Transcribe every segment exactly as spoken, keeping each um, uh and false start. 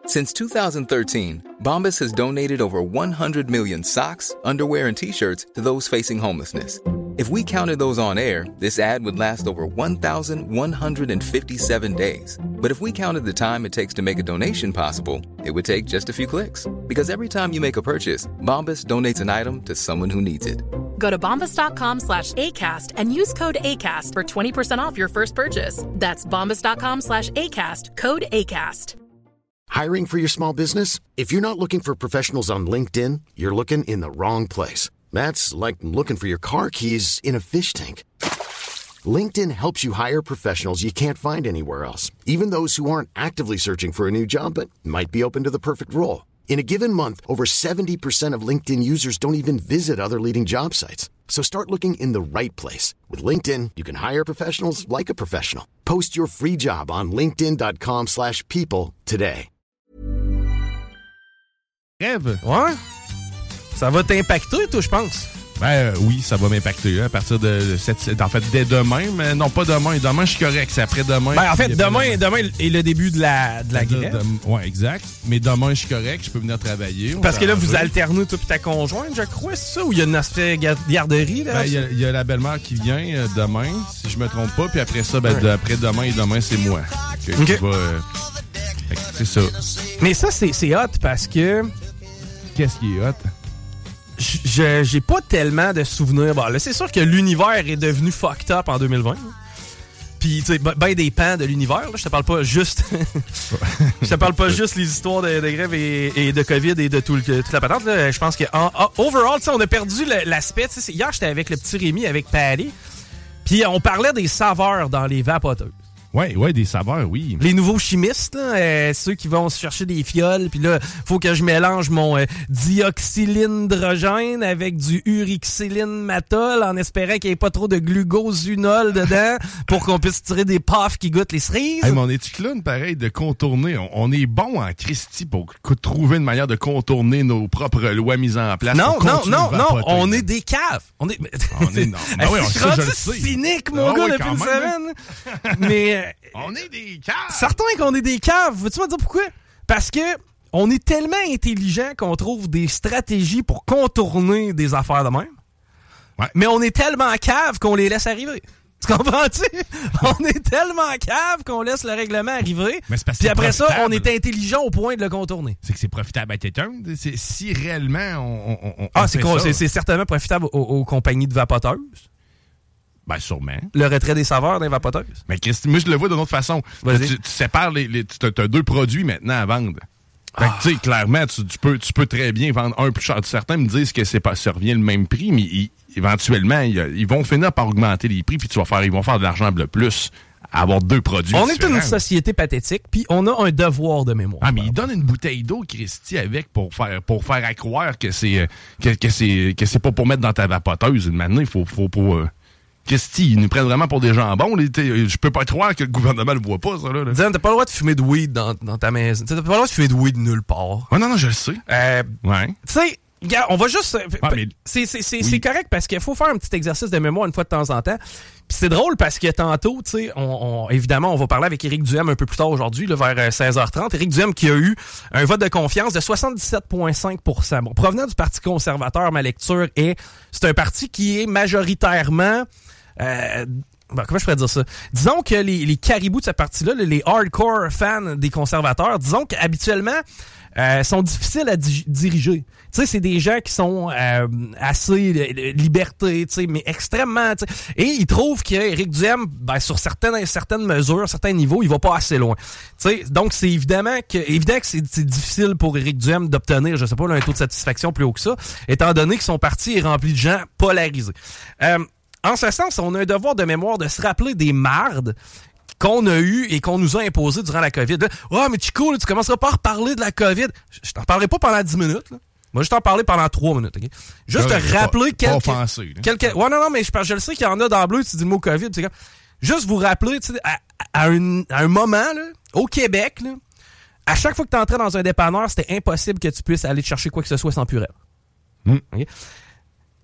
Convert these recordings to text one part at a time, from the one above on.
Since two thousand thirteen, Bombas has donated over one hundred million socks, underwear, and T-shirts to those facing homelessness. If we counted those on air, this ad would last over one thousand one hundred fifty-seven days. But if we counted the time it takes to make a donation possible, it would take just a few clicks. Because every time you make a purchase, Bombas donates an item to someone who needs it. Go to bombas.com slash ACAST and use code ACAST for twenty percent off your first purchase. That's bombas.com slash ACAST, code ACAST. Hiring for your small business? If you're not looking for professionals on LinkedIn, you're looking in the wrong place. That's like looking for your car keys in a fish tank. LinkedIn helps you hire professionals you can't find anywhere else, even those who aren't actively searching for a new job but might be open to the perfect role. In a given month, over seventy percent of LinkedIn users don't even visit other leading job sites. So start looking in the right place. With LinkedIn, you can hire professionals like a professional. Post your free job on linkedin.com slash people today. Rêve. Ouais. Ça va t'impacter, toi, je pense. Ben euh, oui, ça va m'impacter. Hein, à partir de cette... En fait, dès demain, mais non, pas demain. Demain, je suis correct. C'est après demain. Ben, en fait, demain, demain est le début de la, de la grève. De, ouais, exact. Mais demain, je suis correct. Je peux venir travailler. Parce que là, vous alternez, toi et ta conjointe, je crois, c'est ça? Ou il y a une aspect garderie, là? Ben, il y, y a la belle-mère qui vient euh, demain, si je me trompe pas. Puis après ça, ben, ouais. de, après demain et demain, c'est moi. Que, okay. va, euh, c'est ça. Mais ça, c'est, c'est hot parce que... Qu'est-ce qui est hot? Je, j'ai pas tellement de souvenirs. Bon, là, c'est sûr que l'univers est devenu fucked up en deux mille vingt. Puis, tu sais, ben, ben des pans de l'univers. Là, je te parle pas juste... je te parle pas juste les histoires de, de grève et, et de COVID et de tout le, toute la patente. Là. Je pense que, en, en, overall, tu sais, on a perdu le, l'aspect. Hier, j'étais avec le petit Rémi, avec Patty. Puis, on parlait des saveurs dans les vapoteuses. Ouais, ouais, des saveurs, oui. Les nouveaux chimistes, là, euh, ceux qui vont se chercher des fioles, puis là, faut que je mélange mon euh, dioxylindrogène avec du urixylinematol en espérant qu'il n'y ait pas trop de glucosunol dedans pour qu'on puisse tirer des puffs qui goûtent les cerises. Hey, mais on est-tu clown, pareil, de contourner? On, on est bon en Christie pour trouver une manière de contourner nos propres lois mises en place. Non, non, non, non, on est des caves. On est... on est, non. Ben oui, on, je suis ça, rendu je le sais. cynique, mon ah, gars, oui, depuis une semaine. Mais... On est des caves! Certains qu'on est des caves. Veux-tu me dire pourquoi? Parce que on est tellement intelligent qu'on trouve des stratégies pour contourner des affaires de même. Ouais. Mais on est tellement cave qu'on les laisse arriver. Tu comprends-tu? On est tellement cave qu'on laisse le règlement arriver. Puis après ça, on est intelligent au point de le contourner. C'est que c'est profitable à quelqu'un. C'est, si réellement on, on, on Ah, c'est, quoi, c'est, c'est certainement profitable aux, aux compagnies de vapoteuses. Ben, sûrement. Le retrait des saveurs des vapoteuses. Mais Christy, moi, je le vois d'une autre façon. Tu, tu sépares les, les tu as deux produits maintenant à vendre. Fait que, ah. tu sais, clairement, tu, tu, peux, tu peux très bien vendre un plus cher. Certains me disent que c'est pas, ça revient le même prix, mais ils, éventuellement, ils, ils vont finir par augmenter les prix, puis tu vas faire, ils vont faire de l'argent de plus à avoir deux produits On différents. est une société pathétique, puis on a un devoir de mémoire. Ah, mais ils donnent une bouteille d'eau, Christy, avec pour faire pour faire à croire que c'est que, que c'est que c'est pas pour mettre dans ta vapoteuse. Maintenant, il faut faut pour euh, Christy, ils nous prennent vraiment pour des jambons. Je peux pas croire que le gouvernement le voit pas, ça, là. là. Dis, t'as pas le droit de fumer de weed dans, dans ta maison. T'as pas le droit de fumer de weed nulle part. Ah non, non, je le sais. Euh, ouais. Tu sais, gars, on va juste... Ah, mais... C'est, c'est, c'est, oui. c'est correct parce qu'il faut faire un petit exercice de mémoire une fois de temps en temps. Puis c'est drôle parce que tantôt, tu sais, on, on, évidemment, on va parler avec Éric Duhem un peu plus tard aujourd'hui, là, vers seize heures trente. Éric Duhem qui a eu un vote de confiance de soixante-dix-sept virgule cinq pour cent. Bon, provenant du Parti conservateur, ma lecture est... C'est un parti qui est majoritairement... Euh, bon, comment je pourrais dire ça? Disons que les, les caribous de cette partie-là, les hardcore fans des conservateurs, disons qu'habituellement, euh, sont difficiles à di- diriger. Tu sais, c'est des gens qui sont euh, assez euh, liberté, tu sais, mais extrêmement, tu sais. Et ils trouvent qu'Éric Duhem, ben, sur certaines, certaines mesures, certains niveaux, il va pas assez loin. Tu sais, donc c'est évidemment que, évidemment que c'est, c'est difficile pour Éric Duhem d'obtenir, je sais pas, là, un taux de satisfaction plus haut que ça, étant donné que son parti est rempli de gens polarisés. Euh, En ce sens, on a un devoir de mémoire de se rappeler des mardes qu'on a eues et qu'on nous a imposées durant la COVID. « Ah, oh, mais Chico, là, tu commenceras pas à reparler de la COVID. » Je t'en parlerai pas pendant dix minutes. Là. Moi, je t'en parler pendant trois minutes. Okay? Juste ouais, te rappeler pas, quelques... Pas offensé, quelques ouais, non, non, mais je, je le sais qu'il y en a dans Bleu, tu dis le mot COVID. C'est comme, juste vous rappeler, tu sais, à, à, un, à un moment, là, au Québec, là, à chaque fois que tu entrais dans un dépanneur, c'était impossible que tu puisses aller te chercher quoi que ce soit sans purée. Mm. Okay?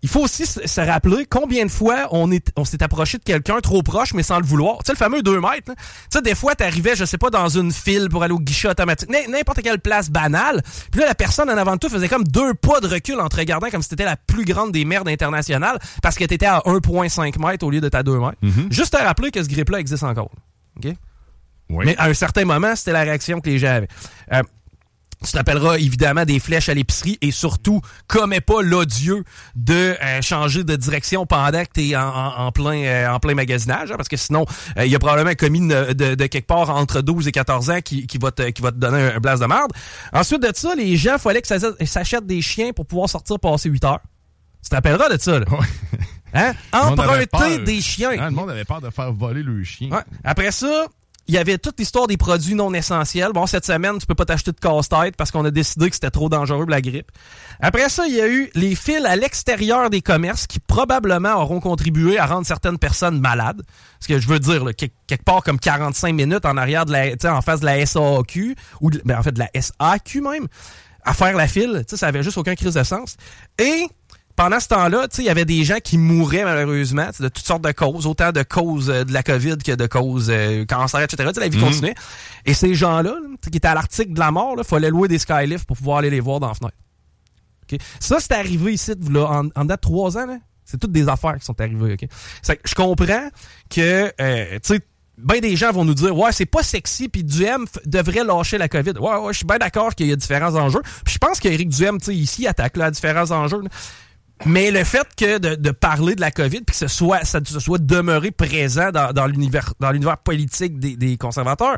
il faut aussi se rappeler combien de fois on est on s'est approché de quelqu'un trop proche, mais sans le vouloir. Tu sais, le fameux deux mètres. Tu sais, des fois, t'arrivais, je sais pas, dans une file pour aller au guichet automatique, n'importe quelle place banale. Puis là, la personne en avant de toi faisait comme deux pas de recul en te regardant comme si t'étais la plus grande des merdes internationales parce que t'étais à un virgule cinq mètres au lieu de ta deux mètres. Mm-hmm. Juste à rappeler que ce grip-là existe encore. OK? Oui. Mais à un certain moment, c'était la réaction que les gens avaient. Euh, Tu t'appelleras évidemment des flèches à l'épicerie et surtout, commets pas l'odieux de euh, changer de direction pendant que t'es en, en, en, plein, euh, en plein magasinage, hein, parce que sinon, il euh, y a probablement un commis de, de, de quelque part entre douze et quatorze ans qui, qui, va, te, qui va te donner un, un blast de merde. Ensuite de ça, les gens, il fallait que ça s'achètent des chiens pour pouvoir sortir passer huit heures. Tu t'appelleras de ça, là. Ouais. Hein? Emprunter des chiens. Hein, le monde avait peur de faire voler le chien. Ouais. Après ça, il y avait toute l'histoire des produits non essentiels. Bon, cette semaine, tu peux pas t'acheter de casse-tête parce qu'on a décidé que c'était trop dangereux pour la grippe. Après ça, il y a eu les fils à l'extérieur des commerces qui probablement auront contribué à rendre certaines personnes malades. Ce que je veux dire, là, quelque part comme quarante-cinq minutes en arrière de la, tu sais, en face de la S A Q, ou de, ben, en fait de la S A Q même, à faire la file. Tu sais, ça avait juste aucun crise de sens. Et pendant ce temps-là, tu sais, il y avait des gens qui mouraient malheureusement de toutes sortes de causes, autant de causes euh, de la COVID que de causes euh, cancer, et cetera. Tu sais, la vie mmh. continuait. Et ces gens-là, qui étaient à l'article de la mort, il fallait louer des skylifts pour pouvoir aller les voir dans la fenêtre. Okay? Ça, c'est arrivé ici, là, en, en date de trois ans. Là. C'est toutes des affaires qui sont arrivées. Okay? C'est, je comprends que, euh, tu sais, ben des gens vont nous dire « Ouais, c'est pas sexy, puis Duhem f- devrait lâcher la COVID. » Ouais, ouais, je suis bien d'accord qu'il y a différents enjeux. Puis je pense qu'Éric Duhem, tu sais, ici, attaque là, différents enjeux. Là. Mais le fait que de, de parler de la COVID puis que ce soit, ça, ça soit demeuré présent dans, dans, l'univers, dans l'univers politique des, des conservateurs,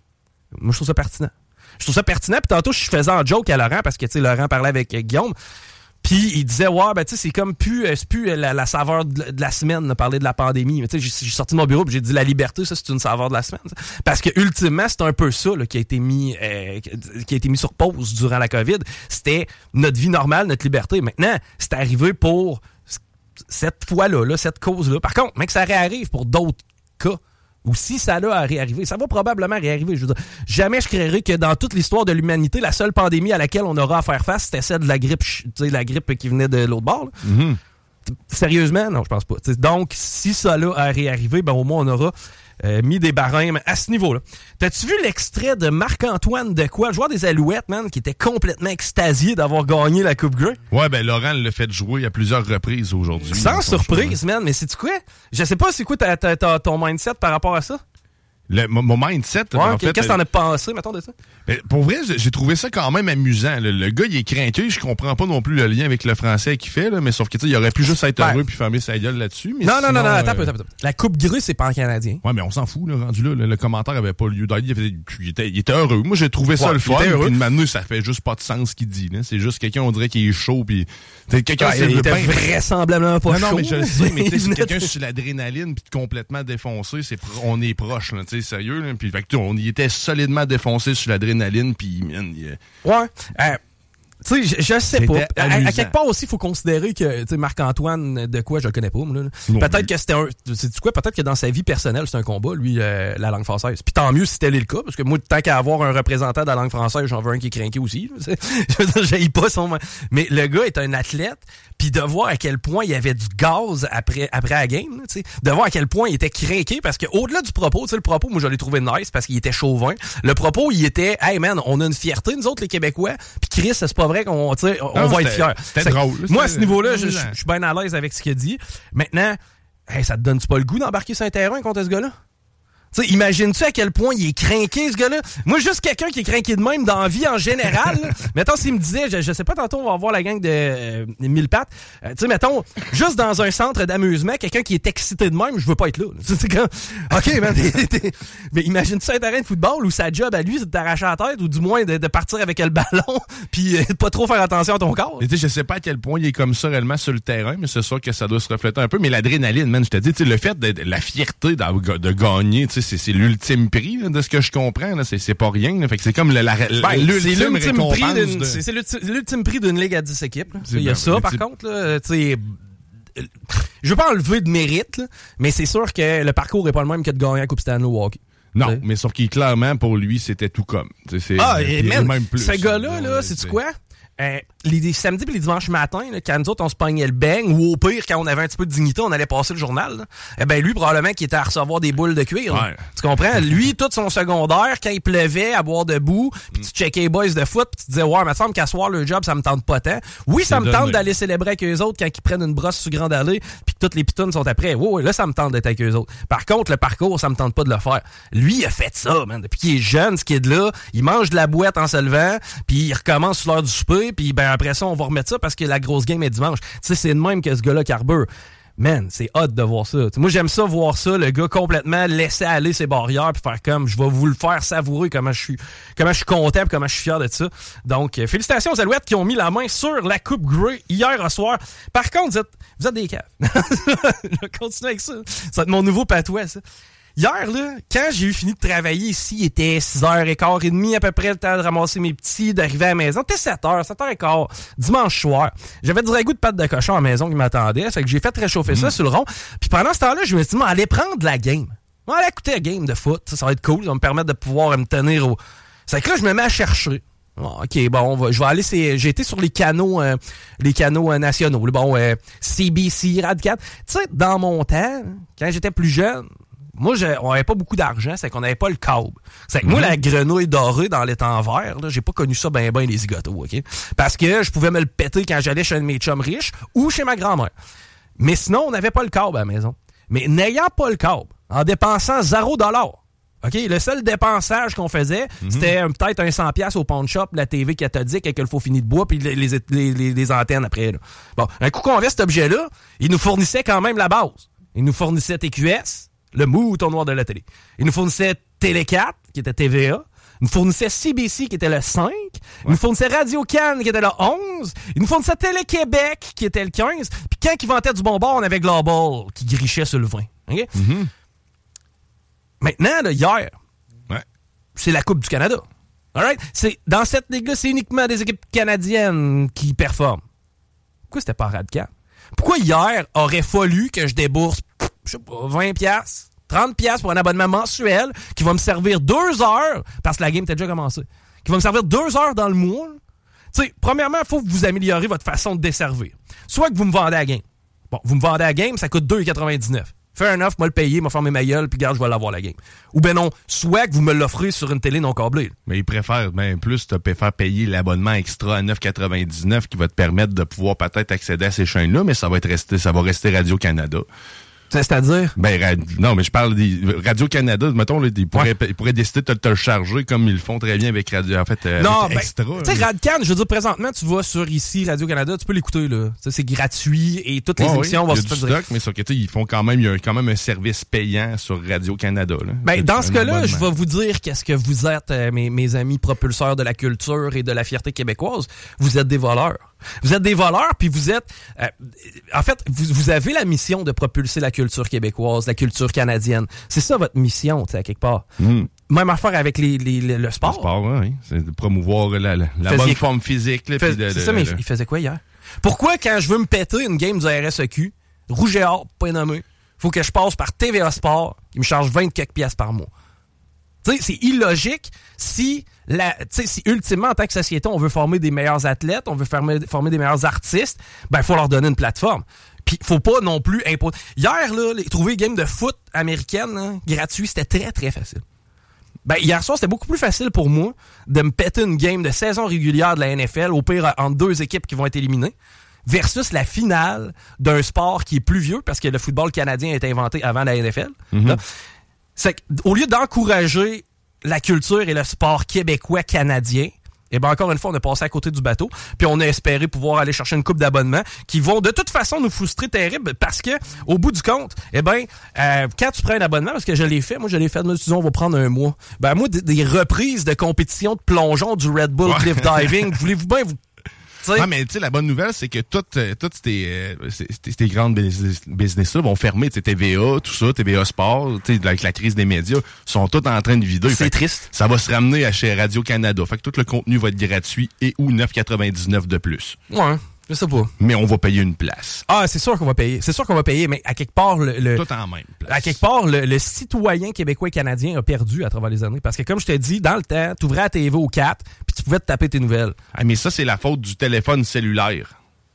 moi, je trouve ça pertinent. Je trouve ça pertinent. Puis tantôt, je faisais un joke à Laurent parce que, tu sais, Laurent parlait avec euh, Guillaume. Puis il disait, ouais, ben, tu sais, c'est comme plus, c'est plus la, la saveur de, de la semaine, de parler de la pandémie. Mais tu sais, j'ai, j'ai sorti de mon bureau et j'ai dit, la liberté, ça, c'est une saveur de la semaine. T'sais. Parce que, ultimement, c'est un peu ça, là, qui a été mis, euh, qui a été mis sur pause durant la COVID. C'était notre vie normale, notre liberté. Maintenant, c'est arrivé pour cette fois-là, là, cette cause-là. Par contre, mec, ça réarrive pour d'autres cas. Ou si ça a réarrivé, ça va probablement réarriver. Je veux dire, jamais je créerais que dans toute l'histoire de l'humanité, la seule pandémie à laquelle on aura à faire face, c'était celle de la grippe, tu sais, la grippe qui venait de l'autre bord. Mm-hmm. Sérieusement, non, je pense pas. T'sais, donc, si ça a réarrivé, ben au moins on aura euh, mis des barèmes à ce niveau-là. T'as-tu vu l'extrait de Marc-Antoine Dequoy, le joueur des Alouettes, man, qui était complètement extasié d'avoir gagné la Coupe Grey? Ouais, ben Laurent l'a fait jouer à plusieurs reprises aujourd'hui. Sans surprise, man, mais c'est-tu quoi? Je sais pas c'est quoi ta, ta, ta, ton mindset par rapport à ça? Le, mon, mon mindset, ouais, en fait... Qu'est-ce que t'en as pensé, mettons, de ça? Ben, pour vrai, j'ai trouvé ça quand même amusant. Le, le gars, il est crainqueux. Je comprends pas non plus le lien avec le français qu'il fait, là, mais sauf que, tu sais, il aurait pu juste être heureux puis fermer sa gueule là-dessus. Mais non, sinon, non, non, non, attends, euh... attends, attends. La Coupe Grey, c'est pas en canadien. Ouais, mais on s'en fout, là, rendu là. Le, le commentaire avait pas lieu d'être. Il, il, était, il était heureux. Moi, j'ai trouvé ça ouais, le fun. Puis une manée, ça fait juste pas de sens ce qu'il dit, là. C'est juste quelqu'un, on dirait qu'il est chaud, puis quelqu'un, ouais, il était ben, vraisemblablement pas non, chaud. Non, mais je le sais, mais tu sais, c'est quelqu'un sur l'adrénaline puis complètement défoncé, c'est, on est proche, là, tu sais, sérieux, là. Puis, fait que, on y était solidement défoncé sur l'adrénaline, puis man, il... Ouais. Euh, tu sais, je, je sais pas. À, à quelque part aussi, il faut considérer que, tu sais, Marc-Antoine Dequoy, je le connais pas, moi, là. Non, peut-être que c'était un... C'est quoi? Peut-être que dans sa vie personnelle, c'est un combat, lui, euh, la langue française. Puis tant mieux si tel est le cas, parce que moi, tant qu'à avoir un représentant de la langue française, j'en veux un qui est craqué aussi. Je veux dire, j'haïs pas son... Mais le gars est un athlète, puis de voir à quel point il y avait du gaz après, après la game, tu sais, de voir à quel point il était craqué, parce que au-delà du propos, tu sais, le propos, moi, je l'ai trouvé nice, parce qu'il était chauvin. Le propos, il était, hey man, on a une fierté, nous autres, les Québécois, puis Chris, c'est pas vrai qu'on, tu sais, on non, va être fiers. C'était drôle. Moi, à ce niveau-là, je, je, je suis bien à l'aise avec ce qu'il a dit. Maintenant, hey, ça te donne-tu pas le goût d'embarquer sur un terrain contre ce gars-là? Tu sais, imagines-tu à quel point il est craqué, ce gars-là? Moi, juste quelqu'un qui est craqué de même dans la vie en général. Là, mettons, s'il me disait, je, je sais pas, tantôt, on va voir la gang de euh, mille pattes. Euh, tu sais, mettons, juste dans un centre d'amusement, quelqu'un qui est excité de même, je veux pas être là. C'est comme, OK, man, t'es, t'es... mais imagine-tu sur un terrain de football où sa job à lui, c'est de t'arracher la tête, ou du moins de, de partir avec le ballon, puis euh, de pas trop faire attention à ton corps. Tu sais, je sais pas à quel point il est comme ça réellement sur le terrain, mais c'est sûr que ça doit se refléter un peu. Mais l'adrénaline, man, je te dis, tu sais, le fait de, de la fierté de, de gagner, tu sais, c'est, c'est l'ultime prix là, de ce que je comprends. Là. C'est, c'est pas rien. Là. Fait que c'est comme la, la, ben, l'ultime, c'est l'ultime prix d'une, de... c'est, c'est l'ultime, l'ultime prix d'une ligue à dix équipes. Il y a ça, par contre. Là, t'sais, je veux pas enlever de mérite, là, mais c'est sûr que le parcours est pas le même que de gagner la Coupe Stanley au hockey. Non, t'sais. Mais sauf qu'il clairement, pour lui, c'était tout comme. C'est, ah, et même, même plus, ce gars-là, là, sais-tu quoi? Euh, les, les samedis et les dimanches matins, là, quand nous autres, on se pognait le bang, ou au pire, quand on avait un petit peu de dignité, on allait passer le journal, là, eh ben lui, probablement, qui était à recevoir des boules de cuir. Ouais. Tu comprends? Lui, tout son secondaire, quand il pleuvait, à boire debout, puis tu checkais les boys de foot, puis tu disais, ouais, il me semble qu'à soir, le job, ça me tente pas tant. Oui, ça me tente d'aller célébrer avec eux autres quand ils prennent une brosse sur Grande Allée, puis que toutes les pitounes sont après. Ouais, ouais, là, ça me tente d'être avec eux autres. Par contre, le parcours, ça me tente pas de le faire. Lui, il a fait ça, man. Depuis qu'il est jeune, ce kid-là, il mange de la boîte en se levant, puis il recommence sur l'heure du souper, puis ben après ça, on va remettre ça parce que la grosse game est dimanche. Tu sais, c'est de même que ce gars-là carbure. Man, c'est hot de voir ça. T'sais, moi, j'aime ça, voir ça, le gars complètement laisser aller ses barrières puis faire comme, je vais vous le faire savourer comment je suis comment je suis content et comment je suis fier de ça. Donc, euh, félicitations aux Alouettes qui ont mis la main sur la Coupe Grey hier au soir. Par contre, vous êtes, vous êtes des caves. Je vais continuer avec ça. Ça va être mon nouveau patois, ça. Hier, là, quand j'ai eu fini de travailler ici, il était six heures quinze à peu près, le temps de ramasser mes petits, d'arriver à la maison. C'était sept heures, sept heures quinze, dimanche soir. J'avais du ragoût de pâte de cochon à la maison qui m'attendait, fait que j'ai fait réchauffer mmh. ça sur le rond. Puis pendant ce temps-là, je me suis dit, allez prendre la game. On va aller écouter la game de foot, ça, ça va être cool, ça va me permettre de pouvoir me tenir au... C'est que là, je me mets à chercher. Oh, OK, bon, on va, je vais aller, c'est, j'ai été sur les canaux, euh, les canaux euh, nationaux. Bon, euh, C B C, Rad quatre. Tu sais, dans mon temps, quand j'étais plus jeune, moi, je, on avait pas beaucoup d'argent, c'est qu'on avait pas le câble. C'est que mmh. moi, la grenouille dorée dans les temps verts, là, j'ai pas connu ça ben ben les zigotos, OK? Parce que je pouvais me le péter quand j'allais chez un de mes chums riches ou chez ma grand-mère. Mais sinon, on n'avait pas le câble à la maison. Mais n'ayant pas le câble, en dépensant zéro dollar, OK? Le seul dépensage qu'on faisait, mmh. c'était euh, peut-être un cent piastres au pawn shop, la T V cathodique avec le faux fini de bois puis les, les, les, les, les antennes après. Là. Bon, un coup qu'on avait cet objet-là, il nous fournissait quand même la base. Il nous fournissait T Q S, le mouton noir de la télé. Il nous fournissait Télé quatre, qui était T V A. Il nous fournissait C B C, qui était le cinq. Ouais. Il nous fournissait Radio-Can, qui était le onze. Il nous fournissait Télé-Québec, qui était le quinze. Puis quand il vantait du bon bord, on avait Global, qui grichait sur le vingt. Okay? Mm-hmm. Maintenant, là, hier, ouais. c'est la Coupe du Canada. Alright? C'est, dans cette ligue-là, c'est uniquement des équipes canadiennes qui performent. Pourquoi c'était pas Radcan? Pourquoi hier aurait fallu que je débourse je sais pas, vingt piastres, trente piastres pour un abonnement mensuel qui va me servir deux heures, parce que la game était déjà commencée, qui va me servir deux heures dans le mois? Tu sais, premièrement, il faut que vous améliorez votre façon de desservir. Soit que vous me vendez à la game. Bon, vous me vendez à la game, ça coûte deux quatre-vingt-dix-neuf. Fair enough, moi le payer, m'a fermé ma gueule, puis garde, je vais l'avoir la game. Ou ben non, soit que vous me l'offrez sur une télé non câblée. Mais ils préfèrent, ben plus, te faire payer l'abonnement extra à neuf quatre-vingt-dix-neuf qui va te permettre de pouvoir peut-être accéder à ces chaînes-là, mais ça va être resté, ça va rester Radio-Canada. C'est-à-dire? Ben, ra- non, mais je parle des Radio-Canada, mettons, là, ils pourraient, ouais. ils pourraient décider de te, te le charger comme ils le font très bien avec Radio, en fait, euh, non, avec ben, Extra. Tu sais, Radcan, je veux dire, présentement, tu vas sur ici, Radio-Canada, tu peux l'écouter, là. T'sais, c'est gratuit et toutes les ouais, émissions oui, vont se faire. Il y a du stock, mais sur que, ils font quand même, il y a quand même un service payant sur Radio-Canada, là. Ben, dans ce cas-là, je vais vous dire qu'est-ce que vous êtes, euh, mes, mes amis propulseurs de la culture et de la fierté québécoise. Vous êtes des voleurs. Vous êtes des voleurs, puis vous êtes... Euh, en fait, vous, vous avez la mission de propulser la culture québécoise, la culture canadienne. C'est ça votre mission, tu sais, à quelque part. Mm. Même affaire avec les, les, les, le sport. Le sport, oui. C'est de promouvoir la, la, la bonne forme physique. Là, Fais, de, c'est de, ça, mais de, il faisait quoi hier? Pourquoi, quand je veux me péter une game du R S E Q, rouge et or, pas nommé, faut que je passe par T V A Sport, qui me charge vingt quelques piastres par mois? Tu sais, c'est illogique si, la, si ultimement, en tant que société, on veut former des meilleurs athlètes, on veut former, former des meilleurs artistes, ben, il faut leur donner une plateforme. Puis, faut pas non plus imposer. Hier, là, les, trouver une game de foot américaine, hein, gratuit, c'était très, très facile. Ben, hier soir, c'était beaucoup plus facile pour moi de me péter une game de saison régulière de la N F L, au pire, entre deux équipes qui vont être éliminées, versus la finale d'un sport qui est plus vieux, parce que le football canadien a été inventé avant la N F L. Mm-hmm. Là, c'est qu'au lieu d'encourager la culture et le sport québécois-canadien, eh ben encore une fois, on a passé à côté du bateau, puis on a espéré pouvoir aller chercher une coupe d'abonnements qui vont de toute façon nous frustrer terrible, parce que au bout du compte, eh ben euh, quand tu prends un abonnement, parce que je l'ai fait, moi je l'ai fait, nous disons on va prendre un mois. Ben moi des, des reprises de compétition de plongeon du Red Bull ouais. Cliff Diving, voulez-vous bien vous Ah, mais tu sais, la bonne nouvelle, c'est que toutes, toutes ces, euh, ces, ces grandes business, business-là vont fermer. T V A, tout ça, T V A Sport, avec la crise des médias, sont toutes en train de vider. C'est triste. Ça va se ramener à chez Radio-Canada. Fait que tout le contenu va être gratuit et ou neuf quatre-vingt-dix-neuf de plus. Ouais. Je sais pas. Mais on va payer une place. Ah, c'est sûr qu'on va payer. C'est sûr qu'on va payer, mais à quelque part, le, le tout en même place. À quelque part, le, le citoyen québécois et canadien a perdu à travers les années. Parce que comme je t'ai dit, dans le temps, t'ouvrais la T V au quatre, puis tu pouvais te taper tes nouvelles. Ah, mais ça, c'est la faute du téléphone cellulaire.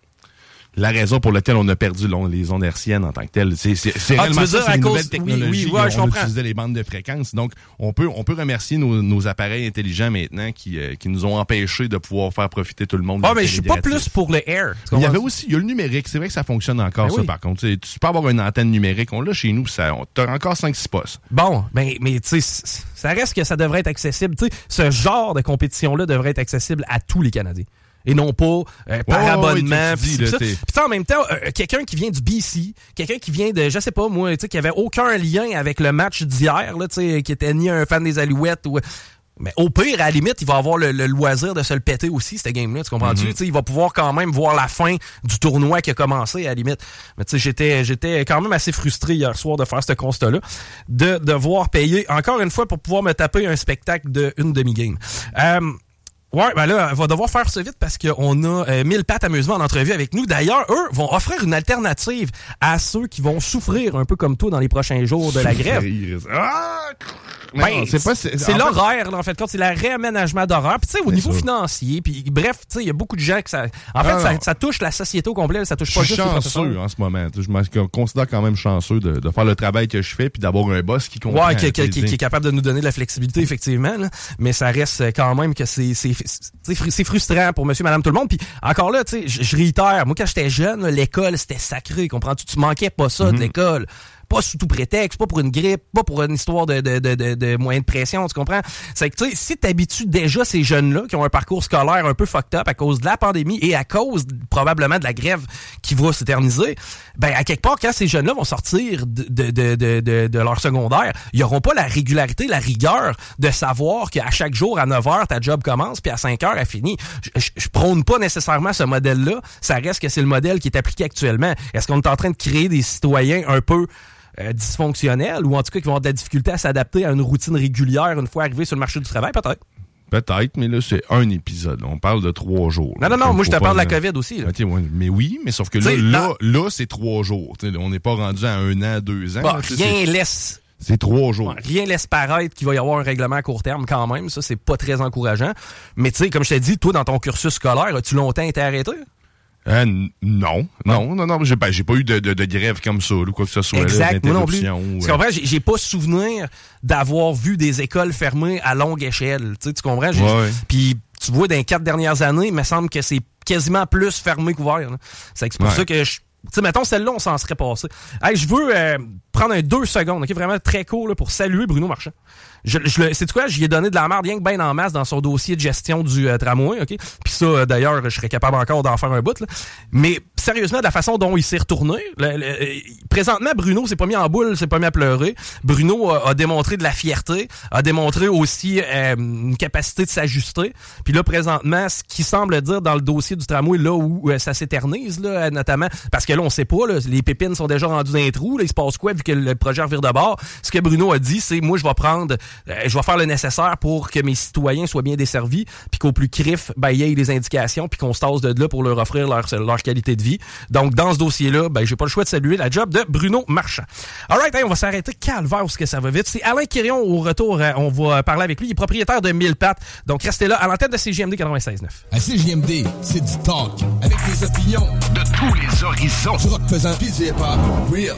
La raison pour laquelle on a perdu long, les ondes hertziennes en tant que telles. C'est, c'est, c'est ah, réellement ça, c'est une cause... nouvelle technologie. Oui, oui, ouais, on, je on comprends. utilisait les bandes de fréquences. Donc, on peut, on peut remercier nos, nos appareils intelligents maintenant qui, euh, qui nous ont empêchés de pouvoir faire profiter tout le monde. Ah, mais je suis pas plus pour le air. Il y avait aussi, il y a le numérique. C'est vrai que ça fonctionne encore, ben ça, oui. Par contre. Tu, tu peux avoir une antenne numérique. On l'a chez nous, ça, on t'as encore cinq six postes. Bon, mais, mais tu sais, ça reste que ça devrait être accessible. Tu sais, ce genre de compétition-là devrait être accessible à tous les Canadiens. Et non pas euh, par oh, abonnement. Puis en même temps, euh, quelqu'un qui vient du B C, quelqu'un qui vient de, je sais pas moi, tu sais, qui avait aucun lien avec le match d'hier, là, tu sais, qui était ni un fan des Alouettes ou. Mais au pire, à la limite, il va avoir le, le loisir de se le péter aussi, cette game-là, tu comprends-tu? Mm-hmm. Il va pouvoir quand même voir la fin du tournoi qui a commencé, à la limite. Mais tu sais, j'étais, j'étais quand même assez frustré hier soir de faire ce constat-là, de devoir payer, encore une fois, pour pouvoir me taper un spectacle d'une demi-game. Euh, Ouais, ben là, on va devoir faire ça vite parce qu'on a euh, Mille Pattes Amusement en entrevue avec nous. D'ailleurs, eux vont offrir une alternative à ceux qui vont souffrir un peu comme toi dans les prochains jours de la grève. Ah! Ben, non, c'est pas, c'est, c'est l'horaire, là, en fait, c'est le réaménagement d'horaire. Puis tu sais, au niveau ça. financier, puis bref, tu sais, il y a beaucoup de gens que ça... En fait, ah, ça, ça touche la société au complet, ça touche pas juste les professeurs. Je suis chanceux en ce moment. Je me considère quand même chanceux de, de faire le travail que je fais puis d'avoir un boss qui comprend. Ouais, qui, qui, qui, qui est capable de nous donner de la flexibilité, effectivement. Là. Mais ça reste quand même que c'est... c'est c'est frustrant pour monsieur, madame, tout le monde. Puis encore là, tu sais, je réitère, moi, quand j'étais jeune, là, l'école, c'était sacré, comprends-tu? Tu manquais pas ça mm-hmm. de l'école. Pas sous tout prétexte, pas pour une grippe, pas pour une histoire de, de, de, de, de moyens de pression, tu comprends? C'est que, tu sais, si t'habitues déjà ces jeunes-là qui ont un parcours scolaire un peu fucked up à cause de la pandémie et à cause, probablement, de la grève qui va s'éterniser, ben, à quelque part, quand ces jeunes-là vont sortir de, de, de, de, de, de leur secondaire, ils auront pas la régularité, la rigueur de savoir qu'à chaque jour, à neuf heures, ta job commence, puis à cinq heures, elle finit. Je, je, je prône pas nécessairement ce modèle-là. Ça reste que c'est le modèle qui est appliqué actuellement. Est-ce qu'on est en train de créer des citoyens un peu Euh, dysfonctionnels ou en tout cas qui vont avoir de la difficulté à s'adapter à une routine régulière une fois arrivés sur le marché du travail, peut-être? Peut-être, mais là, c'est un épisode. On parle de trois jours. Non, non, non, moi, je te parle de la COVID aussi. Là. Okay, ouais, mais oui, mais sauf que là, là, là, c'est trois jours. T'sais, on n'est pas rendu à un an, deux ans. Bon, là, rien laisse... C'est trois jours. Bon, rien laisse paraître qu'il va y avoir un règlement à court terme quand même. Ça, c'est pas très encourageant. Mais tu sais, comme je t'ai dit, toi, dans ton cursus scolaire, as-tu longtemps été arrêté? Euh, non, non, non, non, j'ai pas, j'ai pas eu de, de, de grève comme ça, ou quoi que ce soit. Exact, là, moi non plus. Ou, tu comprends? J'ai, j'ai pas souvenir d'avoir vu des écoles fermées à longue échelle. Tu sais, tu comprends? J'ai, ouais. Puis, tu vois, dans les quatre dernières années, il me semble que c'est quasiment plus fermé qu'ouvert. Là. C'est pour ouais. ça que je... Tu sais, mettons, celle-là, on s'en serait passé. Hey, je veux euh, prendre un deux secondes, ok, vraiment très court, là, pour saluer Bruno Marchand. Je, je, c'est quoi? J'y ai donné de la merde rien que ben en masse dans son dossier de gestion du euh, tramway, ok? Puis ça, euh, d'ailleurs, je serais capable encore d'en faire un bout, là. Mais sérieusement, de la façon dont il s'est retourné, le, le, euh, présentement, Bruno s'est pas mis en boule, s'est pas mis à pleurer. Bruno a, a démontré de la fierté, a démontré aussi euh, une capacité de s'ajuster. Puis là, présentement, ce qui semble dire dans le dossier du tramway, là où euh, ça s'éternise, là, notamment, parce que là, on sait pas, là, les pépines sont déjà rendues dans les trous, là, il se passe quoi vu que le projet revire de bord? Ce que Bruno a dit, c'est, moi, je vais prendre... Euh, je vais faire le nécessaire pour que mes citoyens soient bien desservis, puis qu'au plus crif, ben, il y ait les indications, puis qu'on se tasse de là pour leur offrir leur, leur qualité de vie. Donc, dans ce dossier-là, ben, j'ai pas le choix de saluer la job de Bruno Marchand. All right, hey, on va s'arrêter calvaire parce que ça va vite. C'est Alain Quirion au retour. On va parler avec lui. Il est propriétaire de Mille Pattes. Donc, restez là à l'antenne de C J M D quatre-vingt-seize neuf. À C J M D, c'est du talk avec des opinions de tous les horizons. Du rock pesant, pis du hip-hop. Real.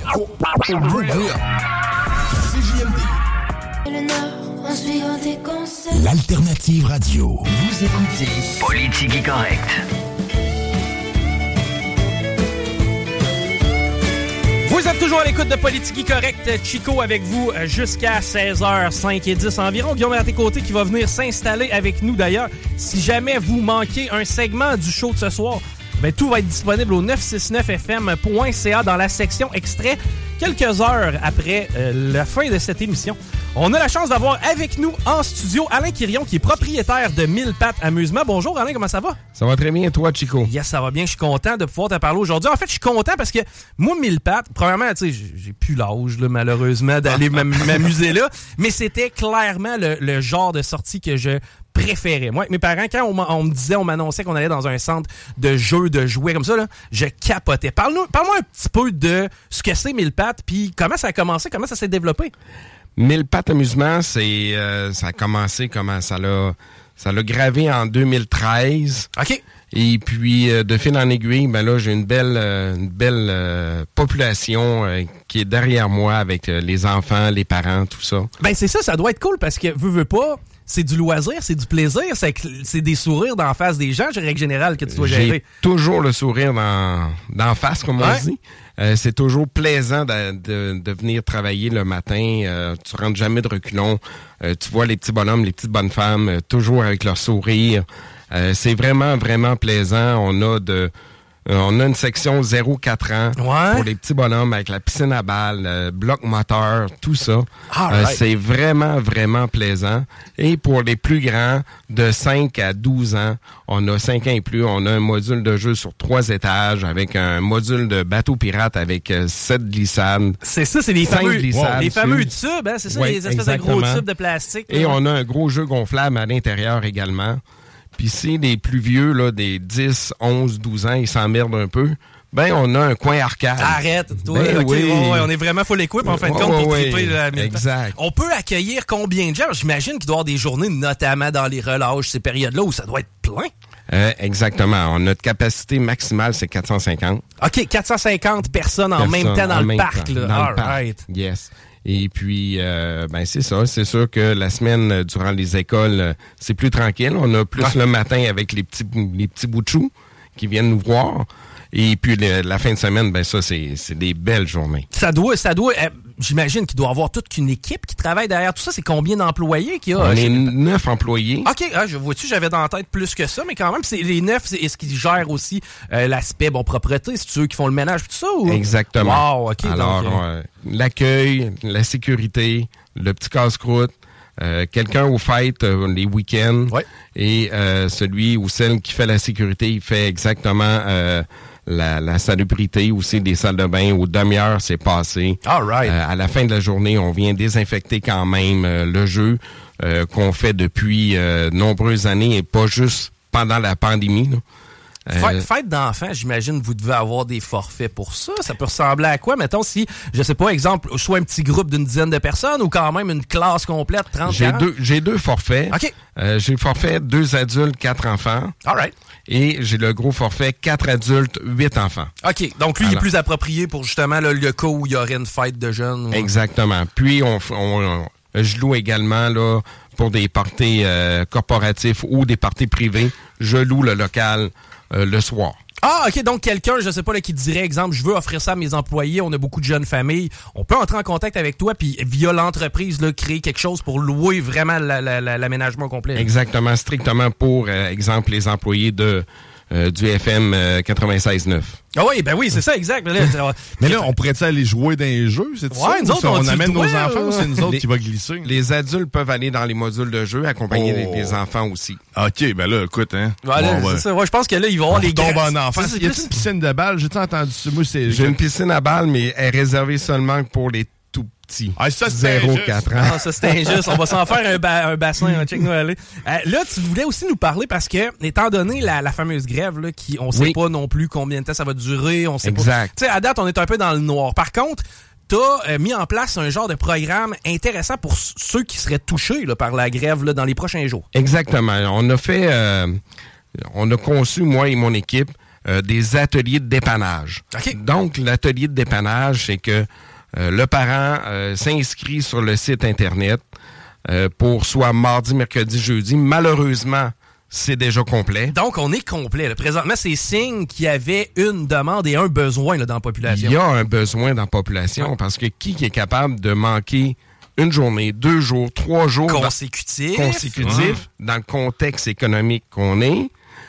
Real. C J M D. Le Nord. En suivant tes conseils. L'alternative radio. Vous écoutez Politique Correcte. Vous êtes toujours à l'écoute de Politique Correcte. Chico avec vous jusqu'à seize heures cinq et dix environ. Guillaume à tes côtés qui va venir s'installer avec nous d'ailleurs. Si jamais vous manquez un segment du show de ce soir, ben, tout va être disponible au neuf cent soixante-neuf F M point C A dans la section extrait. Quelques heures après euh, la fin de cette émission, on a la chance d'avoir avec nous en studio Alain Quirion, qui est propriétaire de Mille Pattes Amusement. Bonjour Alain, comment ça va? Ça va très bien, toi, Chico? Yes, ça va bien, je suis content de pouvoir te parler aujourd'hui. En fait, je suis content parce que moi, Mille Pattes, premièrement, tu sais, j'ai plus l'âge, là, malheureusement, d'aller m'amuser là, mais c'était clairement le, le genre de sortie que je préféré. Moi, mes parents, quand on, on me disait, on m'annonçait qu'on allait dans un centre de jeux, de jouets comme ça, là, je capotais. Parle-nous, parle-moi un petit peu de ce que c'est Mille Pattes, puis comment ça a commencé, comment ça s'est développé? Mille Pattes Amusement, c'est, euh, ça a commencé, comment ça l'a, Ça l'a gravé en deux mille treize. OK. Et puis, euh, de fil en aiguille, ben là, j'ai une belle euh, une belle euh, population euh, qui est derrière moi avec euh, les enfants, les parents, tout ça. Ben c'est ça, ça doit être cool parce que, veux, veux pas, c'est du loisir, c'est du plaisir, c'est, c'est des sourires d'en face des gens, en règle générale, que tu dois gérer. J'ai toujours le sourire dans, d'en face, comme on ouais. dit. Euh, c'est toujours plaisant de, de, de venir travailler le matin. Euh, tu rentres jamais de reculons. Euh, tu vois les petits bonhommes, les petites bonnes femmes, euh, toujours avec leur sourire. Euh, c'est vraiment, vraiment plaisant. On a de, euh, on a une section zéro à quatre ans ouais. pour les petits bonhommes avec la piscine à balles, le bloc moteur, tout ça. Ah, euh, right. C'est vraiment, vraiment plaisant. Et pour les plus grands, de cinq à douze ans, on a cinq ans et plus, on a un module de jeu sur trois étages avec un module de bateau pirate avec euh, sept glissades. C'est ça, c'est les fameux, glissades, les fameux sur... tubes, hein? C'est ça, ouais, les espèces exactement. de gros tubes de plastique. Et là. on a un gros jeu gonflable à l'intérieur également. Puis si les plus vieux, là, des dix, onze, douze ans, ils s'emmerdent un peu, ben on a un coin arcade. Arrête, toi. Ben okay, oui. ouais, ouais, on est vraiment full équipe en fin de Ouais, compte pour ouais, triper la mille. exact. On peut accueillir combien de gens? J'imagine qu'il doit y avoir des journées, notamment dans les relâches, ces périodes-là où ça doit être plein. Euh, exactement. Notre capacité maximale, c'est quatre cent cinquante. OK, quatre cent cinquante personnes en Personnes même temps dans en le même parc. temps, Là. Dans All le parc. right. Yes. Et puis, euh, ben c'est ça. C'est sûr que la semaine, euh, durant les écoles, euh, c'est plus tranquille. On a plus ouais. le matin avec les petits les petits bouts de choux qui viennent nous voir. Et puis, le, la fin de semaine, ben ça, c'est, c'est des belles journées. Ça doit, ça doit... Euh, j'imagine qu'il doit y avoir toute une équipe qui travaille derrière tout ça. C'est combien d'employés qu'il y a? On euh, est chez... neuf employés. OK, ah, je vois-tu, j'avais dans la tête plus que ça, mais quand même, c'est les neuf, c'est, est-ce qu'ils gèrent aussi euh, l'aspect, bon, propreté? C'est eux qui font le ménage tout ça? Ou? Exactement. Wow, OK. Alors, donc, euh, l'accueil, la sécurité, le petit casse-croûte, euh, quelqu'un aux fêtes, euh, les week-ends, ouais. et euh, celui ou celle qui fait la sécurité, il fait exactement... Euh, La, la salubrité aussi des salles de bain aux demi-heures, c'est passé. All right. Euh, à la fin de la journée, on vient désinfecter quand même euh, le jeu euh, qu'on fait depuis euh, nombreuses années et pas juste pendant la pandémie. Là. Euh, Fête, fête d'enfants, j'imagine vous devez avoir des forfaits pour ça. Ça peut ressembler à quoi? Mettons si, je sais pas, exemple, soit un petit groupe d'une dizaine de personnes ou quand même une classe complète, trente, j'ai quarante? deux, j'ai deux forfaits. OK. Euh, j'ai le forfait deux adultes, quatre enfants. All right. Et j'ai le gros forfait quatre adultes, huit enfants. OK. Donc, lui, Alors, il est plus approprié pour justement là, le cas où il y aurait une fête de jeunes. Ou... Exactement. Puis, on, on, on, je loue également là pour des parties euh, corporatifs ou des parties privées. Je loue le local euh, le soir. Ah, OK. Donc, quelqu'un, je sais pas, là, qui dirait, exemple, je veux offrir ça à mes employés, on a beaucoup de jeunes familles, on peut entrer en contact avec toi, puis via l'entreprise, là, créer quelque chose pour louer vraiment la, la, la, l'aménagement complet. Exactement. Strictement pour, euh, exemple, les employés de euh, du F M euh, quatre-vingt-seize neuf. Ah oui, ben oui, c'est ça, exact. Là, mais là, on pourrait-tu aller jouer dans les jeux? C'est ouais, ça? Nous autres, on, on amène nos doit, enfants euh... ou c'est nous autres les, qui va glisser? Les adultes peuvent aller dans les modules de jeu, accompagner oh. les, les enfants aussi. OK, ben là, écoute, hein. Ouais, là, bon, c'est ouais. ça. Ouais, je pense que là, ils vont avoir les tombent grands... en enfant. C'est, Y a-t-il une piscine de balles? J'ai-tu entendu ça? Moi, c'est... J'ai une piscine à balles, mais elle est réservée seulement pour les tout petits. Ah, ça, c'est zéro injuste. quatre ans. Ah, ça, c'est injuste. On va s'en faire un, ba- un bassin. Hein, check-nous aller. Euh, là, tu voulais aussi nous parler parce que, étant donné la, la fameuse grève, là, qui, on sait Oui. pas non plus combien de temps ça va durer, on sait exact. pas. Tu sais, à date, on est un peu dans le noir. Par contre, t'as euh, mis en place un genre de programme intéressant pour c- ceux qui seraient touchés là, par la grève là, dans les prochains jours. Exactement. On a fait, euh, on a conçu, moi et mon équipe, euh, des ateliers de dépannage. Okay. Donc, l'atelier de dépannage, c'est que euh, le parent euh, s'inscrit sur le site Internet euh, pour soit mardi, mercredi, jeudi. Malheureusement, c'est déjà complet. Donc, on est complet. Là. Présentement, c'est signe qu'il y avait une demande et un besoin là, dans la population. Il y a un besoin dans la population ouais. parce que qui est capable de manquer une journée, deux jours, trois jours consécutifs, dans, consécutifs mmh. dans le contexte économique qu'on est?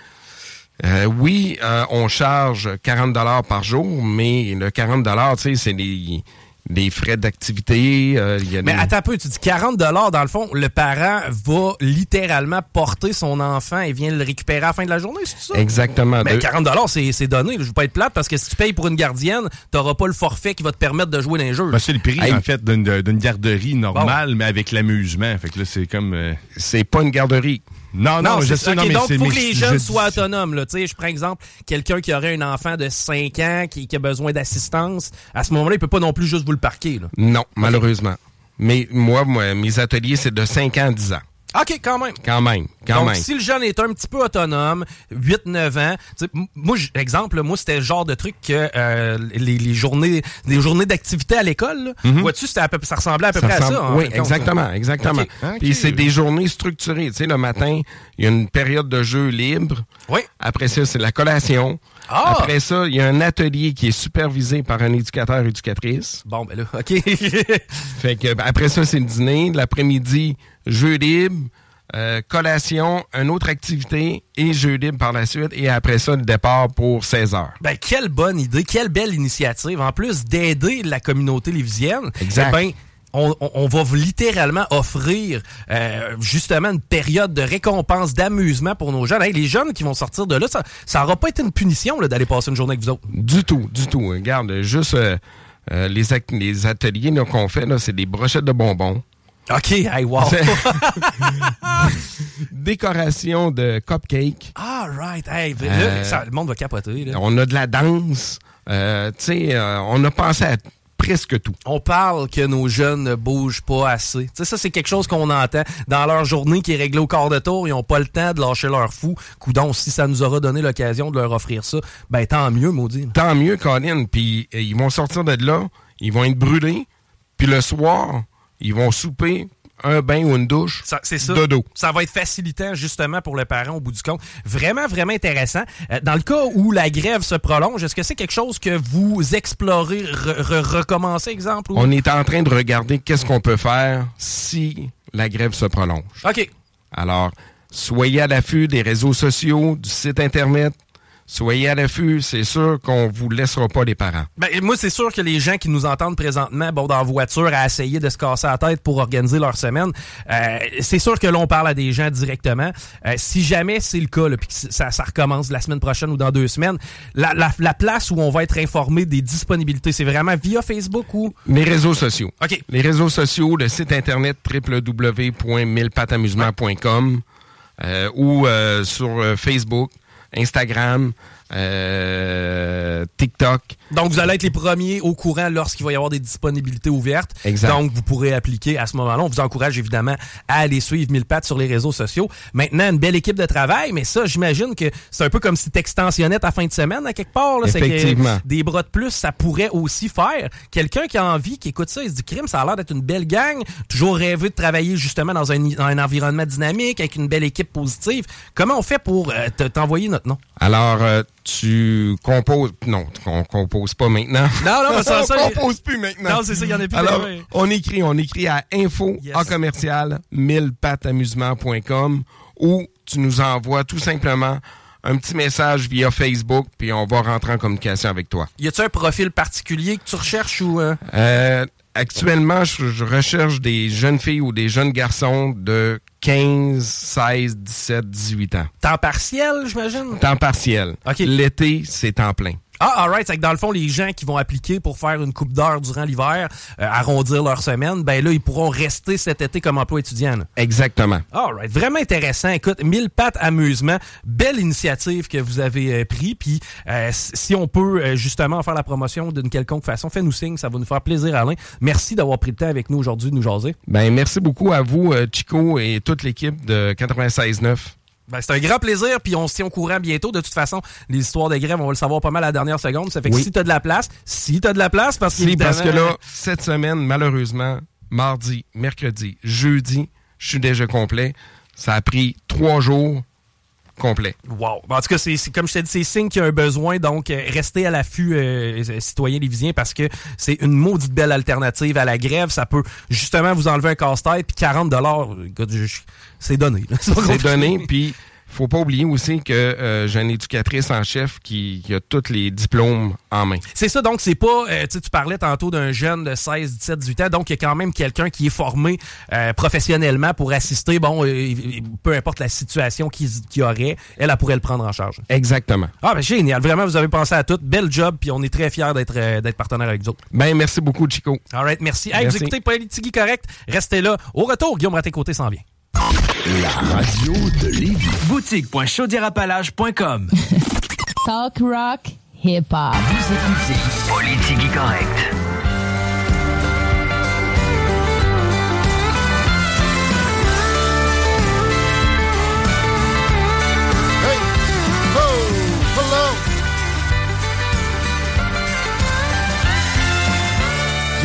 Euh, oui, euh, on charge quarante dollars par jour, mais le quarante dollars, tu sais, c'est des, des frais d'activité. Euh, y a mais des... attends un peu, tu dis quarante dollars, dans le fond, le parent va littéralement porter son enfant et vient le récupérer à la fin de la journée, c'est ça? Exactement. Mais de... quarante dollars, c'est, c'est donné. Là. Je veux pas être plate parce que si tu payes pour une gardienne, t'auras pas le forfait qui va te permettre de jouer dans les jeux. Ben, c'est le prix, hey. en fait, d'une, d'une garderie normale, bon. mais avec l'amusement. Fait que là, c'est comme... Euh... C'est pas une garderie. Non, non, non je sais, okay, non, mais donc, il faut que les jeunes je soient dis... autonomes. Là. Je prends exemple quelqu'un qui aurait un enfant de cinq ans qui, qui a besoin d'assistance. À ce moment-là, il peut pas non plus juste vous le parquer. Là. Non, malheureusement. Mais moi, moi, mes ateliers, c'est de cinq ans à dix ans. OK, quand même. Quand même, quand Donc, même. si le jeune est un petit peu autonome, huit neuf ans, m- moi, j- exemple, moi, c'était le genre de truc que euh, les, les journées les journées d'activité à l'école, là, Mm-hmm. vois-tu, c'était à peu, ça ressemblait à peu Ça près ressemble- à ça. en oui, fin de compte, exactement, là. exactement. OK, OK. Puis c'est des journées structurées. Tu sais, le matin, il y a une période de jeu libre. Oui. Après ça, c'est la collation. Ah! Après ça, il y a un atelier qui est supervisé par un éducateur éducatrice. Bon, ben là, OK. Fait que ben, après ça, c'est le dîner. L'après-midi, jeu libre. Euh, collation, une autre activité et jeu libre par la suite. Et après ça, le départ pour seize heures. Ben, quelle bonne idée, quelle belle initiative. En plus d'aider la communauté lévisienne, Exact. eh ben, on, on, on va littéralement offrir euh, justement une période de récompense, d'amusement pour nos jeunes. Hey, les jeunes qui vont sortir de là, ça ça n'aura pas été une punition là, d'aller passer une journée avec vous autres. Du tout, du tout. Regarde, juste euh, euh, les, ac- les ateliers là, qu'on fait, là, c'est des brochettes de bonbons. OK, hey, wow. Décoration de cupcakes. Ah, right. Hey, là, Euh, ça, le monde va capoter. Là. On a de la danse. Euh, tu sais, euh, on a pensé à presque tout. On parle que nos jeunes ne bougent pas assez. Tu sais, ça, c'est quelque chose qu'on entend. Dans leur journée qui est réglée au quart de tour, ils n'ont pas le temps de lâcher leur fou. Coudon, si ça nous aura donné l'occasion de leur offrir ça, ben tant mieux, maudit. Tant mieux, Colin. Puis euh, ils vont sortir de là, ils vont être brûlés. Puis le soir, ils vont souper un bain ou une douche. Ça, c'est ça. Dodo. Ça va être facilitant, justement, pour le parent au bout du compte. Vraiment, vraiment intéressant. Euh, dans le cas où la grève se prolonge, est-ce que c'est quelque chose que vous explorez, re- re- recommencer, exemple? Ou... On est en train de regarder qu'est-ce qu'on peut faire si la grève se prolonge. OK. Alors, soyez à l'affût des réseaux sociaux, du site Internet. Soyez à l'affût, c'est sûr qu'on vous laissera pas les parents. Ben, moi, c'est sûr que les gens qui nous entendent présentement, bon, dans la voiture, à essayer de se casser la tête pour organiser leur semaine, euh, c'est sûr que l'on parle à des gens directement. Euh, si jamais c'est le cas, là, puis que ça, ça recommence la semaine prochaine ou dans deux semaines, la, la, la place où on va être informé des disponibilités, c'est vraiment via Facebook ou... Les réseaux sociaux. OK. Les réseaux sociaux, le site Internet w w w point mille pattes amusement point com euh, ou euh, sur euh, Facebook, Instagram, euh, TikTok. Donc, vous allez être les premiers au courant lorsqu'il va y avoir des disponibilités ouvertes. Exact. Donc, vous pourrez appliquer à ce moment-là. On vous encourage évidemment à aller suivre Mille Pattes sur les réseaux sociaux. Maintenant, une belle équipe de travail, mais ça, j'imagine que c'est un peu comme si t'extensionnais ta fin de semaine à quelque part. Là. Effectivement. C'est que des bras de plus, ça pourrait aussi faire. Quelqu'un qui a envie, qui écoute ça, il se dit, crime, ça a l'air d'être une belle gang. Toujours rêvé de travailler justement dans un, dans un environnement dynamique, avec une belle équipe positive. Comment on fait pour euh, te- t'envoyer notre nom? Alors, euh, tu composes... Non, on compose pas maintenant. Non, non, ça, ça, on compose plus maintenant. Non, c'est ça, il y en a plus. Alors, déjà. on écrit, on écrit à info Yes. en commercial mille pattes amusement point com ou tu nous envoies tout simplement un petit message via Facebook puis on va rentrer en communication avec toi. Y a-tu un profil particulier que tu recherches ou... Euh... Euh, actuellement, je, je recherche des jeunes filles ou des jeunes garçons de quinze, seize, dix-sept, dix-huit ans. Temps partiel, j'imagine? Temps partiel. OK. L'été, c'est temps plein. Ah, alright. C'est que dans le fond, les gens qui vont appliquer pour faire une coupe d'heures durant l'hiver, euh, arrondir leur semaine, ben là, ils pourront rester cet été comme emploi étudiant. Là. Exactement. Alright. Vraiment intéressant. Écoute, Mille Pattes Amusement, belle initiative que vous avez euh, pris. Puis, euh, si on peut euh, justement faire la promotion d'une quelconque façon, fais-nous signe. Ça va nous faire plaisir, Alain. Merci d'avoir pris le temps avec nous aujourd'hui de nous jaser. Ben, merci beaucoup à vous, euh, Chico, et toute l'équipe de quatre-vingt-seize neuf. Ben, c'est un grand plaisir, puis on se tient au courant bientôt. De toute façon, les histoires de grève, on va le savoir pas mal à la dernière seconde. Ça fait que Oui. si t'as de la place, si t'as de la place, parce, Si, parce que qu'évidemment- là, cette semaine, malheureusement, mardi, mercredi, jeudi, je suis déjà complet. Ça a pris trois jours complets. Wow. En tout cas, c'est, c'est comme je t'ai dit, c'est signe qu'il y a un besoin. Donc, euh, restez à l'affût, euh, citoyens lévisiens, parce que c'est une maudite belle alternative à la grève. Ça peut justement vous enlever un casse-tête, puis quarante dollars, écoute, je- c'est donné. là. C'est pas C'est compliqué. donné, puis faut pas oublier aussi que euh, j'ai une éducatrice en chef qui, qui a tous les diplômes en main. C'est ça, donc c'est pas, euh, tu sais, tu parlais tantôt d'un jeune de seize, dix-sept, dix-huit ans, donc il y a quand même quelqu'un qui est formé euh, professionnellement pour assister, bon, euh, peu importe la situation qu'il qu'il y aurait, elle, elle pourrait le prendre en charge. Exactement. Ah, ben génial, vraiment, vous avez pensé à tout, bel job, puis on est très fiers d'être euh, d'être partenaire avec vous autres. Ben, merci beaucoup, Chico. All right, merci. Hey, Merci. vous écoutez Politique Correct, restez là. Au retour, Guillaume Raté-Côté s'en vient. La radio de Lévis. boutique point chaudière-appalaches point com. Talk rock, hip-hop. Vous écoutez Politique Correct.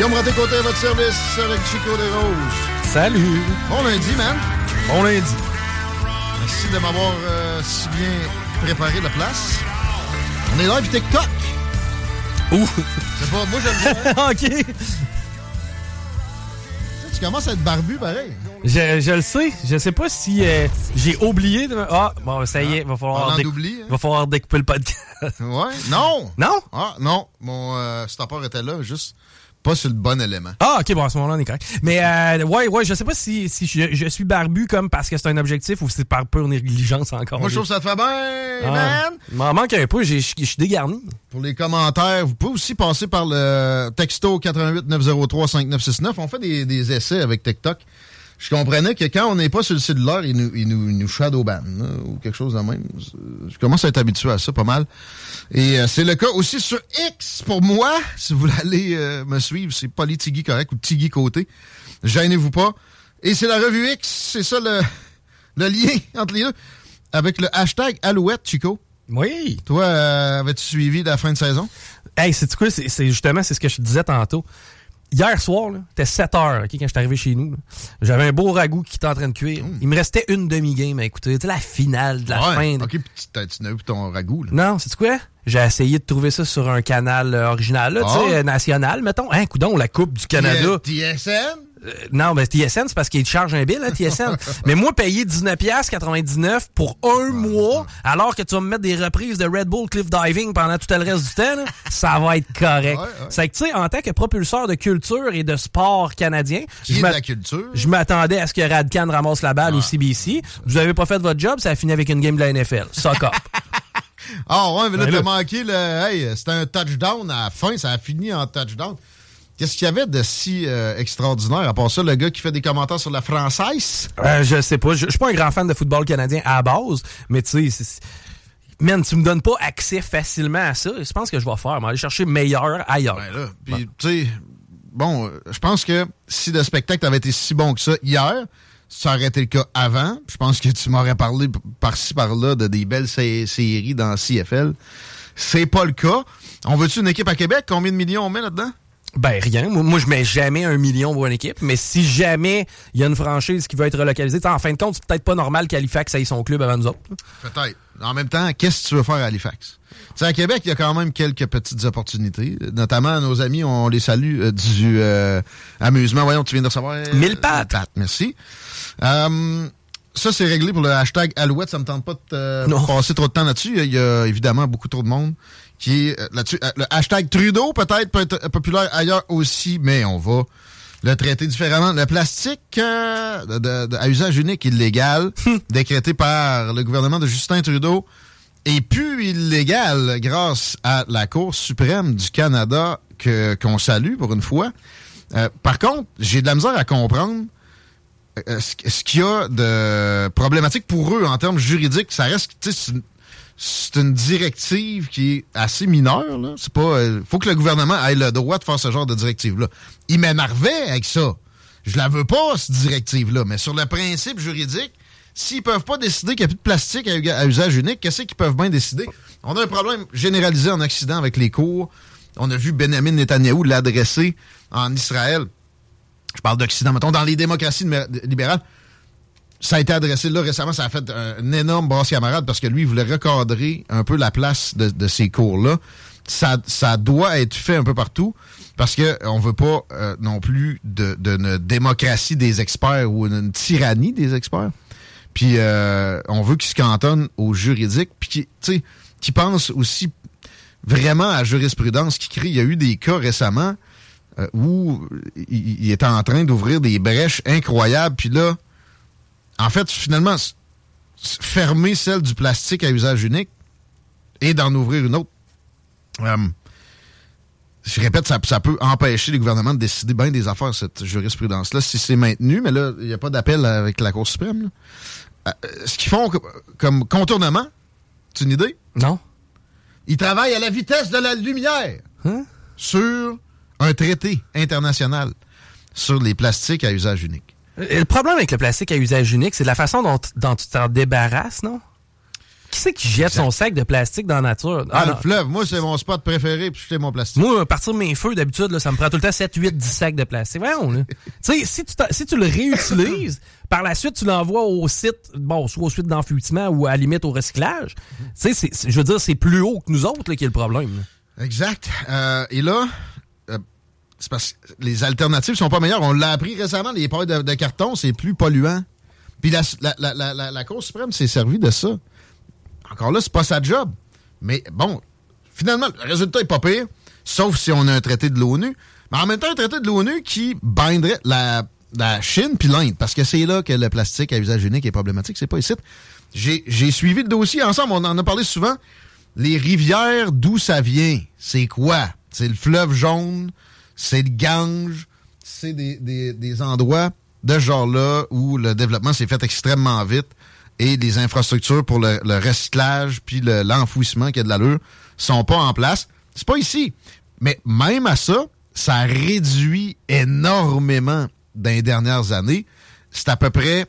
Guillaume Raté-Côté à votre service avec Chico des Roses. Salut. Bon lundi, man. Bon lundi. Merci de m'avoir euh, si bien préparé la place. On est live TikTok. Ouh. C'est pas... Moi, j'aime bien. OK. Tu commences à être barbu, pareil. Je, je le sais. Je sais pas si euh, j'ai oublié de... Ah, bon, ça y est. Va falloir, déc... oublie, hein? va falloir découper le podcast. Ouais. Non. Non? Ah, non. Mon euh, stopper était là, juste pas sur le bon élément. Ah, OK, bon, à ce moment-là, on est correct. Mais, euh, ouais, ouais, je sais pas si, si je, je suis barbu comme parce que c'est un objectif ou si c'est par pure négligence encore. Moi, je trouve que ça te fait bien, ah, man. Il m'en manque un peu, je suis dégarni. Pour les commentaires, vous pouvez aussi passer par le texto quatre huit neuf zéro trois cinq neuf six neuf. On fait des, des essais avec TikTok. Je comprenais que quand on n'est pas sur le cellulaire, il nous, il nous, il nous shadowban là, ou quelque chose de même. Je commence à être habitué à ça pas mal. Et euh, c'est le cas aussi sur X pour moi. Si vous voulez aller euh, me suivre, c'est Politigui Correct ou Tigui Côté. Gênez-vous pas. Et c'est la revue X, c'est ça le, le lien entre les deux. Avec le hashtag Alouette, Chico. Oui. Toi, euh, avais-tu suivi la fin de saison? Hey, c'est quoi? C'est, c'est justement, c'est ce que je te disais tantôt. Hier soir, là, c'était sept heures, okay, quand je suis arrivé chez nous. Là. J'avais un beau ragoût qui était en train de cuire. Mm. Il me restait une demi-game à écouter. C'était la finale de la ouais, fin. De... OK, puis tu n'as vu ton ragoût, là. Non, c'est quoi? J'ai essayé de trouver ça sur un canal euh, original, là, ah. tu sais, national, mettons. Hein, coudonc, la Coupe du Canada. T S N? Euh, non, ben T S N, c'est parce qu'il te charge un bill, hein, T S N. Mais moi, payer dix-neuf piastres quatre-vingt-dix-neuf pour un ah, mois, ah. alors que tu vas me mettre des reprises de Red Bull Cliff Diving pendant tout le reste du temps, là, ça va être correct. Ouais, ouais. C'est que, tu sais, en tant que propulseur de culture et de sport canadien, Qui est de la culture? Je m'attendais à ce que Radcan ramasse la balle ah. au C B C. Vous avez pas fait votre job, ça a fini avec une game de la N F L. Suck up. Ah ouais, mais là, ben t'as là. manqué le... Hey, c'était un touchdown à la fin, ça a fini en touchdown. Qu'est-ce qu'il y avait de si euh, extraordinaire, à part ça, le gars qui fait des commentaires sur la française? Euh, je sais pas. Je suis pas un grand fan de football canadien à la base, mais tu sais, man, tu me donnes pas accès facilement à ça. Je pense que je vais faire. Je vais aller chercher meilleur ailleurs. Ben là, puis bon. tu sais, bon, je pense que si le spectacle avait été si bon que ça hier, ça aurait été le cas avant. Je pense que tu m'aurais parlé par-ci, par-là de des belles sé- séries dans C F L. C'est pas le cas. On veut-tu une équipe à Québec? Combien de millions on met là-dedans? Ben, rien. Moi, moi je mets jamais un million pour une équipe. Mais si jamais il y a une franchise qui veut être relocalisée, en fin de compte, c'est peut-être pas normal qu'Halifax aille son club avant nous autres. Peut-être. En même temps, qu'est-ce que tu veux faire à Halifax? T'sais, à Québec, il y a quand même quelques petites opportunités. Notamment, nos amis, on les salue euh, du euh, amusement. Voyons, tu viens de recevoir... Euh, Mille pattes. Mille pattes, merci. Euh, ça, c'est réglé pour le hashtag Alouette. Ça me tente pas de euh, passer trop de temps là-dessus. Il y a évidemment beaucoup trop de monde qui est euh, là-dessus. Euh, le hashtag Trudeau, peut-être, peut être populaire ailleurs aussi, mais on va le traiter différemment. Le plastique euh, de, de, de, à usage unique illégal, décrété par le gouvernement de Justin Trudeau, est plus illégal grâce à la Cour suprême du Canada que, qu'on salue pour une fois. Euh, par contre, j'ai de la misère à comprendre euh, ce, ce qu'il y a de problématique pour eux en termes juridiques. Ça reste, tu sais, c'est une, c'est une directive qui est assez mineure, là. C'est pas, euh, faut que le gouvernement ait le droit de faire ce genre de directive-là. Il m'énervait avec ça. Je la veux pas, cette directive-là. Mais sur le principe juridique, s'ils peuvent pas décider qu'il n'y a plus de plastique à, à usage unique, qu'est-ce qu'ils peuvent bien décider? On a un problème généralisé en Occident avec les cours. On a vu Benjamin Netanyahou l'adresser en Israël. Je parle d'Occident, mettons, dans les démocraties libérales. Ça a été adressé là récemment, ça a fait un, un énorme brasse-camarade parce que lui, il voulait recadrer un peu la place de, de ces cours-là. Ça, ça doit être fait un peu partout parce que on veut pas euh, non plus de, de une démocratie des experts ou une, une tyrannie des experts. Puis euh, on veut qu'ils se cantonnent au juridique, puis qu'ils, tu sais, qu'ils pensent aussi vraiment à la jurisprudence qui crée. Il y a eu des cas récemment euh, où il, il était en train d'ouvrir des brèches incroyables, puis là, en fait, finalement, fermer celle du plastique à usage unique et d'en ouvrir une autre, euh, je répète, ça, ça peut empêcher les gouvernements de décider bien des affaires, cette jurisprudence-là, si c'est maintenu, mais là, il n'y a pas d'appel avec la Cour suprême. Là. Euh, ce qu'ils font comme contournement, c'est une idée? Non. Ils travaillent à la vitesse de la lumière hein? sur un traité international sur les plastiques à usage unique. Le problème avec le plastique à usage unique, c'est la façon dont, dont tu t'en débarrasses, non? Qui c'est qui jette exact. son sac de plastique dans la nature? Ah, ah le fleuve. Moi, c'est mon spot préféré, puis jeter mon plastique. Moi, à partir de mes feux, d'habitude, là, ça me prend tout le temps sept, huit, dix sacs de plastique. Voyons, là. Tu sais, si tu, si tu le réutilises, par la suite, tu l'envoies au site, bon, soit au site d'enfouissement ou à la limite au recyclage. Tu sais, je veux dire, c'est plus haut que nous autres là, qui est le problème. Là. Exact. Euh, et là, euh, c'est parce que les alternatives sont pas meilleures. On l'a appris récemment, les pailles de, de carton, c'est plus polluant. Puis la, la, la, la, la, la Cour suprême s'est servie de ça. Encore là, c'est pas sa job. Mais bon, finalement, le résultat est pas pire, sauf si on a un traité de l'ONU. Mais en même temps, un traité de l'ONU qui binderait la, la Chine puis l'Inde, parce que c'est là que le plastique à usage unique est problématique, c'est pas ici. J'ai, j'ai suivi le dossier ensemble, on en a parlé souvent. Les rivières, d'où ça vient? C'est quoi? C'est le fleuve jaune, c'est le Gange, c'est des, des, des endroits de ce genre-là où le développement s'est fait extrêmement vite et les infrastructures pour le, le recyclage puis le, l'enfouissement qui a de l'allure sont pas en place. C'est pas ici. Mais même à ça, ça réduit énormément dans les dernières années. C'est à peu près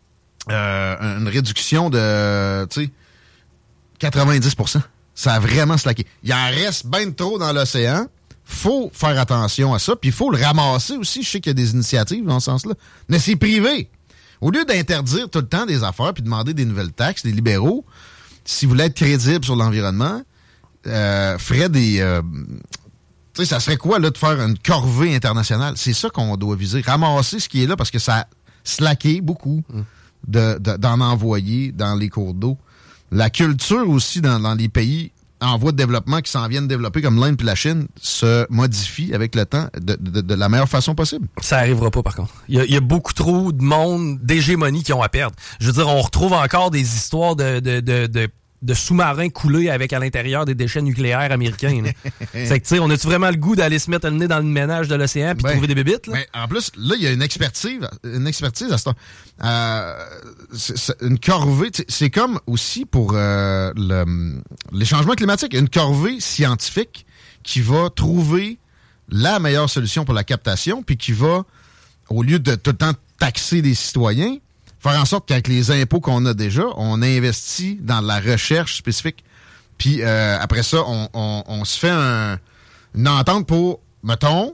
euh, une réduction de, tu sais, quatre-vingt-dix pour cent. Ça a vraiment slacké. Il en reste bien trop dans l'océan. Faut faire attention à ça. Puis il faut le ramasser aussi. Je sais qu'il y a des initiatives dans ce sens-là. Mais c'est privé. Au lieu d'interdire tout le temps des affaires puis demander des nouvelles taxes, les libéraux, si vous voulez être crédible sur l'environnement, euh, ferait des... Euh, tu sais, ça serait quoi, là, de faire une corvée internationale? C'est ça qu'on doit viser. Ramasser ce qui est là parce que ça a slacké beaucoup de, de, d'en envoyer dans les cours d'eau. La culture aussi dans, dans les pays en voie de développement qui s'en viennent développer comme l'Inde et la Chine se modifie avec le temps de, de, de la meilleure façon possible. Ça arrivera pas, par contre. Il y a, il y a beaucoup trop de monde, d'hégémonie qui ont à perdre. Je veux dire, on retrouve encore des histoires de, de, de, de, de sous-marins coulés avec à l'intérieur des déchets nucléaires américains. C'est que, tu sais, on a-tu vraiment le goût d'aller se mettre le nez dans le ménage de l'océan puis ben, trouver des bébites? Là? Ben, en plus, là, il y a une expertise, une expertise à ce temps. Euh, c'est, c'est une corvée, c'est comme aussi pour euh, le, les changements climatiques, une corvée scientifique qui va trouver la meilleure solution pour la captation, puis qui va, au lieu de tout le temps taxer les citoyens, faire en sorte qu'avec les impôts qu'on a déjà, on investit dans la recherche spécifique. Puis euh, après ça, on, on, on se fait un, une entente pour, mettons,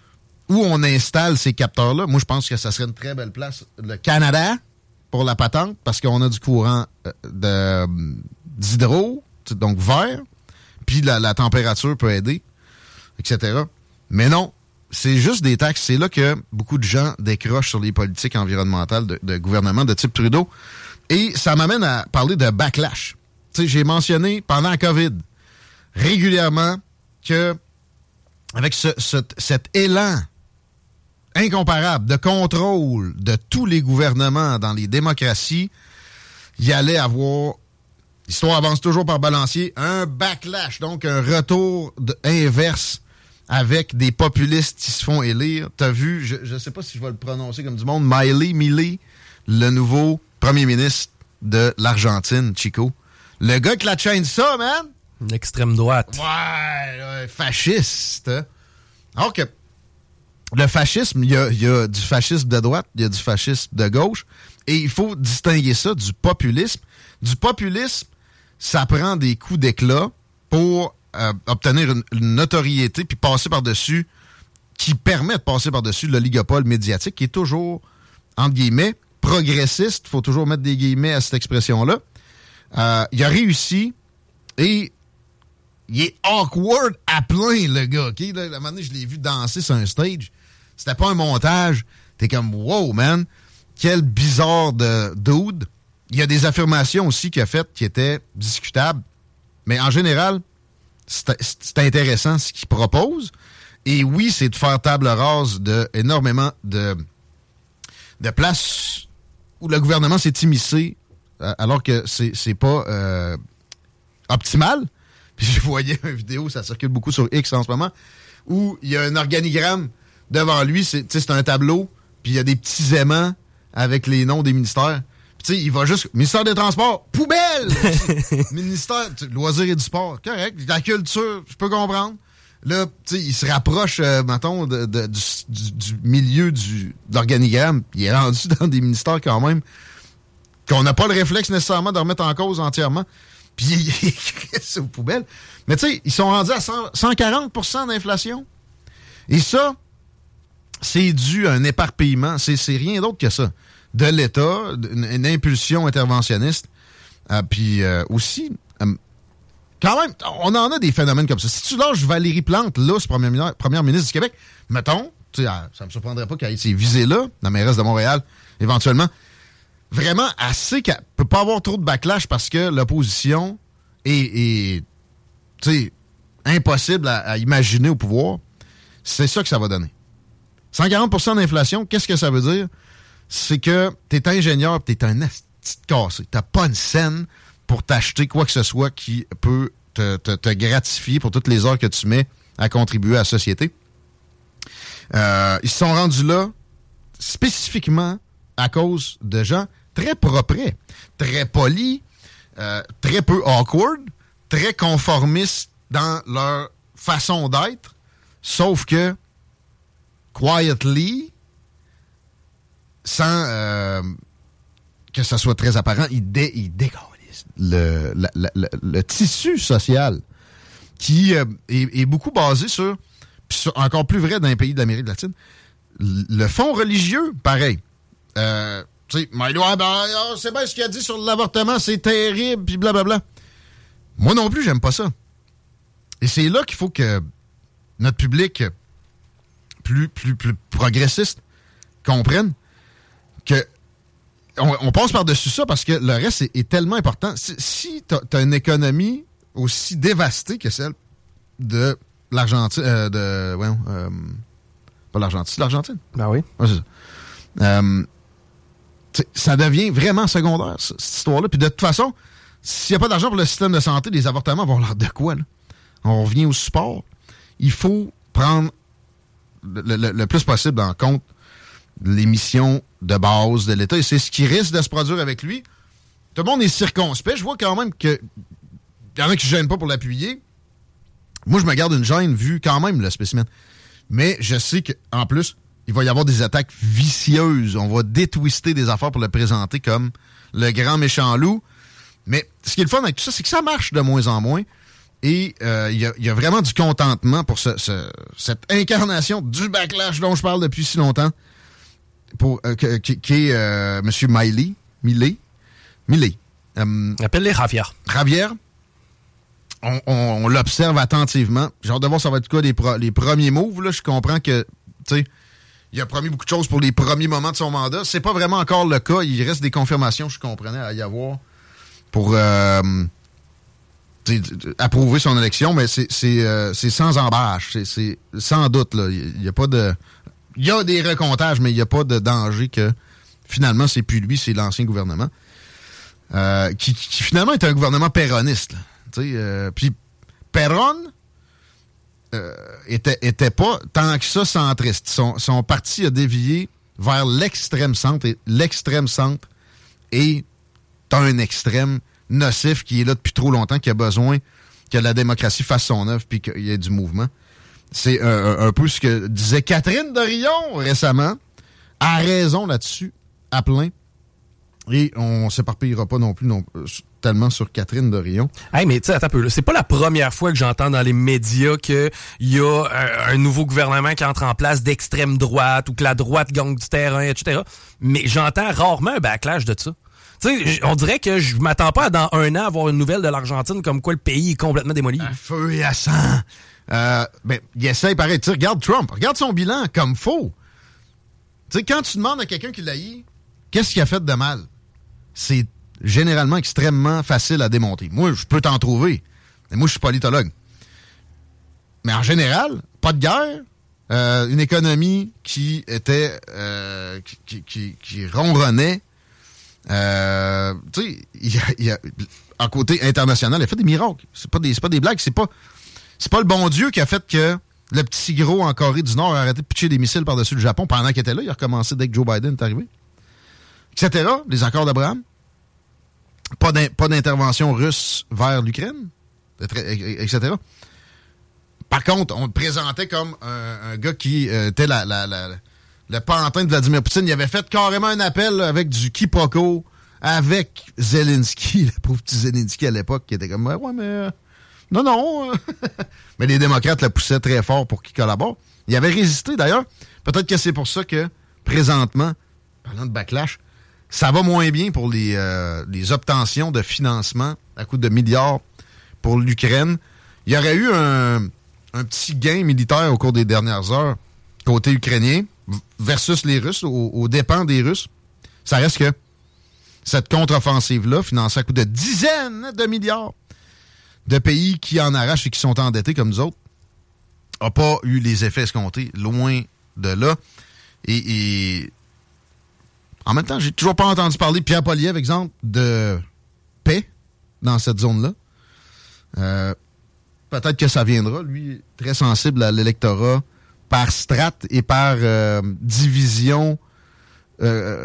où on installe ces capteurs-là. Moi, je pense que ça serait une très belle place. Le Canada, pour la patente, parce qu'on a du courant de, d'hydro, donc vert, puis la, la température peut aider, et cetera. Mais non, c'est juste des taxes. C'est là que beaucoup de gens décrochent sur les politiques environnementales de, de gouvernement de type Trudeau. Et ça m'amène à parler de backlash. Tu sais, j'ai mentionné pendant la COVID régulièrement que avec ce, ce, cet élan incomparable de contrôle de tous les gouvernements dans les démocraties, il y allait avoir, l'histoire avance toujours par balancier, un backlash, donc un retour de, inverse avec des populistes qui se font élire. T'as vu, je ne sais pas si je vais le prononcer comme du monde, Milei, Milei, le nouveau premier ministre de l'Argentine, Chico. Le gars qui la chaîne ça, man! L'extrême droite. Ouais, ouais, fasciste. Alors que le fascisme, il y a, y a du fascisme de droite, il y a du fascisme de gauche, et il faut distinguer ça du populisme. Du populisme, ça prend des coups d'éclat pour euh, obtenir une, une notoriété puis passer par-dessus, qui permet de passer par-dessus l'oligopole médiatique, qui est toujours, entre guillemets, progressiste. Il faut toujours mettre des guillemets à cette expression-là. Euh, il a réussi, et il est awkward à plein, le gars. Okay? Là, à un moment donné, je l'ai vu danser sur un stage. C'était pas un montage. T'es comme, wow, man, quel bizarre de dude. Il y a des affirmations aussi qu'il a faites qui étaient discutables. Mais en général, c'est, c'est intéressant ce qu'il propose. Et oui, c'est de faire table rase de énormément de, de places où le gouvernement s'est immiscé euh, alors que c'est, c'est pas euh, optimal. Puis je voyais une vidéo, ça circule beaucoup sur X en ce moment, où il y a un organigramme devant lui, c'est, c'est un tableau, puis il y a des petits aimants avec les noms des ministères. Puis tu sais, il va juste... Ministère des Transports, poubelle! Ministère loisirs et du sport, correct. La culture, je peux comprendre. Là, tu sais, il se rapproche, euh, mettons, de, de, du, du, du milieu du, de l'organigramme. Il est rendu dans des ministères quand même qu'on n'a pas le réflexe nécessairement de remettre en cause entièrement. puis ils crissent aux poubelles. Mais tu sais, ils sont rendus à cent quarante pour cent d'inflation. Et ça, c'est dû à un éparpillement. C'est, c'est rien d'autre que ça. De l'État, une, une impulsion interventionniste. Euh, puis euh, aussi, euh, quand même, on en a des phénomènes comme ça. Si tu lâches Valérie Plante, là, c'est première, première ministre du Québec, mettons, tu sais, ça me surprendrait pas qu'elle ait ces visées-là, la mairesse de Montréal, éventuellement. Vraiment, elle sait qu'elle peut pas avoir trop de backlash parce que l'opposition est, est tu sais, impossible à, à imaginer au pouvoir. C'est ça que ça va donner. cent quarante pour cent d'inflation, qu'est-ce que ça veut dire? C'est que t'es ingénieur et t'es un asti de cassé. T'as pas une scène pour t'acheter quoi que ce soit qui peut te, te, te gratifier pour toutes les heures que tu mets à contribuer à la société. Euh, ils se sont rendus là spécifiquement à cause de gens très propres, très polis, euh, très peu awkward, très conformistes dans leur façon d'être, sauf que quietly, sans euh, que ça soit très apparent, ils, dé, ils décollissent le, la, la, le, le tissu social qui euh, est, est beaucoup basé sur, puis sur, encore plus vrai dans les pays de l'Amérique latine, le fond religieux, pareil. Euh, tu sais, mais ouais, ben, c'est bien ce qu'il a dit sur l'avortement, c'est terrible, puis blablabla. Moi non plus, j'aime pas ça. Et c'est là qu'il faut que notre public plus, plus, plus progressiste comprenne que on, on passe par-dessus ça parce que le reste est, est tellement important. Si, si t'as, t'as une économie aussi dévastée que celle de l'Argentine, euh, de, ouais, euh, pas l'Argentine, c'est l'Argentine? Ben oui. Ouais, c'est ça. Euh, ça devient vraiment secondaire, cette histoire-là. Puis de toute façon, s'il n'y a pas d'argent pour le système de santé, les avortements vont l'air de quoi, là? On revient au support. Il faut prendre le, le, le plus possible en compte les missions de base de l'État. Et c'est ce qui risque de se produire avec lui. Tout le monde est circonspect. Je vois quand même que il y en a qui ne gênent pas pour l'appuyer. Moi, je me garde une gêne vu quand même le spécimen. Mais je sais qu'en plus, il va y avoir des attaques vicieuses. On va détwister des affaires pour le présenter comme le grand méchant loup. Mais ce qui est le fun avec tout ça, c'est que ça marche de moins en moins. Et il euh, y, y a vraiment du contentement pour ce, ce, cette incarnation du backlash dont je parle depuis si longtemps, pour euh, qui, qui est euh, M. Miley. Miley. Miley. Euh, Appelle-les Javier. Javier. On, on, on l'observe attentivement. J'ai hâte de voir ça va être quoi les, pro, les premiers moves. Là. Je comprends que, tu sais, il a promis beaucoup de choses pour les premiers moments de son mandat. C'est pas vraiment encore le cas. Il reste des confirmations, je comprenais, à y avoir pour euh, approuver son élection, mais c'est, c'est, euh, c'est sans embâche. C'est, c'est sans doute. Là. Il y a pas de. Il y a des recomptages, mais il n'y a pas de danger que finalement, c'est plus lui, c'est l'ancien gouvernement. Euh, qui, qui finalement est un gouvernement péroniste. Euh, puis Perron euh, était, était pas tant que ça centriste. Son, son parti a dévié vers l'extrême centre et l'extrême centre est un extrême nocif qui est là depuis trop longtemps, qui a besoin que la démocratie fasse son œuvre puis qu'il y ait du mouvement. C'est un, un, un peu ce que disait Catherine Dorion récemment, a raison là-dessus, à plein. Et on s'éparpillera pas non plus non, tellement sur Catherine Dorion. Hey, mais tu sais, attends un peu, là, c'est pas la première fois que j'entends dans les médias qu'il y a un, un nouveau gouvernement qui entre en place d'extrême droite ou que la droite gagne du terrain, et cetera. Mais j'entends rarement un backlash de ça. Tu sais, on dirait que je m'attends pas à dans un an avoir une nouvelle de l'Argentine comme quoi le pays est complètement démoli. À feu et à sang. Euh, ben, il essaie pareil. Tu sais, regarde Trump, regarde son bilan comme faux. Tu sais, quand tu demandes à quelqu'un qui l'haït, qu'est-ce qu'il a fait de mal? C'est généralement extrêmement facile à démonter. Moi, je peux t'en trouver. Mais moi, je suis politologue. Mais en général, pas de guerre, euh, une économie qui était euh, qui, qui, qui ronronnait. Euh, tu sais, il y a, il y a, en côté international, il a fait des miracles. C'est pas des, c'est pas des blagues. C'est pas, c'est pas le bon Dieu qui a fait que le petit gros en Corée du Nord a arrêté de pitcher des missiles par-dessus le Japon pendant qu'il était là. Il a recommencé dès que Joe Biden est arrivé. Etc. Les accords d'Abraham. Pas, d'in- pas d'intervention russe vers l'Ukraine. Et cetera. Par contre, on le présentait comme un, un gars qui euh, était la, la, la, le pantin de Vladimir Poutine. Il avait fait carrément un appel avec du quiproquo avec Zelensky, le pauvre petit Zelensky à l'époque, qui était comme, ouais, ouais mais... Euh, non, non. Mais les démocrates le poussaient très fort pour qu'il collabore. Il avait résisté, d'ailleurs. Peut-être que c'est pour ça que, présentement, parlant de backlash, ça va moins bien pour les, euh, les obtentions de financement à coût de milliards pour l'Ukraine. Il y aurait eu un, un petit gain militaire au cours des dernières heures côté ukrainien versus les Russes, aux, aux dépens des Russes. Ça reste que cette contre-offensive-là, financée à coût de dizaines de milliards de pays qui en arrachent et qui sont endettés comme nous autres, n'a pas eu les effets escomptés, loin de là. Et, et en même temps, j'ai toujours pas entendu parler, Pierre Poilievre, exemple, de paix dans cette zone-là. Euh, peut-être que ça viendra. Lui, très sensible à l'électorat par strate et par euh, division, euh,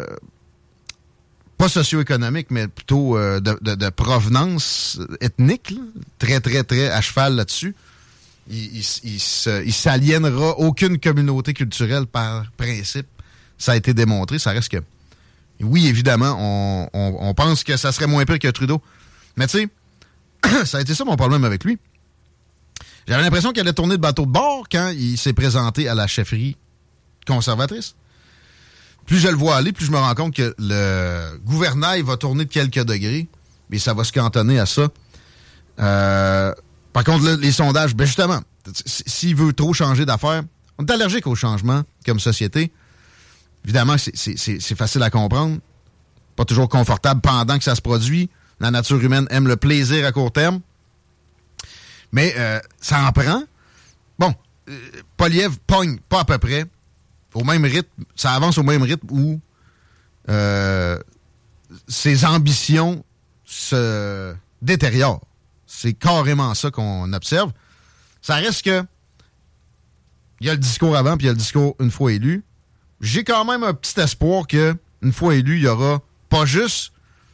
pas socio-économique, mais plutôt euh, de, de, de provenance ethnique, là. Très, très, très à cheval là-dessus. Il, il, il, se, il s'aliénera aucune communauté culturelle par principe. Ça a été démontré. Ça reste que, oui, évidemment, on, on, on pense que ça serait moins pire que Trudeau. Mais tu sais, ça a été ça mon problème avec lui. J'avais l'impression qu'il allait tourner le bateau de bord quand il s'est présenté à la chefferie conservatrice. Plus je le vois aller, plus je me rends compte que le gouvernail va tourner de quelques degrés, mais ça va se cantonner à ça. Euh, par contre, là, les sondages, ben justement, s'il veut trop changer d'affaires, on est allergique au changement comme société. Évidemment, c'est, c'est, c'est, c'est facile à comprendre. Pas toujours confortable pendant que ça se produit. La nature humaine aime le plaisir à court terme. Mais euh, ça en prend. Bon, euh, Poilievre pogne pas à peu près au même rythme. Ça avance au même rythme où euh, ses ambitions se détériorent. C'est carrément ça qu'on observe. Ça reste que il y a le discours avant puis il y a le discours une fois élu. J'ai quand même un petit espoir que une fois élu, il y aura pas juste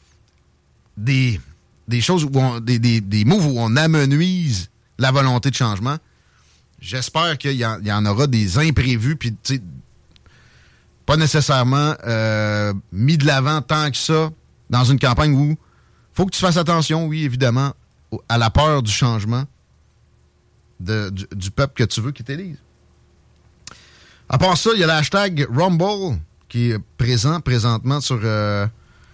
des, des choses, où on, des, des, des moves où on amenuise la volonté de changement. J'espère qu'il y en, il y en aura des imprévus, puis tu sais, pas nécessairement euh, mis de l'avant tant que ça dans une campagne où faut que tu fasses attention, oui, évidemment, à la peur du changement de, du, du peuple que tu veux qu'il t'élise. À part ça, il y a le hashtag Rumble qui est présent présentement sur euh,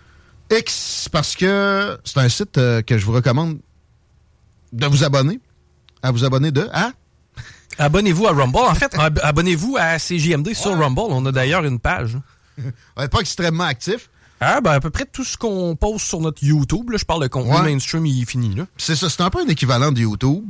X parce que c'est un site euh, que je vous recommande de vous abonner. À vous abonner de... À? Abonnez-vous à Rumble. En fait, ab- abonnez-vous à C J M D sur ouais. Rumble. On a d'ailleurs une page. On n'est pas extrêmement actif. Ah, ben à peu près tout ce qu'on poste sur notre YouTube. Là, je parle de contenu ouais. mainstream, il est fini. Là. C'est ça. C'est un peu un équivalent de YouTube.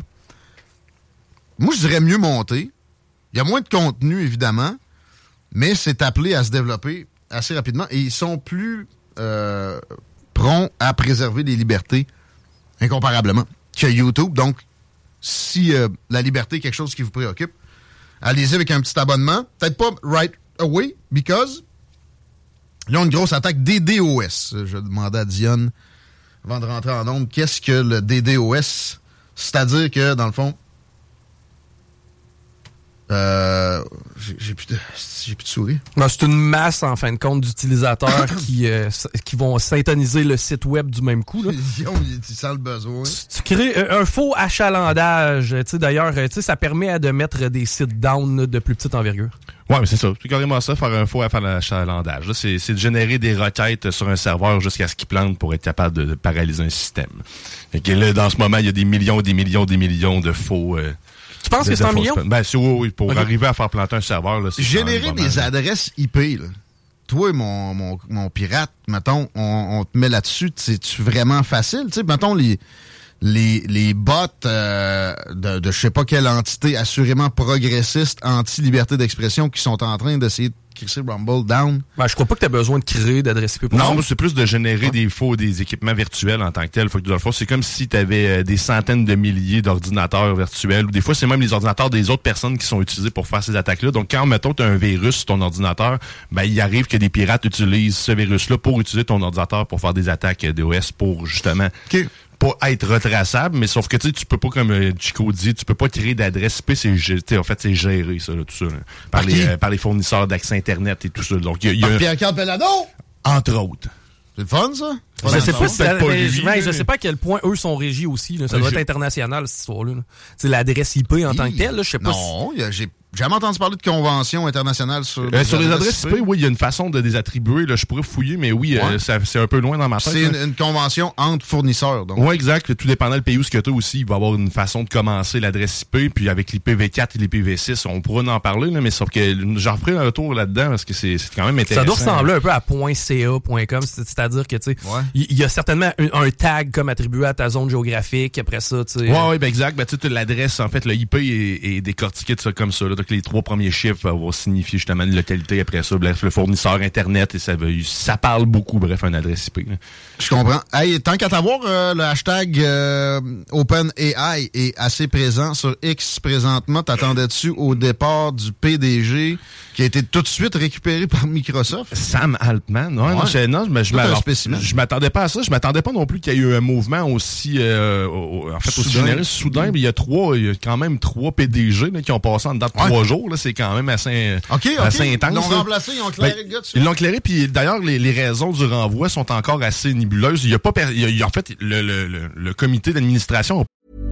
Moi, je dirais mieux monter. Il y a moins de contenu, évidemment, mais c'est appelé à se développer assez rapidement et ils sont plus euh, prompts à préserver les libertés incomparablement que YouTube. Donc, si euh, la liberté est quelque chose qui vous préoccupe, allez-y avec un petit abonnement. Peut-être pas right away, because ils ont une grosse attaque des D O S. Je demandais à Dionne, avant de rentrer en ondes, qu'est-ce que le D D O S? C'est-à-dire que, dans le fond, Euh, j'ai, j'ai, plus de, j'ai plus de souris. Ben, c'est une masse, en fin de compte, d'utilisateurs qui, euh, qui vont syntoniser le site web du même coup. Là. Ils sentent le besoin. Tu, tu crées un faux achalandage. D'ailleurs, ça permet de mettre des sites down là, de plus petite envergure. Ouais, mais c'est ça. C'est carrément ça, faire un faux achalandage. Là, c'est, c'est de générer des requêtes sur un serveur jusqu'à ce qu'il plante pour être capable de, de paralyser un système. Et que là, dans ce moment, il y a des millions, des millions, des millions de faux... Euh, Tu penses que c'est un million? Ben, c'est oui, oui, pour okay. arriver à faire planter un serveur, là, c'est générer des adresses I P, là. Toi, mon, mon, mon pirate, mettons, on, on te met là-dessus, c'est-tu vraiment facile? Tu sais, mettons, les, les, les bots euh, de, de je sais pas quelle entité assurément progressiste, anti-liberté d'expression, qui sont en train d'essayer de crisser Rumble down. Ben, je crois pas que tu as besoin de créer d'adresse I P pour non, moi, c'est plus de générer ah. des faux, des équipements virtuels en tant que tel. Faut que, dans le fond, c'est comme si tu avais euh, des centaines de milliers d'ordinateurs virtuels, ou des fois, c'est même les ordinateurs des autres personnes qui sont utilisés pour faire ces attaques-là. Donc, quand, mettons, tu as un virus sur ton ordinateur, ben, il arrive que des pirates utilisent ce virus-là pour utiliser ton ordinateur pour faire des attaques D O S pour, justement... Okay. pas être retraçable, mais sauf que tu sais, tu peux pas, comme euh, Chico dit, tu peux pas créer d'adresse I P, c'est, en fait, c'est géré, ça, là, tout ça, là, par, par, les, euh, par les fournisseurs d'accès Internet et tout ça. Donc, il y a... Pierre-Carl Pelado? Entre autres. C'est le fun, ça? Je sais pas, si pas mais, lui, mais, je mais... sais pas à quel point eux sont régis aussi. Là. Ça doit j'ai... être international, cette histoire-là. C'est l'adresse I P en oui. tant que telle. Là, je sais pas. Non, si... j'ai jamais entendu parler de convention internationale sur, euh, sur les adresses I P. I P, oui, il y a une façon de les attribuer. Là, je pourrais fouiller, mais oui, ouais. euh, ça, c'est un peu loin dans ma tête. C'est une, une convention entre fournisseurs. Donc. Oui, exact. Tout dépendant du pays où ce que tu as aussi, il va y avoir une façon de commencer l'adresse I P. Puis avec l'I P v quatre et l'I P v six, on pourra en parler, là, mais sauf que j'en referai un retour là-dedans parce que c'est, c'est quand même intéressant. Ça doit ressembler un peu à .ca point com, c'est-à-dire que tu sais, ouais. il y, y a certainement un, un tag comme attribué à ta zone géographique. Après ça, tu sais. Oui, oui, ben exact. Ben, tu sais, l'adresse, en fait, le I P est, est décortiqué de ça comme ça. Là. Donc les trois premiers chiffres vont signifier justement une localité. Après ça, bref, le fournisseur Internet, et ça, ça parle beaucoup, bref, une adresse I P. Là. Je comprends. Hey, tant qu'à t'avoir, euh, le hashtag euh, OpenAI est assez présent sur X présentement. T'attendais-tu au départ du P D G qui a été tout de suite récupéré par Microsoft? Sam Altman. Ouais, ouais. Non, je, non, mais je, je m'attendais pas à ça. Je m'attendais pas non plus qu'il y ait eu un mouvement aussi, euh, au, en fait, aussi généreux, soudain. Il y a trois, il y a quand même trois P D G là, qui ont passé en dedans de ouais. trois jours. Là, c'est quand même assez, okay, assez okay. intense. Ils l'ont là. remplacé, ils ont éclairé ben, le gars dessus. Ils l'ont éclairé, puis d'ailleurs, les, les raisons du renvoi sont encore assez nébuleuses. Il y a pas, il y a, il y a, en fait, le, le, le, le comité d'administration.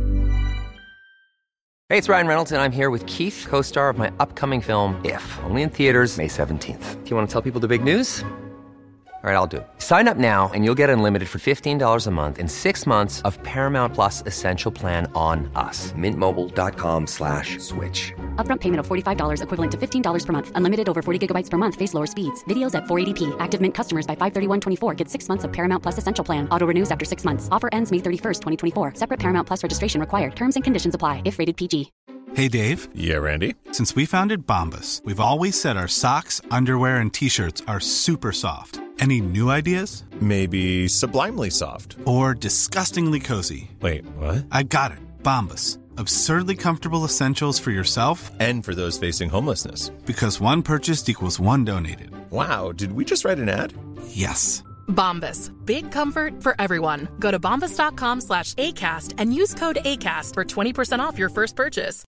Hey, it's Ryan Reynolds, and I'm here with Keith, co-star of my upcoming film, If, only in theaters May seventeenth. Do you want to tell people the big news? All right, I'll do it. Sign up now and you'll get unlimited for fifteen dollars a month and six months of Paramount Plus Essential Plan on us. Mint Mobile dot com slash switch. Upfront payment of forty-five dollars equivalent to fifteen dollars per month. Unlimited over forty gigabytes per month. Face lower speeds. Videos at four eighty p. Active Mint customers by five thirty-one twenty-four get six months of Paramount Plus Essential Plan. Auto renews after six months. Offer ends May thirty-first, twenty twenty-four. Separate Paramount Plus registration required. Terms and conditions apply if rated P G. Hey, Dave. Yeah, Randy? Since we founded Bombas, we've always said our socks, underwear, and T-shirts are super soft. Any new ideas? Maybe sublimely soft. Or disgustingly cozy. Wait, what? I got it. Bombas. Absurdly comfortable essentials for yourself and for those facing homelessness. Because one purchased equals one donated. Wow, did we just write an ad? Yes. Bombas. Big comfort for everyone. Go to bombas dot com slash ACAST and use code ACAST for twenty percent off your first purchase.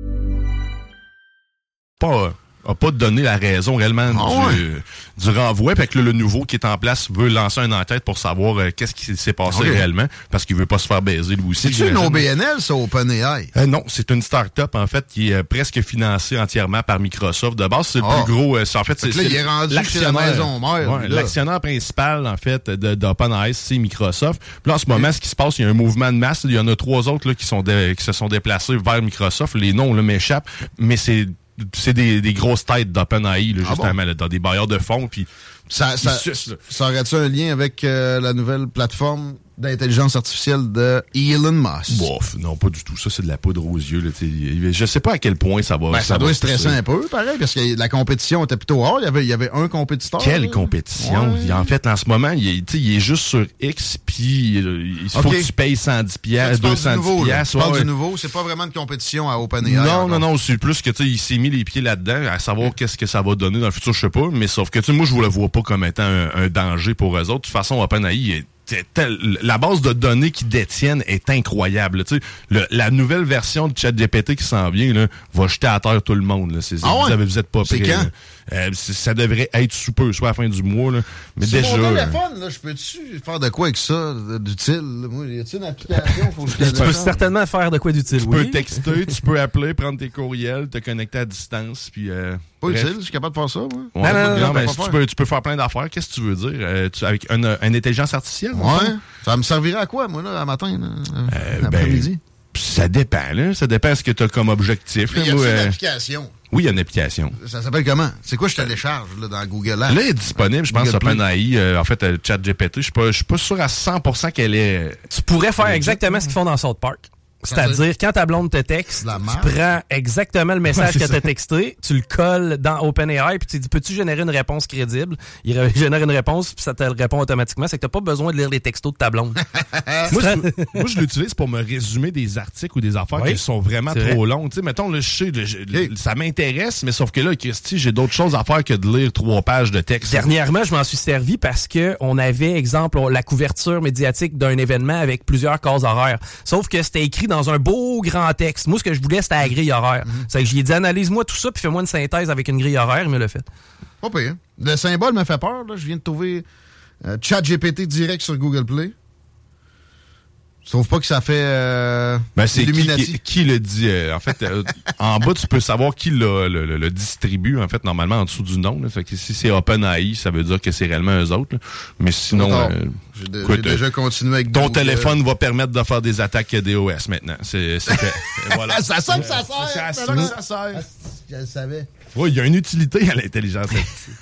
Pas, a pas donné la raison réellement oh du, ouais. du renvoi. Fait que là, le nouveau qui est en place veut lancer une enquête pour savoir euh, qu'est-ce qui s'est passé okay. réellement, parce qu'il veut pas se faire baiser lui aussi. C'est une O B N L, ça, OpenAI? Euh, non, c'est une start-up, en fait, qui est euh, presque financée entièrement par Microsoft. De base, c'est le oh. plus gros... Euh, c'est, en fait, c'est, là, c'est il est rendu chez la maison mère. Ouais, l'actionnaire principal, en fait, de, d'OpenAI, c'est Microsoft. Puis là, en ce moment, ce qui se passe, il y a un mouvement de masse. Il y en a trois autres là, qui, sont de, qui se sont déplacés vers Microsoft. Les noms là, m'échappent, mais c'est... c'est des, des grosses têtes d'OpenAI, là, justement, ah bon? là, dans des bailleurs de fonds. Puis ça, ça, sucent, ça aurait-tu un lien avec euh, la nouvelle plateforme d'intelligence artificielle de Elon Musk? Bof, non, pas du tout. Ça, c'est de la poudre aux yeux. Là, je sais pas à quel point ça va... Ben, ça, ça va doit stresser un peu, pareil, parce que la compétition était plutôt rare. Il y avait, il y avait un compétiteur. Quelle là. compétition? Ouais. En fait, en ce moment, il est, il est juste sur X, puis il faut okay. que tu payes cent dix piastres, deux cent dix piastres. Tu parles ouais. du nouveau, c'est pas vraiment une compétition à OpenAI. Non, encore. non, non, c'est plus que tu sais, il s'est mis les pieds là-dedans, à savoir mmh. qu'est-ce que ça va donner dans le futur, je sais pas, mais sauf que tu sais, moi, je ne le vois pas comme étant un, un danger pour eux autres. De toute façon, OpenAI est Tel, la base de données qu'ils détiennent est incroyable. Tu sais, le, la nouvelle version de ChatGPT qui s'en vient là, va jeter à terre tout le monde. Là. C'est, ah ouais? Vous avez, vous êtes pas prêts. C'est quand? Euh, c'est, ça devrait être sous peu, soit à la fin du mois. Là. Mais sur déjà. Mon téléphone, là, je peux-tu faire de quoi avec ça d'utile? Moi, y a-t-il une application? Faut que je tu peux certainement faire de quoi d'utile. Tu oui. peux texter, tu peux appeler, prendre tes courriels, te connecter à distance. Puis, euh, pas bref. Utile, je suis capable de faire ça, moi. Ouais, non, non, non, non, mais tu, peux, tu peux faire plein d'affaires. Qu'est-ce que tu veux dire? Euh, tu, avec une, une intelligence artificielle? Ouais. Ça me servirait à quoi, moi, là, à matin, là, euh, l'après-midi? Ben, ça dépend, là. Ça dépend de ce que tu as comme objectif. Mais là, y a-t-il euh... une application? Oui, il y a une application. Ça s'appelle comment? C'est quoi je télécharge là, dans Google Apps? Là, elle est disponible, je pense, sur OpenAI. Euh, en fait, euh, ChatGPT, je suis pas, je suis pas sûr à cent pour cent qu'elle est... Tu pourrais faire exactement ce qu'ils font dans South Park. C'est-à-dire, quand ta blonde te texte, tu prends exactement le message ouais, que tu as texté, tu le colles dans OpenAI, puis tu dis, peux-tu générer une réponse crédible? Il génère une réponse, puis ça te le répond automatiquement. C'est que tu n'as pas besoin de lire les textos de ta blonde. moi, je, moi, je l'utilise pour me résumer des articles ou des affaires oui, qui sont vraiment trop longues. Tu sais, mettons, là, je sais, le, je, okay. le, ça m'intéresse, mais sauf que là, Christy, j'ai d'autres choses à faire que de lire trois pages de texte. Dernièrement, je m'en suis servi parce que on avait, exemple, la couverture médiatique d'un événement avec plusieurs cases horaires. Sauf que c'était écrit dans un beau grand texte. Moi, ce que je voulais, c'était la grille horaire. Mm-hmm. C'est que j'y ai dit, analyse-moi tout ça, puis fais-moi une synthèse avec une grille horaire. Il me l'a fait. Pas pire. Le symbole me fait peur. Là. Je viens de trouver Euh, ChatGPT direct sur Google Play. Tu trouves pas que ça fait euh, ben, c'est Illuminati? Qui, qui le dit? Euh, en fait, euh, en bas, tu peux savoir qui le, le, le, le distribue, en fait, normalement, en dessous du nom. Là. Fait que si c'est OpenAI, ça veut dire que c'est réellement eux autres. Là. Mais sinon... Euh, j'ai, de, écoute, j'ai déjà continué avec ton Google. téléphone va permettre de faire des attaques DOS maintenant. C'est, c'est fait. Voilà. Ça sert que ça sert! Ça, ça, ça, ça sert! Je le savais. Oui, il y a une utilité à l'intelligence artificielle.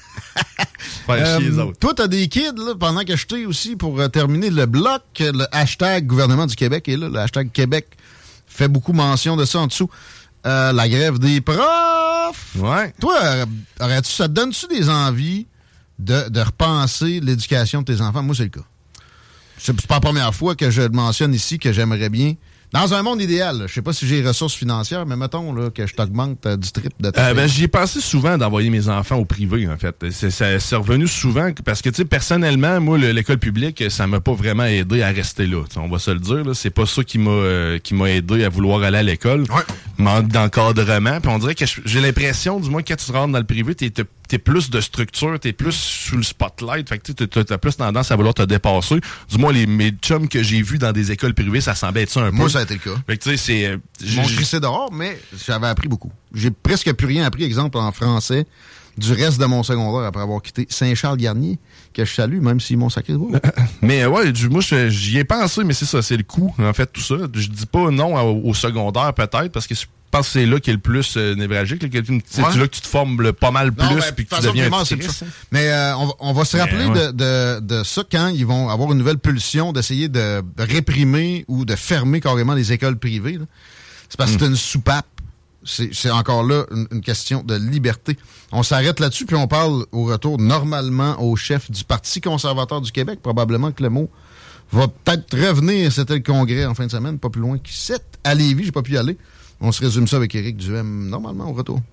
Euh, chier les autres. Toi, t'as des kids, là, pendant que je t'ai aussi, pour euh, terminer le bloc, le hashtag gouvernement du Québec est là, le hashtag Québec fait beaucoup mention de ça en dessous. Euh, la grève des profs. Ouais. Toi, euh, aurais-tu, ça te donne-tu des envies de, de repenser l'éducation de tes enfants? Moi, c'est le cas. C'est, c'est pas la première fois que je mentionne ici que j'aimerais bien. Dans un monde idéal, là, je sais pas si j'ai les ressources financières, mais mettons là, que je t'augmente euh, du triple de ta euh, ben, j'y ai pensé souvent d'envoyer mes enfants au privé, en fait. C'est, ça, c'est revenu souvent parce que, tu sais, personnellement, moi, le, l'école publique, ça m'a pas vraiment aidé à rester là. T'sais, on va se le dire, là. C'est pas ça qui m'a euh, qui m'a aidé à vouloir aller à l'école. Ouais. Manque d'encadrement. Puis on dirait que je, j'ai l'impression, du moins, quand tu rentres dans le privé, t'es, t'es, t'es plus de structure, t'es plus sous le spotlight. Fait que tu as plus tendance à vouloir te dépasser. Du moins, les mes chums que j'ai vus dans des écoles privées, ça semblait être ça un peu. Moi, ça a été le cas. Fait que tu sais, c'est... Euh, Ils m'ont crissé dehors, mais j'avais appris beaucoup. J'ai presque plus rien appris, exemple, en français, du reste de mon secondaire après avoir quitté Saint-Charles-Garnier, que je salue, même s'ils m'ont sacré de voix. Mais ouais, du, moi, je, j'y ai pensé, mais c'est ça, c'est le coup, en fait, tout ça. Je dis pas non au, au secondaire, peut-être, parce que je pense que c'est là qui est le plus euh, névralgique. Là, que, ouais. C'est là que tu te formes le, pas mal plus, puis que tu deviens un petit Christ. Mais euh, on, va, on va se rappeler ouais. de, de, de ça quand ils vont avoir une nouvelle pulsion d'essayer de réprimer ou de fermer carrément les écoles privées. Là. C'est parce que mm. c'est une soupape. C'est, c'est encore là une, une question de liberté. On s'arrête là-dessus, puis on parle au retour normalement au chef du Parti conservateur du Québec. Probablement que le mot va peut-être revenir. C'était le congrès en fin de semaine, pas plus loin que sept à Lévis. J'ai pas pu y aller. On se résume ça avec Éric Duhem normalement au retour.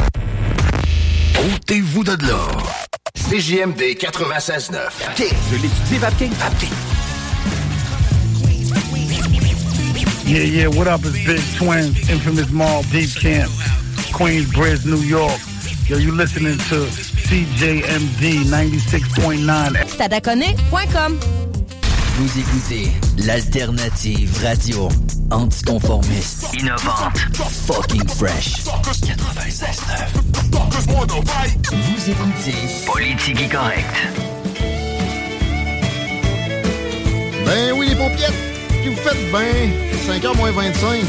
Ôtez-vous de là. C J M D quatre-vingt-seize neuf. Vapking. Je l'étudie, Vapking. Vapking. Yeah, yeah, what up, it's Big Twins, Infamous Mall, Deep Camp, Queensbridge, New York. Yo, you listening to C J M D ninety-six point nine. Stadaconé point com. Vous écoutez l'alternative radio anticonformiste, innovante, fucking fresh. quatre-vingt-seize neuf. Vous écoutez Politique Correcte. Ben oui, les paupiètes, que vous faites bien. cinq heures moins vingt-cinq.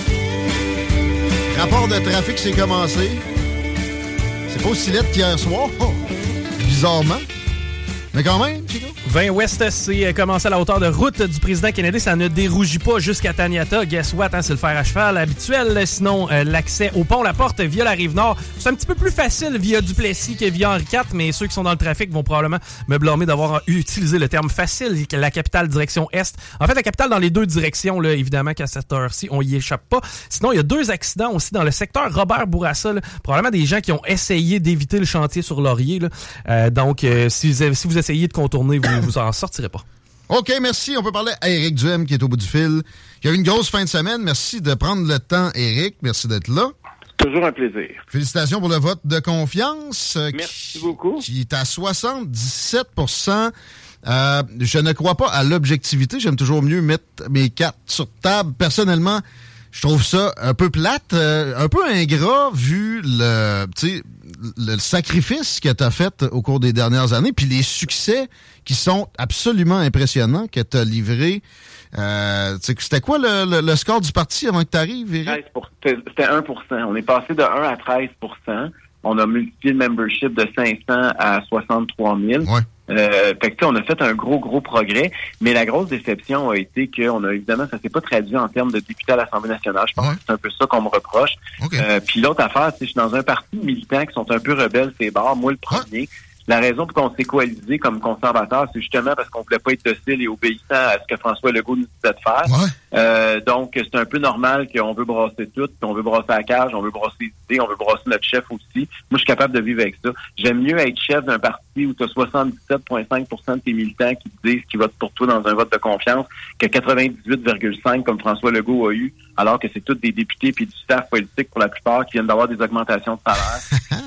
Rapport de trafic, c'est commencé. C'est pas aussi lettre qu'hier soir. Oh, bizarrement. Mais quand même, Chico. vingt Ouest, c'est commencé à la hauteur de route du président Kennedy. Ça ne dérougit pas jusqu'à Taniata. Guess what? Hein, c'est le fer à cheval habituel. Sinon, euh, l'accès au pont La Porte via la Rive-Nord, c'est un petit peu plus facile via Duplessis que via Henri quatre, mais ceux qui sont dans le trafic vont probablement me blâmer d'avoir utilisé le terme facile. La capitale direction Est. En fait, la capitale dans les deux directions, là, évidemment qu'à cette heure-ci, on y échappe pas. Sinon, il y a deux accidents aussi dans le secteur Robert Bourassa. Là. Probablement des gens qui ont essayé d'éviter le chantier sur Laurier. Là. Euh, donc, euh, si, vous avez, si vous essayez de contourner, vous vous en sortirez pas. OK, merci. On peut parler à Éric Duhem qui est au bout du fil, qui a eu une grosse fin de semaine. Merci de prendre le temps, Éric. Merci d'être là. Toujours un plaisir. Félicitations pour le vote de confiance. Merci qui, beaucoup. Qui est à soixante-dix-sept pour cent. Euh, je ne crois pas à l'objectivité. J'aime toujours mieux mettre mes cartes sur table. Personnellement, je trouve ça un peu plate, euh, un peu ingrat vu le, tu sais, le sacrifice que tu as fait au cours des dernières années, puis les succès qui sont absolument impressionnants que tu as livrés. Euh, c'était quoi le, le, le score du parti avant que tu arrives, Éric? treize pour cent. C'était un pour cent. On est passé de un à treize pour cent. On a multiplié le membership de cinq cents à soixante-trois mille. Ouais. Euh, fait que on a fait un gros, gros progrès, mais la grosse déception a été qu'on a évidemment, ça s'est pas traduit en termes de députés à l'Assemblée nationale. Je pense ouais. que c'est un peu ça qu'on me reproche. Okay. Euh, puis l'autre affaire, c'est que je suis dans un parti militant qui sont un peu rebelles, c'est barre. Moi, le premier. Ouais. La raison pour qu'on s'est coalisé comme conservateur, c'est justement parce qu'on voulait pas être docile et obéissant à ce que François Legault nous disait de faire. Ouais. Euh, donc, c'est un peu normal qu'on veut brasser tout, qu'on veut brasser la cage, on veut brasser les idées, on veut brasser notre chef aussi. Moi, je suis capable de vivre avec ça. J'aime mieux être chef d'un parti où tu as soixante-dix-sept virgule cinq pour cent de tes militants qui te disent qu'ils votent pour toi dans un vote de confiance que quatre-vingt-dix-huit virgule cinq pour cent comme François Legault a eu, alors que c'est tous des députés puis du staff politique pour la plupart qui viennent d'avoir des augmentations de salaire, qui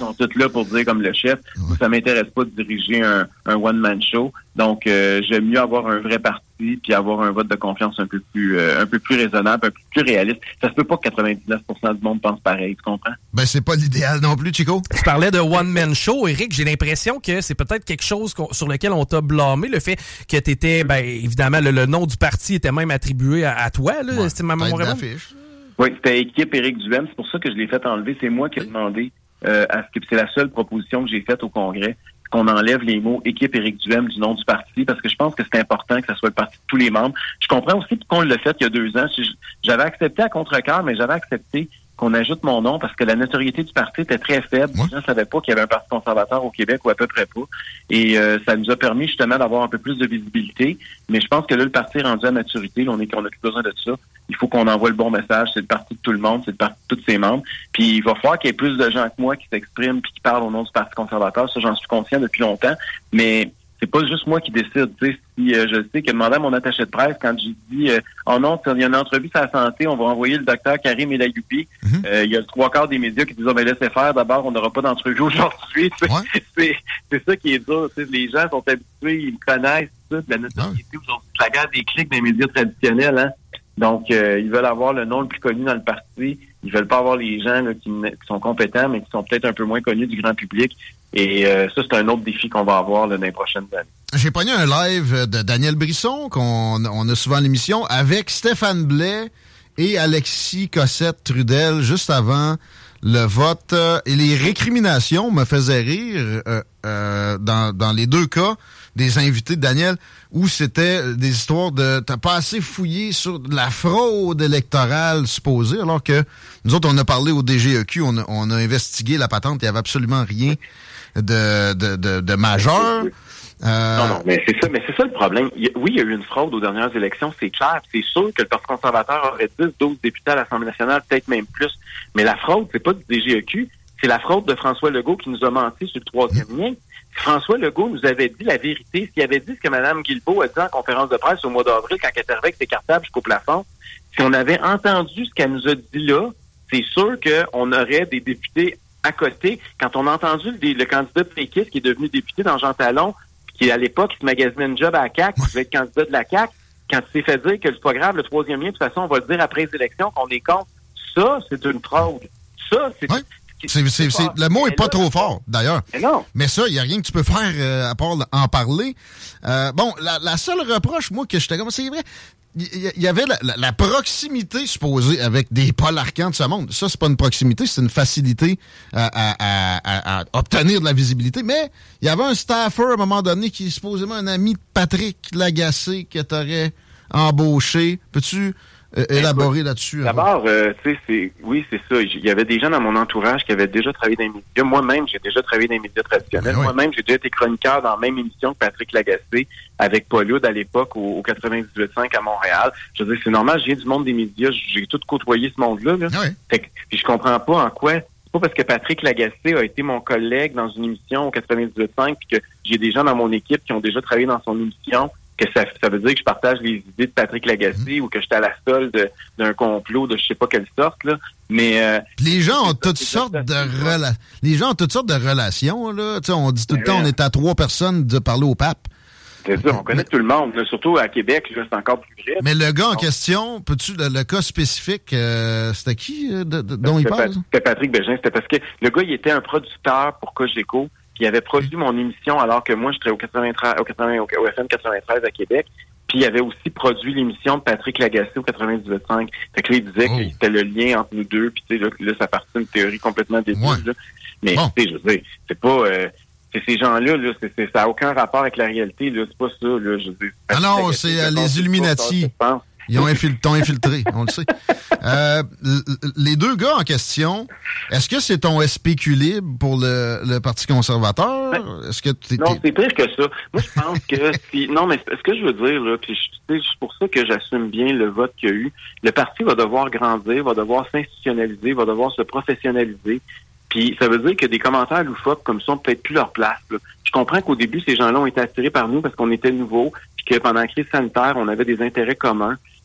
sont tous là pour dire comme le chef. Ouais. Ça m'intéresse pas de diriger un, un one-man show. Donc, euh, j'aime mieux avoir un vrai parti puis avoir un vote de confiance un peu plus euh, un peu plus raisonnable, un peu plus réaliste. Ça se peut pas que quatre-vingt-dix-neuf pour cent du monde pense pareil, tu comprends? Ben, c'est pas l'idéal non plus, Chico. Tu parlais de one-man show, Éric. J'ai l'impression que c'est peut-être quelque chose sur lequel on t'a blâmé. Le fait que t'étais, ben, évidemment, le, le nom du parti était même attribué à, à toi, là. Ouais, c'était ma mémoire. Oui, c'était équipe Éric Duhem. C'est pour ça que je l'ai fait enlever. C'est moi qui ai demandé euh, à ce que c'est la seule proposition que j'ai faite au Congrès, qu'on enlève les mots équipe Éric Duhem du nom du parti, parce que je pense que c'est important que ça soit le parti de tous les membres. Je comprends aussi qu'on l'a fait il y a deux ans. J'avais accepté à contre-cœur, mais j'avais accepté qu'on ajoute mon nom parce que la notoriété du parti était très faible. Ouais. Les gens ne savaient pas qu'il y avait un parti conservateur au Québec ou à peu près pas. Et euh, ça nous a permis justement d'avoir un peu plus de visibilité. Mais je pense que là, le parti est rendu à maturité. Là, on est, on a plus besoin de ça. Il faut qu'on envoie le bon message. C'est le parti de tout le monde, c'est le parti de tous ses membres. Puis il va falloir qu'il y ait plus de gens que moi qui s'expriment puis qui parlent au nom du Parti conservateur. Ça, j'en suis conscient depuis longtemps. Mais c'est pas juste moi qui décide. Tu sais, si euh, je sais que demander à mon attaché de presse, quand j'ai dit euh, oh non, il y a une entrevue sur la santé, on va envoyer le docteur Karim Elayoubi. Mm-hmm. euh, il y a le trois quarts des médias qui disent oh, ben laissez faire, d'abord, on n'aura pas d'entrevue aujourd'hui. Ouais. C'est, c'est ça qui est dur. Tu sais, les gens sont habitués, ils me connaissent, tout ça, la notoriété ouais. aujourd'hui, la guerre des clics des médias traditionnels, hein. Donc, euh, ils veulent avoir le nom le plus connu dans le parti. Ils veulent pas avoir les gens là, qui, qui sont compétents, mais qui sont peut-être un peu moins connus du grand public. Et euh, ça, c'est un autre défi qu'on va avoir là, dans les prochaines années. J'ai pogné un live de Daniel Brisson, qu'on on a souvent à l'émission, avec Stéphane Blais et Alexis Cossette-Trudel, juste avant le vote. Et les récriminations me faisaient rire euh, euh, dans, dans les deux cas des invités de Daniel, où c'était des histoires de t'as pas assez fouillé sur de la fraude électorale supposée, alors que nous autres, on a parlé au D G E Q, on a, on a investigué la patente, il y avait absolument rien de, de, de, de majeur. Euh... Non, non, mais c'est ça, mais c'est ça le problème. Il y a, oui, il y a eu une fraude aux dernières élections, c'est clair. C'est sûr que le Parti conservateur aurait dix, douze députés à l'Assemblée nationale, peut-être même plus. Mais la fraude, c'est pas du D G E Q, c'est la fraude de François Legault qui nous a menti sur le troisième lien. François Legault nous avait dit la vérité. S'il avait dit ce que Mme Guilbeault a dit en conférence de presse au mois d'avril, quand elle était avec ses cartables jusqu'au plafond, si on avait entendu ce qu'elle nous a dit là, c'est sûr qu'on aurait des députés à côté. Quand on a entendu le, le candidat de Pékis, qui est devenu député dans Jean Talon, qui à l'époque se magasinait une job à la C A Q, qui devait être candidat de la C A Q, quand il s'est fait dire que c'est pas grave, le troisième lien, de toute façon, on va le dire après les élections qu'on est contre. Ça, c'est une fraude. Ça, c'est... Ouais. C'est, c'est, c'est, le mot est pas trop fort, d'ailleurs. Mais non. Mais ça, il n'y a rien que tu peux faire euh, à part en parler. Euh, bon, la, la seule reproche, moi, que j'étais comme, c'est vrai, il y, y avait la, la, la proximité supposée avec des Paul Arcand de ce monde. Ça, c'est pas une proximité, c'est une facilité à, à, à, à obtenir de la visibilité. Mais il y avait un staffer, à un moment donné, qui est supposément un ami de Patrick Lagacé que t'aurais embauché. Peux-tu... Euh, élaborer là-dessus. D'abord, euh, tu sais, c'est oui, c'est ça. Il y avait des gens dans mon entourage qui avaient déjà travaillé dans les médias. Moi-même, j'ai déjà travaillé dans les médias traditionnels. Ben oui. Moi-même, j'ai déjà été chroniqueur dans la même émission que Patrick Lagacé avec Paul Hood à l'époque au, au quatre-vingt-dix-huit virgule cinq à Montréal. Je veux dire, c'est normal, je viens du monde des médias. J'ai tout côtoyé ce monde-là. Là. Oui. Fait que, puis je comprends pas en quoi. C'est pas parce que Patrick Lagacé a été mon collègue dans une émission au quatre-vingt-dix-huit virgule cinq puis que j'ai des gens dans mon équipe qui ont déjà travaillé dans son émission, que ça, ça veut dire que je partage les idées de Patrick Lagacé mmh. ou que j'étais à la solde d'un complot de je sais pas quelle sorte, là. Mais euh, les gens ont toutes sortes de rela- les gens ont toutes sortes de relations, là. Tu sais, on dit tout le temps, on est à trois personnes de parler au pape. C'est ça, on connaît mais, tout le monde, là, surtout à Québec, là, c'est encore plus vrai. Mais le gars en question, peux-tu, le, le cas spécifique, euh, c'était qui euh, de, de, dont il parle? C'était Patrick Bégin, c'était parce que le gars, il était un producteur pour Cogeco. Puis il avait produit mon émission alors que moi, je travaillais au quatre-vingt-treize, au quatre-vingts, au F M quatre-vingt-treize à Québec. Puis il avait aussi produit l'émission de Patrick Lagacé au quatre-vingt-dix-huit virgule cinq. Fait que là, il disait oh. que c'était le lien entre nous deux. Puis tu sais, là, là, ça partit d'une théorie complètement débile. Ouais. Là. Mais bon. Tu sais, je veux dire, c'est pas... Euh, c'est ces gens-là, là, c'est, c'est, ça n'a aucun rapport avec la réalité. Là, c'est pas ça. Là, je veux dire, ah non, Lagacé, c'est euh, les Illuminati. Pas, Ils ont infil- t'ont infiltré, on le sait. Euh, les deux gars en question, est-ce que c'est ton S P Q libre pour le, le Parti conservateur? Ouais. Est-ce que t'es, non, c'est pire que ça. Moi, je pense que si... Non, mais ce que je veux dire, là, puis c'est pour ça que j'assume bien le vote qu'il y a eu. Le parti va devoir grandir, va devoir s'institutionnaliser, va devoir se professionnaliser. Puis ça veut dire que des commentaires loufoques comme ça ont peut-être plus leur place. Là. Je comprends qu'au début, ces gens-là ont été attirés par nous parce qu'on était nouveaux, puis que pendant la crise sanitaire, on avait des intérêts communs.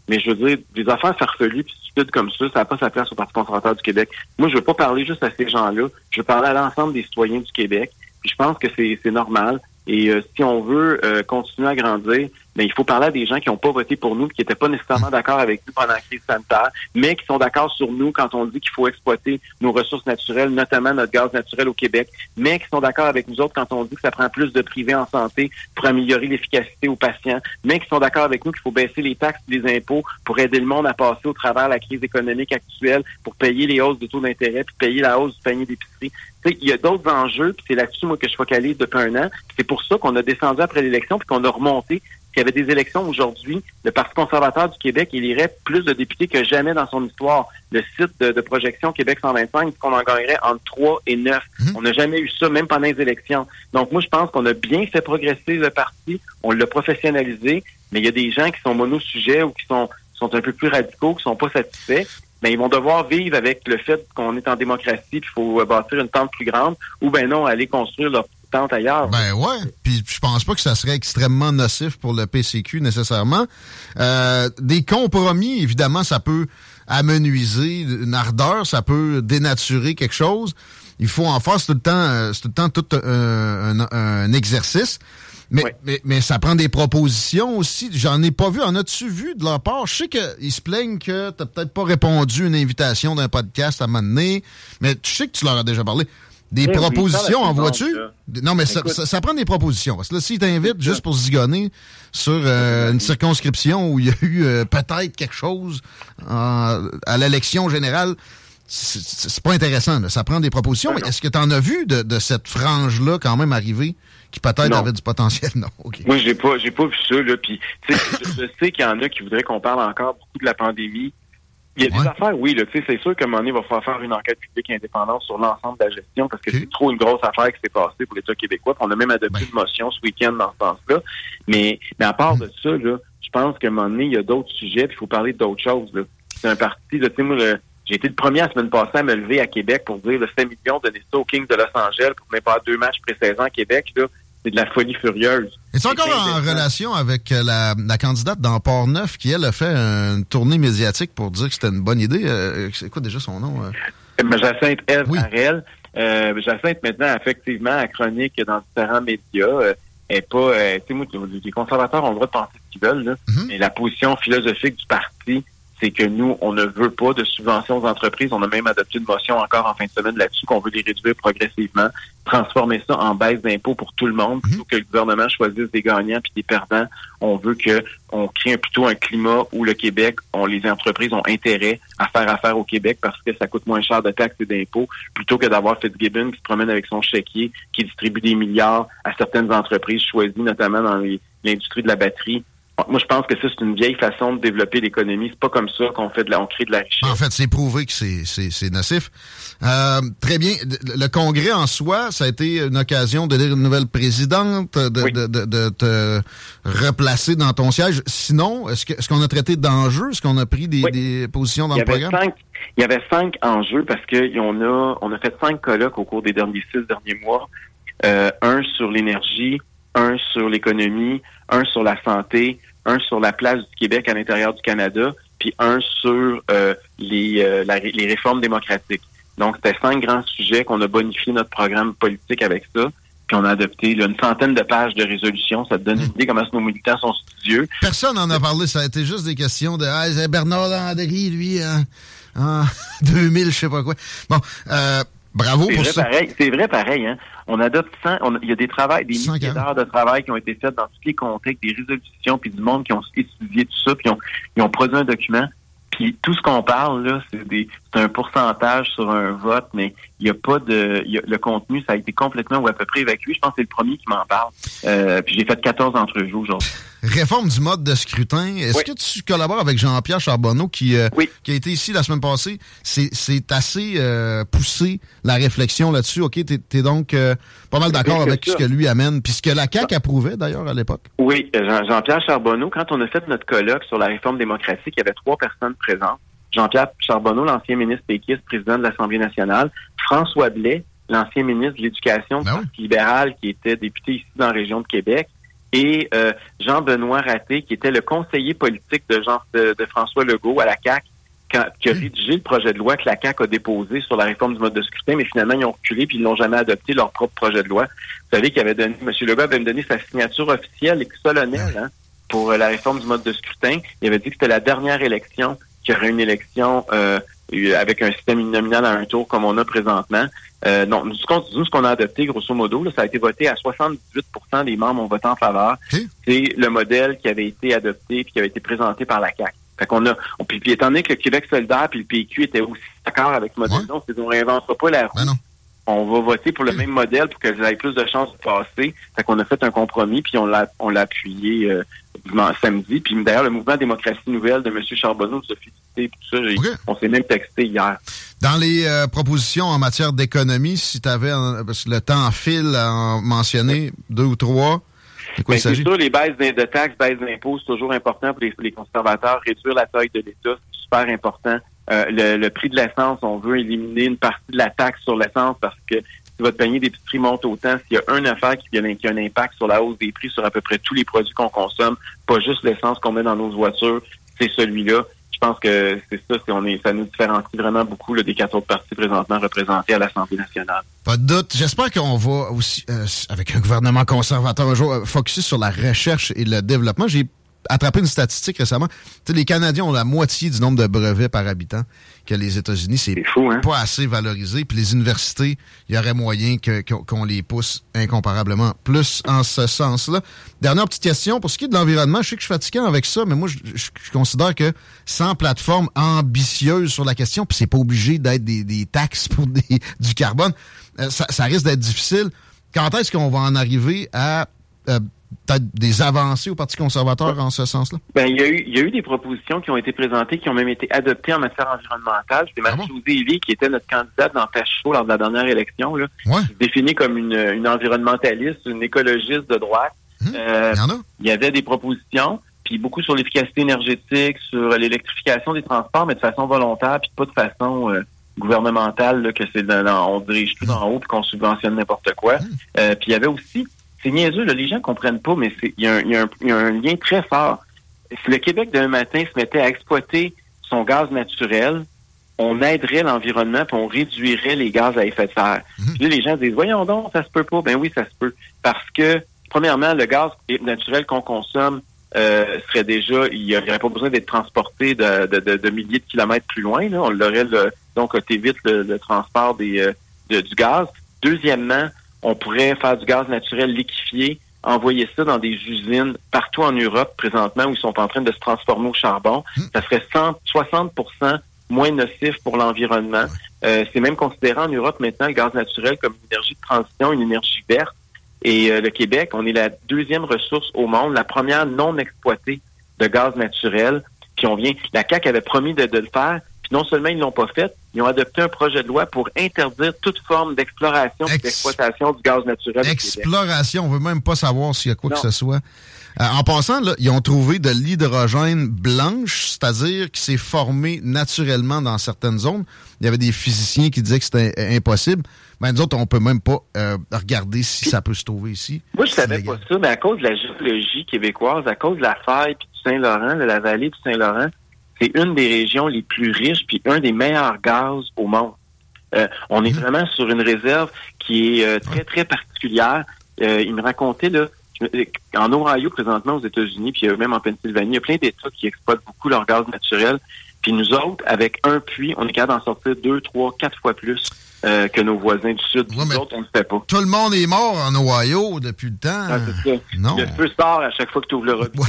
Mais je veux dire, des affaires farfelues puis stupides comme ça, ça n'a pas sa place au Parti conservateur du Québec. Moi, je veux pas parler juste à ces gens-là. Je veux parler à l'ensemble des citoyens du Québec. Puis je pense que c'est, c'est normal. Et euh, si on veut euh, continuer à grandir, ben, il faut parler à des gens qui n'ont pas voté pour nous, qui n'étaient pas nécessairement d'accord avec nous pendant la crise sanitaire, mais qui sont d'accord sur nous quand on dit qu'il faut exploiter nos ressources naturelles, notamment notre gaz naturel au Québec, mais qui sont d'accord avec nous autres quand on dit que ça prend plus de privé en santé pour améliorer l'efficacité aux patients, mais qui sont d'accord avec nous qu'il faut baisser les taxes et les impôts pour aider le monde à passer au travers de la crise économique actuelle, pour payer les hausses de taux d'intérêt, puis payer la hausse du panier d'épicerie. Tu sais, il y a d'autres enjeux, puis c'est là-dessus, moi, que je focalise depuis un an. C'est pour ça qu'on a descendu après l'élection, puis qu'on a remonté. S'il y avait des élections aujourd'hui, le Parti conservateur du Québec, il irait plus de députés que jamais dans son histoire. Le site de, de projection Québec cent vingt-cinq, qu'on en gagnerait entre trois et neuf. Mmh. On n'a jamais eu ça, même pendant les élections. Donc, moi, je pense qu'on a bien fait progresser le parti. On l'a professionnalisé, mais il y a des gens qui sont monosujets ou qui sont, sont un peu plus radicaux, qui sont pas satisfaits. Ben, ils vont devoir vivre avec le fait qu'on est en démocratie, puis il faut bâtir une tente plus grande, ou ben non, aller construire leur tente ailleurs. Ben ouais, puis je pense pas que ça serait extrêmement nocif pour le P C Q nécessairement. Euh, des compromis, évidemment, ça peut amenuiser une ardeur, ça peut dénaturer quelque chose. Il faut en faire, c'est tout le temps, c'est tout le temps tout un, un, un exercice. Mais, oui. mais, mais ça prend des propositions aussi. J'en ai pas vu. En as-tu vu de leur part? Je sais qu'ils se plaignent que t'as peut-être pas répondu à une invitation d'un podcast à un moment donné, mais tu sais que tu leur as déjà parlé. Des oui, propositions, oui, en vois-tu? Non, mais ça, ça, ça prend des propositions. Parce que là, s'ils t'invitent juste pour se zigonner sur euh, une circonscription où il y a eu euh, peut-être quelque chose euh, à l'élection générale, c'est, c'est pas intéressant. Là. Ça prend des propositions. Ouais, mais est-ce que tu en as vu de, de cette frange-là quand même arriver qui peut-être non. avait du potentiel? Non. Okay. Moi, j'ai pas, j'ai pas vu ça. Là. Puis, tu sais, je, je sais qu'il y en a qui voudraient qu'on parle encore beaucoup de la pandémie. Il y a ouais. des affaires, oui, là, tu sais, c'est sûr qu'à un moment donné, il va falloir faire une enquête publique indépendante sur l'ensemble de la gestion parce que okay. c'est trop une grosse affaire qui s'est passée pour l'État québécois. On a même adopté ben. une motion ce week-end dans ce sens-là. Mais, mais à part mmh. de ça, là, je pense qu'à un moment donné, il y a d'autres sujets, puis il faut parler d'autres choses. Là. C'est un parti, tu sais, moi, le, j'ai été le premier la semaine passée à me lever à Québec pour dire le sept millions, donner ça aux Kings de Los Angeles pour même pas deux matchs pré-saison à Québec, là. C'est de la folie furieuse. Es-tu encore en relation avec la, la candidate dans Port-Neuf qui, elle, a fait une tournée médiatique pour dire que c'était une bonne idée? Euh, c'est quoi déjà son nom? Euh? Jacinthe Ève oui. Harel. Euh, Jacinthe, maintenant, effectivement, à chronique dans différents médias. Euh, est pas... Euh, tu sais, moi, les conservateurs ont le droit de penser ce qu'ils veulent, là. Mm-hmm. Mais la position philosophique du parti, c'est que nous, on ne veut pas de subventions aux entreprises. On a même adopté une motion encore en fin de semaine là-dessus qu'on veut les réduire progressivement, transformer ça en baisse d'impôts pour tout le monde, plutôt que le gouvernement choisisse des gagnants puis des perdants. On veut que on crée plutôt un climat où le Québec, on, les entreprises ont intérêt à faire affaire au Québec parce que ça coûte moins cher de taxes et d'impôts, plutôt que d'avoir Fitzgibbon qui se promène avec son chéquier, qui distribue des milliards à certaines entreprises choisies, notamment dans les, l'industrie de la batterie. Moi, je pense que ça, c'est une vieille façon de développer l'économie. C'est pas comme ça qu'on fait de la, on crée de la richesse. En fait, c'est prouvé que c'est, c'est, c'est nocif. Euh, très bien. Le Congrès en soi, ça a été une occasion de lire une nouvelle présidente, de, oui. de, de, de te replacer dans ton siège. Sinon, est-ce, que, est-ce qu'on a traité d'enjeux? Est-ce qu'on a pris des, oui. des positions dans il le programme? Cinq, il y avait cinq enjeux parce qu'on a, on a fait cinq colloques au cours des derniers six derniers mois. Euh, un sur l'énergie, un sur l'économie, un sur la santé, un sur la place du Québec à l'intérieur du Canada, puis un sur euh, les, euh, la, les réformes démocratiques. Donc, c'était cinq grands sujets qu'on a bonifié notre programme politique avec ça, puis on a adopté là, une centaine de pages de résolutions. Ça te donne une idée comment nos militants sont studieux. Personne n'en a parlé, ça a été juste des questions de ah, Bernard Landry, lui, en, en deux mille, je sais pas quoi. Bon, euh, bravo c'est pour vrai ça. Pareil, c'est vrai pareil, hein. On adopte cent, on, il y a des travails, des milliers d'heures de travail qui ont été faites dans tous les contextes, des résolutions, puis du monde qui ont étudié tout ça, puis ont, ils ont produit un document. Puis tout ce qu'on parle, là, c'est des c'est un pourcentage sur un vote, mais il n'y a pas de... Y a, le contenu, ça a été complètement ou à peu près évacué. Je pense que c'est le premier qui m'en parle. Euh, puis j'ai fait quatorze entrevues aujourd'hui. Réforme du mode de scrutin. Est-ce oui. que tu collabores avec Jean-Pierre Charbonneau qui, euh, oui. qui a été ici la semaine passée? C'est, c'est assez euh, poussé, la réflexion là-dessus. OK, t'es, t'es donc euh, pas mal d'accord avec ça. Ce que lui amène, puis ce que la C A Q approuvait d'ailleurs à l'époque. Oui, Jean- Jean-Pierre Charbonneau, quand on a fait notre colloque sur la réforme démocratique, il y avait trois personnes présentes. Jean-Pierre Charbonneau, l'ancien ministre péquiste, président de l'Assemblée nationale. François Blais, l'ancien ministre de l'Éducation du ben Parti oui. libéral, qui était député ici dans la région de Québec. et euh, Jean-Benoît Raté, qui était le conseiller politique de, Jean, de, de François Legault à la C A Q, quand, qui a rédigé le projet de loi que la C A Q a déposé sur la réforme du mode de scrutin, mais finalement, ils ont reculé puis ils n'ont jamais adopté leur propre projet de loi. Vous savez qu'il avait donné, M. Legault avait donné sa signature officielle et solennelle hein, pour euh, la réforme du mode de scrutin. Il avait dit que c'était la dernière élection, qu'il y aurait une élection euh, avec un système uninominal à un tour comme on a présentement. Euh, non, nous, ce qu'on, nous, ce qu'on a adopté, grosso modo, là, ça a été voté à soixante-dix-huit pour cent des membres ont voté en faveur. Okay. C'est le modèle qui avait été adopté et qui avait été présenté par la C A Q. Fait qu'on a, on, puis, puis étant donné que le Québec solidaire puis le P Q étaient aussi d'accord avec ce modèle-là, ouais. on ne réinventera pas la roue. Ben on va voter pour le même modèle pour que vous ayez plus de chances de passer. Fait qu'on a fait un compromis puis on l'a, on l'a appuyé euh, samedi. Puis d'ailleurs, le mouvement Démocratie Nouvelle de M. Charbonneau nous a félicité tout ça. Okay. On s'est même texté hier. Dans les euh, propositions en matière d'économie, si tu avais, parce que le temps file à en mentionner deux ou trois, de quoi ben, il s'agit? C'est sûr, les baisses de taxes, baisses d'impôts, c'est toujours important pour les, les conservateurs. Réduire la taille de l'État, c'est super important. Euh, le, le prix de l'essence, on veut éliminer une partie de la taxe sur l'essence parce que si votre panier d'épicerie monte autant, s'il y a une affaire qui a, qui a un impact sur la hausse des prix sur à peu près tous les produits qu'on consomme, pas juste l'essence qu'on met dans nos voitures, c'est celui-là. Je pense que c'est ça, c'est, on est, ça nous différencie vraiment beaucoup là, des quatre autres partis présentement représentés à l'Assemblée nationale. Pas de doute. J'espère qu'on va aussi, euh, avec un gouvernement conservateur un jour, euh, focuser sur la recherche et le développement. J'ai attrapé une statistique récemment. T'sais, les Canadiens ont la moitié du nombre de brevets par habitant que les États-Unis. C'est, c'est fou, hein? Pas assez valorisé. Puis les universités, il y aurait moyen que, qu'on, qu'on les pousse incomparablement plus en ce sens-là. Dernière petite question. Pour ce qui est de l'environnement, je sais que je suis fatiguant avec ça, mais moi, je, je, je considère que sans plateforme ambitieuse sur la question, puis c'est pas obligé d'être des, des taxes pour des, du carbone, euh, ça, ça risque d'être difficile. Quand est-ce qu'on va en arriver à... Euh, peut-être des avancées au Parti conservateur en ce sens-là? Ben, il y a eu, il y a eu des propositions qui ont été présentées, qui ont même été adoptées en matière environnementale. C'est Marie-Josée Elie, qui était notre candidate dans Tachereau lors de la dernière élection, là. Ouais. Définie comme une, une environnementaliste, une écologiste de droite. Mmh, euh, il y en a. Il y avait des propositions, puis beaucoup sur l'efficacité énergétique, sur l'électrification des transports, mais de façon volontaire, puis pas de façon euh, gouvernementale, là, que c'est dans, dans, on dirige tout d'en haut, puis qu'on subventionne n'importe quoi. Mmh. Euh, puis il y avait aussi c'est niaiseux, là, les gens comprennent pas, mais c'est il y, y, y a un lien très fort. Si le Québec d'un matin se mettait à exploiter son gaz naturel, on aiderait l'environnement puis on réduirait les gaz à effet de serre. Mmh. Puis là, les gens disent, voyons donc, ça se peut pas. Ben oui, ça se peut. Parce que, premièrement, le gaz naturel qu'on consomme euh, serait déjà, il n'y aurait pas besoin d'être transporté de, de, de, de milliers de kilomètres plus loin. Là. On l'aurait, le, donc, t'évites le, le transport des, euh, de, du gaz. Deuxièmement, on pourrait faire du gaz naturel liquéfié, envoyer ça dans des usines partout en Europe présentement où ils sont en train de se transformer au charbon. Mmh. Ça serait cent soixante pour cent moins nocif pour l'environnement. Euh, c'est même considéré en Europe maintenant le gaz naturel comme une énergie de transition, une énergie verte. Et euh, le Québec, on est la deuxième ressource au monde, la première non exploitée de gaz naturel. Puis on vient, la C A Q avait promis de, de le faire. Non seulement ils l'ont pas fait, ils ont adopté un projet de loi pour interdire toute forme d'exploration et Ex- d'exploitation du gaz naturel. Exploration, on veut même pas savoir s'il y a quoi non. que ce soit. Euh, en passant, là, ils ont trouvé de l'hydrogène blanche, c'est-à-dire qui s'est formé naturellement dans certaines zones. Il y avait des physiciens qui disaient que c'était impossible. Ben, nous autres, on peut même pas euh, regarder si ça peut se trouver ici. Moi, je savais pas ça, mais à cause de la géologie québécoise, à cause de la faille puis du Saint-Laurent, de la vallée du Saint-Laurent, c'est une des régions les plus riches puis un des meilleurs gaz au monde. Euh, on est mmh. vraiment sur une réserve qui est euh, très, très particulière. Euh, il me racontait, là, en Ohio, présentement, aux États-Unis, puis même en Pennsylvanie, il y a plein d'États qui exploitent beaucoup leur gaz naturel. Puis nous autres, avec un puits, on est capable d'en sortir deux, trois, quatre fois plus euh, que nos voisins du Sud. Ouais, nous autres, on ne le fait pas. Tout le monde est mort en Ohio depuis le temps. Ah, c'est ça. Non. Le feu sort à chaque fois que tu ouvres le robinet.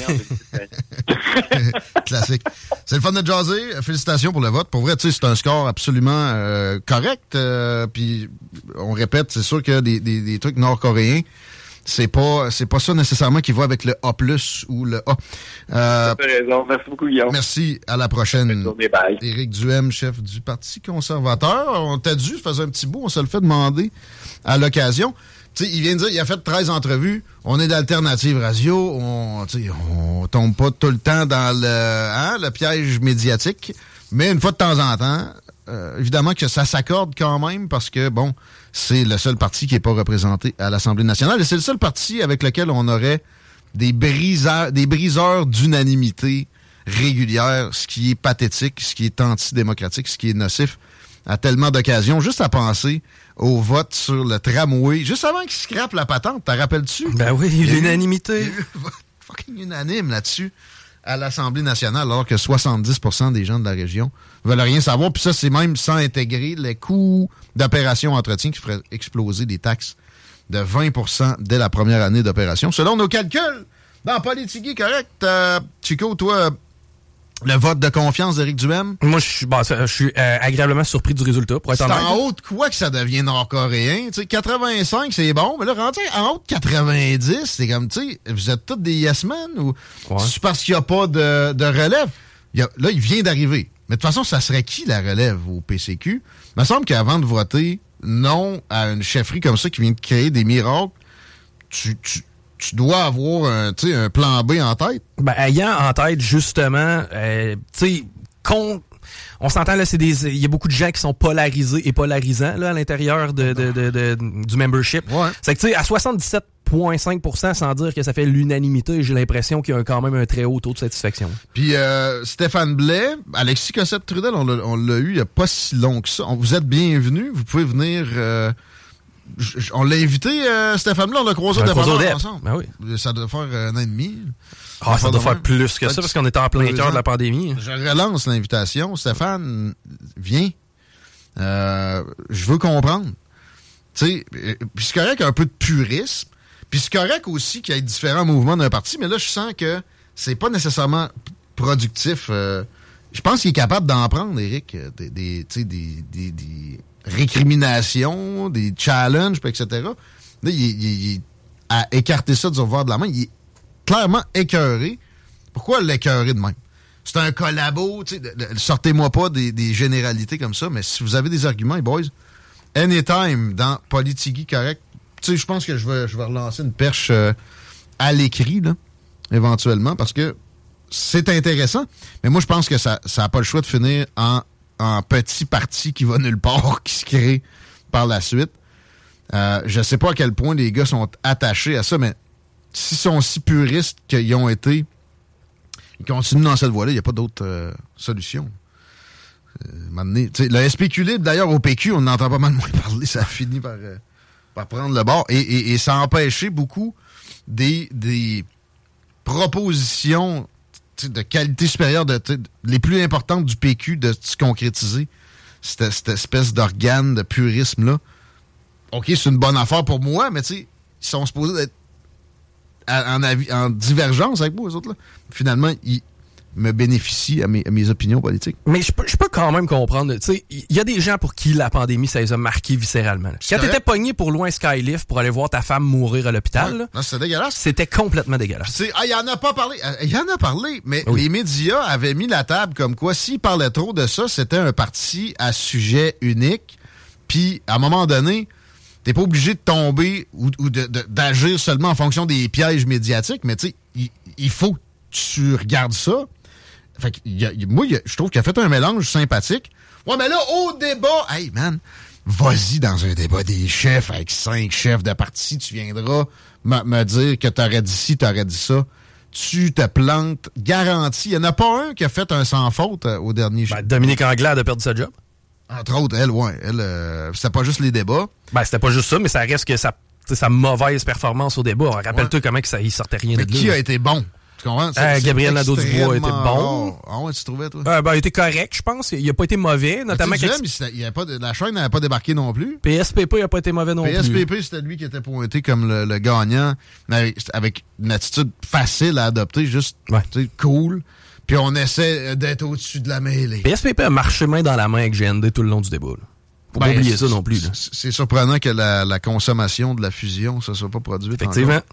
Ouais. Classique. C'est le fun de jaser. Félicitations pour le vote. Pour vrai, tu sais, c'est un score absolument euh, correct. Euh, puis on répète, c'est sûr que des, des, des trucs nord-coréens, c'est pas c'est pas ça nécessairement qui va avec le A plus ou le A. Euh, tu as raison. Merci beaucoup, Guillaume. Merci. À la prochaine. Journée, bye. Éric Duhem, chef du Parti conservateur. On t'a dû, ça faisait un petit bout, on se le fait demander à l'occasion. Tu sais, il vient de dire, il a fait treize entrevues. On est d'Alternative Radio. On, tu sais, on tombe pas tout le temps dans le, hein, le piège médiatique. Mais une fois de temps en temps, euh, évidemment que ça s'accorde quand même parce que, bon, c'est le seul parti qui n'est pas représenté à l'Assemblée nationale. Et c'est le seul parti avec lequel on aurait des briseurs, des briseurs d'unanimité régulière, ce qui est pathétique, ce qui est antidémocratique, ce qui est nocif à tellement d'occasions. Juste à penser au vote sur le tramway, juste avant qu'ils scrapent la patente, t'en rappelles-tu? Ben oui, l'unanimité. Fucking unanime là-dessus à l'Assemblée nationale, alors que soixante-dix pour cent des gens de la région veulent rien savoir. Puis ça, c'est même sans intégrer les coûts d'opération entretien qui feraient exploser des taxes de vingt pour cent dès la première année d'opération. Selon nos calculs, dans Politigui, correct, euh, Chico, toi, le vote de confiance d'Éric Duhem? Moi, je suis bon, je suis euh, agréablement surpris du résultat, pour être c'est honnête. en haut de quoi que ça devient nord-coréen? T'sais, quatre-vingt-cinq, c'est bon, mais là, rendu en haut de quatre-vingt-dix, c'est comme, tu sais, vous êtes tous des yes-men ou ouais. C'est parce qu'il n'y a pas de, de relève? Il y a, là, il vient d'arriver. Mais de toute façon, ça serait qui la relève au P C Q? Il me semble qu'avant de voter non à une chefferie comme ça qui vient de créer des miracles, tu... tu tu dois avoir un, un plan B en tête. Ben, ayant en tête, justement, euh, tu sais, qu'on... On s'entend, là, c'est des, il y a beaucoup de gens qui sont polarisés et polarisants, là, à l'intérieur de, de, de, de, du membership. Ouais. C'est que, tu sais, à soixante-dix-sept virgule cinq pour cent, sans dire que ça fait l'unanimité, j'ai l'impression qu'il y a quand même un très haut taux de satisfaction. Puis, euh, Stéphane Blais, Alexis Cossette-Trudel, on l'a, on l'a eu il n'y a pas si long que ça. On, vous êtes bienvenus. Vous pouvez venir... Euh, j- j- on l'a invité, euh, Stéphane Blais, on l'a croisé de ensemble. Ben oui. Ça doit faire un an et demi. Ah, ça doit faire plus que ça, parce qu'on était en plein cœur de la pandémie. Je relance l'invitation. Stéphane, viens. Euh, je veux comprendre. Tu sais, puis c'est correct un peu de purisme. Puis c'est correct aussi qu'il y ait différents mouvements d'un parti, mais là, je sens que c'est pas nécessairement productif. Euh, je pense qu'il est capable d'en prendre, Éric, des, des, des, des, des récriminations, des challenges, et cetera. Là, il, il, il a écarté ça du revers de la main. Il est clairement écœuré. Pourquoi l'écœurer de même? C'est un collabo, tu sais, sortez-moi pas des, des généralités comme ça, mais si vous avez des arguments, les boys, anytime dans Politigui correct, tu sais, je pense que je vais, je vais relancer une perche euh, à l'écrit, là, éventuellement, parce que c'est intéressant, mais moi, je pense que ça n'a pas le choix de finir en, en petit parti qui va nulle part, qui se crée par la suite. Euh, je sais pas à quel point les gars sont attachés à ça, mais s'ils sont si puristes qu'ils ont été, ils continuent dans cette voie-là, il n'y a pas d'autre euh, solution. Euh, le S P Q libre, d'ailleurs, au P Q, on entend pas mal moins parler, ça a fini par, euh, par prendre le bord. Et, et, et ça a empêché beaucoup des, des propositions de qualité supérieure, de, les plus importantes du P Q, de se concrétiser. Cette, cette espèce d'organe de purisme-là. OK, c'est une bonne affaire pour moi, mais tu sais, ils sont supposés être en, en, en divergence avec moi, eux autres, là. Finalement, ils me bénéficient à mes, à mes opinions politiques. Mais je peux, je peux quand même comprendre. Tu sais, il y a des gens pour qui la pandémie, ça les a marqués viscéralement. Là. Quand t'étais pogné pour loin Skylift pour aller voir ta femme mourir à l'hôpital, ouais. là, non, c'était dégueulasse. C'était complètement dégueulasse. Il ah, en a pas parlé. Il en a parlé, mais oui. Les médias avaient mis la table comme quoi, s'ils parlaient trop de ça, c'était un parti à sujet unique. Puis, à un moment donné, t'es pas obligé de tomber ou, ou de, de, d'agir seulement en fonction des pièges médiatiques, mais tu sais, il, il faut que tu regardes ça. Fait que, y a, y, moi, y a, je trouve qu'il a fait un mélange sympathique. Ouais, mais là, au débat, hey man, vas-y dans un débat des chefs avec cinq chefs de parti, tu viendras me, me dire que t'aurais dit ci, t'aurais dit ça. Tu te plantes, garanti. Il n'y en a pas un qui a fait un sans faute euh, au dernier ben, Dominique Anglade a perdu sa job. Entre autres, elle, ouais. Elle, euh, c'était pas juste les débats. Ben, c'était pas juste ça, mais ça reste que sa, sa mauvaise performance au débat. Rappelle-toi ouais. comment que ça, il sortait rien mais de qui là. a été bon? Tu comprends? Euh, Gabriel Nadeau-Dubois a été bon. Rare. Ah ouais, tu trouvais, toi? Euh, ben, il était correct, je pense. Il a pas été mauvais, notamment... Deuxième, il y a pas de, la chaîne n'avait pas débarqué non plus. P S P P n'a pas été mauvais non P S P P, plus. P S P P, c'était lui qui était pointé comme le, le gagnant, avec, avec une attitude facile à adopter, juste ouais. cool. Puis on essaie d'être au-dessus de la mêlée. P S P P a marché main dans la main avec G N D tout le long du débat. Là. Faut ben, pas oublier ça non plus. Là. C'est surprenant que la, la consommation de la fusion, ça soit pas produite. Effectivement.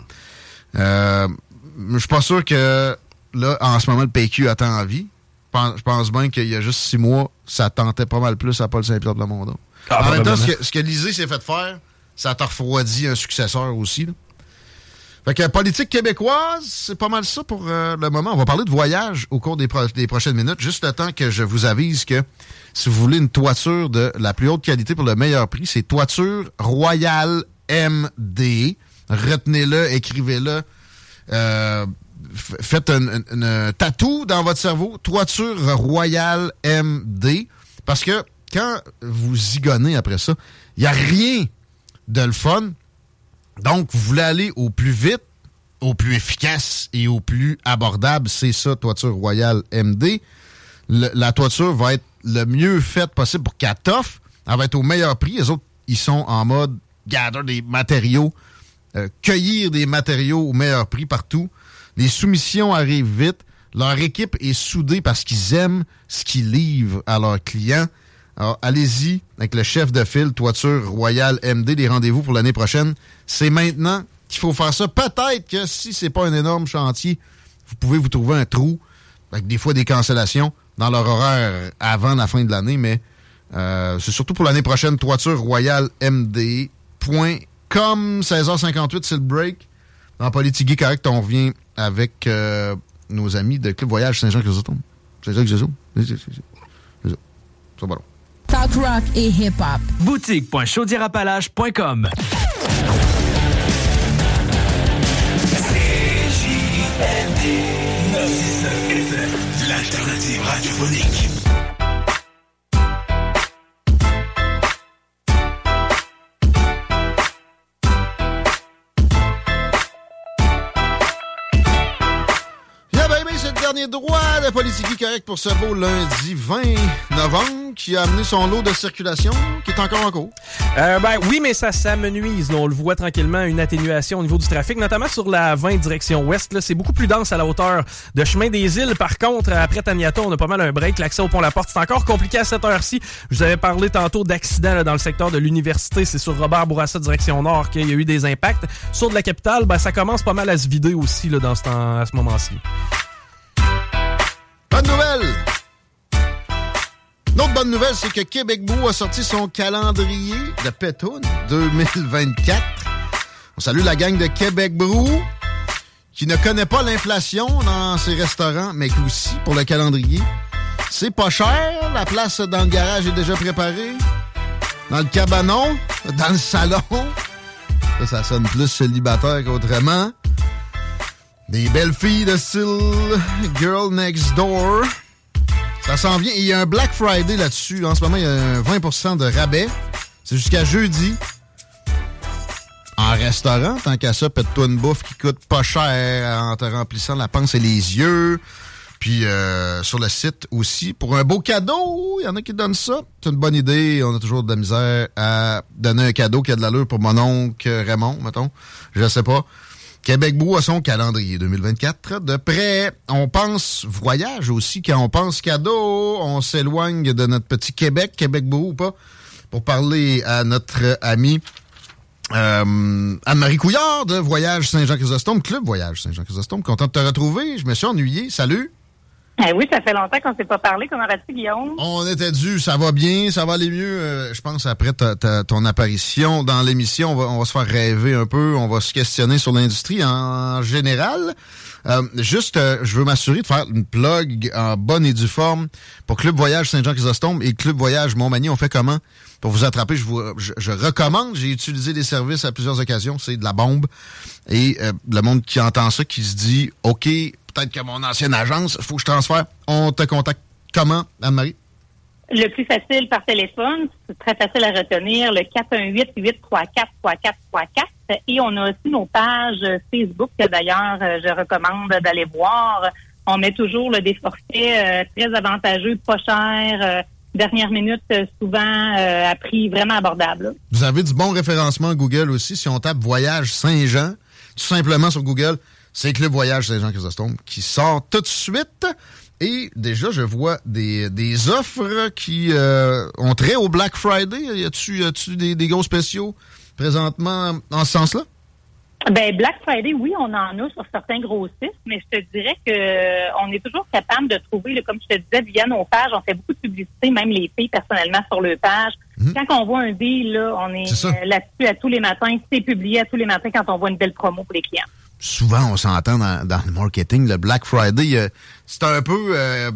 Euh, je suis pas sûr que là, en ce moment, le P Q attend en vie. Je pense bien qu'il y a juste six mois, ça tentait pas mal plus à Paul Saint-Pierre de Plamondon. Ah, en même temps, ce que, ce que Lisée s'est fait faire, ça t'a refroidi un successeur aussi. Là. Fait que politique québécoise, c'est pas mal ça pour euh, le moment. On va parler de voyage au cours des, pro- des prochaines minutes. Juste le temps que je vous avise que si vous voulez une toiture de la plus haute qualité pour le meilleur prix, c'est Toiture Royale M D. Retenez-le, écrivez-le. euh, faites un, un, un tatou dans votre cerveau, Toiture Royale M D, parce que quand vous zigonnez après ça, il n'y a rien de le fun. Donc, vous voulez aller au plus vite, au plus efficace et au plus abordable. C'est ça, Toiture Royale M D. Le, la toiture va être le mieux faite possible pour qu'elle t'offre. Elle va être au meilleur prix. Les autres, ils sont en mode gather des matériaux, euh, cueillir des matériaux au meilleur prix partout. Les soumissions arrivent vite. Leur équipe est soudée parce qu'ils aiment ce qu'ils livrent à leurs clients. Alors, allez-y avec le chef de file, Toiture Royale M D. Les rendez-vous pour l'année prochaine, c'est maintenant qu'il faut faire ça. Peut-être que si c'est pas un énorme chantier, vous pouvez vous trouver un trou avec des fois des cancellations dans leur horaire avant la fin de l'année, mais euh, c'est surtout pour l'année prochaine. Toiture Royale M D point com. seize heures cinquante-huit, c'est le break. Dans Politique Correct, on revient avec euh, nos amis de Club Voyage Saint-Jean-Chrysostome. Saint-Jean-Chrysostome? C'est ça. C'est ça, bon. Talk rock et hip-hop. boutique point chaudière-appalaches point com. C J M D neuf cent soixante-neuf F M, l'alternative radiophonique. Dernier droit de Politique Correct pour ce beau lundi vingt novembre qui a amené son lot de circulation qui est encore en cours. Euh, ben oui, mais ça s'amenuise. On le voit tranquillement, une atténuation au niveau du trafic, notamment sur la vingt direction ouest. Là, c'est beaucoup plus dense à la hauteur de Chemin des Îles. Par contre, après Taniata, on a pas mal un break. L'accès au pont La Porte, c'est encore compliqué à cette heure-ci. Je vous avais parlé tantôt d'accidents là, dans le secteur de l'université. C'est sur Robert Bourassa direction nord qu'il y a eu des impacts. Sur de la capitale, ben, ça commence pas mal à se vider aussi là, dans ce temps, à ce moment-ci. Bonne nouvelle! L'autre bonne nouvelle, c'est que Québec Brou a sorti son calendrier de Pétoune deux mille vingt-quatre. On salue la gang de Québec Brou qui ne connaît pas l'inflation dans ses restaurants, mais qui aussi, pour le calendrier, c'est pas cher. La place dans le garage est déjà préparée. Dans le cabanon, dans le salon. Ça, ça sonne plus célibataire qu'autrement. Des belles filles de style Girl Next Door. Ça s'en vient. Il y a un Black Friday là-dessus. En ce moment, il y a un vingt pour cent de rabais. C'est jusqu'à jeudi. En restaurant, tant qu'à ça, pète-toi une bouffe qui coûte pas cher en te remplissant la panse et les yeux. Puis euh, sur le site aussi, pour un beau cadeau, il y en a qui donnent ça. C'est une bonne idée. On a toujours de la misère à donner un cadeau qui a de l'allure pour mon oncle Raymond, mettons. Je sais pas. Québec Brou a son calendrier deux mille vingt-quatre de près. On pense voyage aussi. Quand on pense cadeau, on s'éloigne de notre petit Québec, Québec Brou ou pas, pour parler à notre ami euh, Anne-Marie Couillard de Voyage Saint-Jean-Chrysostome, Club Voyage Saint-Jean-Chrysostome. Content de te retrouver. Je me suis ennuyé. Salut. Eh oui, ça fait longtemps qu'on ne s'est pas parlé. Comment vas-tu, Guillaume? On était dû. Ça va bien. Ça va aller mieux. Euh, je pense après ta, ta, ton apparition dans l'émission, on va, on va se faire rêver un peu. On va se questionner sur l'industrie en général. Euh, juste, euh, je veux m'assurer de faire une plug en bonne et due forme pour Club Voyage Saint-Jean-Chrysostome et Club Voyage Montmagny. On fait comment? Pour vous attraper, je vous je, je recommande. J'ai utilisé des services à plusieurs occasions. C'est de la bombe. Et euh, le monde qui entend ça, qui se dit « OK, peut-être que mon ancienne agence, il faut que je transfère. » On te contacte comment, Anne-Marie? Le plus facile par téléphone, c'est très facile à retenir, le quatre un huit, huit trois quatre, trois quatre trois quatre. Et on a aussi nos pages Facebook, que d'ailleurs, je recommande d'aller voir. On met toujours là, des forfaits euh, très avantageux, pas chers, euh, dernière minute, euh, souvent euh, à prix vraiment abordable. Là. Vous avez du bon référencement Google aussi. Si on tape Voyage Saint-Jean, tout simplement sur Google, c'est Club Voyage Saint-Jean-Chrysostome qui sort tout de suite. Et déjà, je vois des, des offres qui euh, ont trait au Black Friday. Y a-tu, y a-tu des, des gros spéciaux présentement en ce sens-là? Ben Black Friday, oui, on en a sur certains grossistes, mais je te dirais que euh, on est toujours capable de trouver, là, comme je te disais, via nos pages, on fait beaucoup de publicité, même les filles personnellement sur le page. Mmh. Quand on voit un deal, là, on est, est euh, là-dessus à tous les matins. C'est publié à tous les matins quand on voit une belle promo pour les clients. souvent, on s'entend dans, dans le marketing, le Black Friday, euh, c'est un peu euh,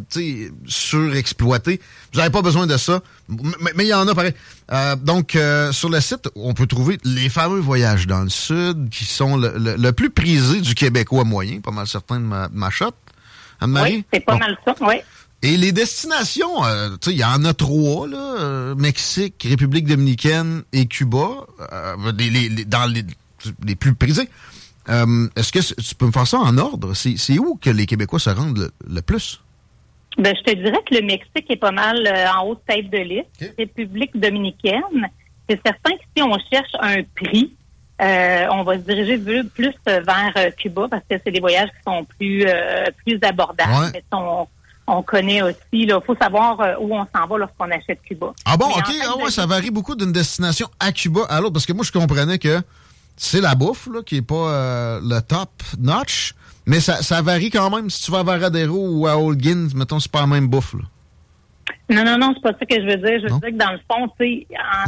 surexploité. Vous n'avez pas besoin de ça, mais il y en a pareil. Euh, donc, euh, sur le site, on peut trouver les fameux voyages dans le Sud qui sont le, le, le plus prisé du Québécois moyen, pas mal certain de ma, de ma shot. Anne-Marie? Oui, c'est pas bon. mal ça, oui. Et les destinations, euh, tu sais, il y en a trois, là, euh, Mexique, République dominicaine et Cuba, euh, les, les, les, dans les, les plus prisés. Euh, est-ce que tu peux me faire ça en ordre? C'est, c'est où que les Québécois se rendent le, le plus? Ben, je te dirais que le Mexique est pas mal euh, en haut de tête de liste. Okay. République dominicaine, c'est certain que si on cherche un prix, euh, on va se diriger plus vers euh, Cuba parce que c'est des voyages qui sont plus euh, plus abordables. Ouais. Mais on, on connaît aussi, il faut savoir euh, où on s'en va lorsqu'on achète Cuba. Ah bon, mais OK, ah ouais, de... ça varie beaucoup d'une destination à Cuba à l'autre parce que moi, je comprenais que c'est la bouffe là, qui est pas euh, le top notch. Mais ça, ça varie quand même. Si tu vas à Varadero ou à Holguin, mettons, c'est pas la même bouffe, là. Non, non, non, c'est pas ça que je veux dire. Je veux non? dire que dans le fond, tu sais,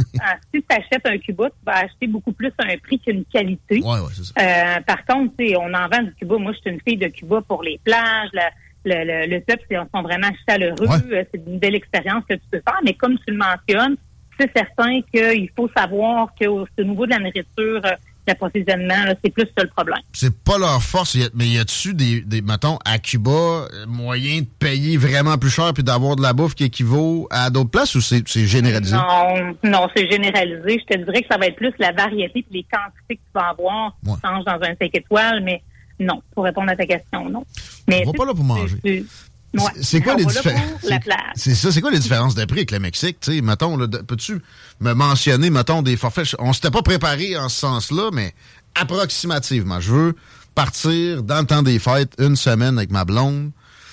si tu achètes un Cuba, tu vas acheter beaucoup plus un prix qu'une qualité. Ouais, ouais, c'est ça. Euh, par contre, tu sais, on en vend du Cuba. Moi, je suis une fille de Cuba pour les plages. La, le, le, le peuple, ils sont vraiment chaleureux. Ouais. C'est une belle expérience que tu peux faire. Mais comme tu le mentionnes, c'est certain qu'il faut savoir que au niveau de la nourriture, l'approvisionnement, là, c'est plus ça le problème. C'est pas leur force, mais y a-tu des, des, mettons, à Cuba, moyen de payer vraiment plus cher puis d'avoir de la bouffe qui équivaut à d'autres places ou c'est, c'est généralisé? Non, non, c'est généralisé. Je te dirais que ça va être plus la variété puis les quantités que tu vas avoir. Ouais. Tu changes dans un cinq étoiles, mais non, pour répondre à ta question, non. Mais on va pas là pour manger. C'est, c'est, ouais. c'est quoi les différences? C'est, c'est ça, c'est quoi les différences de prix avec le Mexique? Tu sais, mettons, là, peux-tu me mentionner, mettons, des forfaits? On s'était pas préparé en ce sens-là, mais approximativement. Je veux partir dans le temps des fêtes, une semaine avec ma blonde,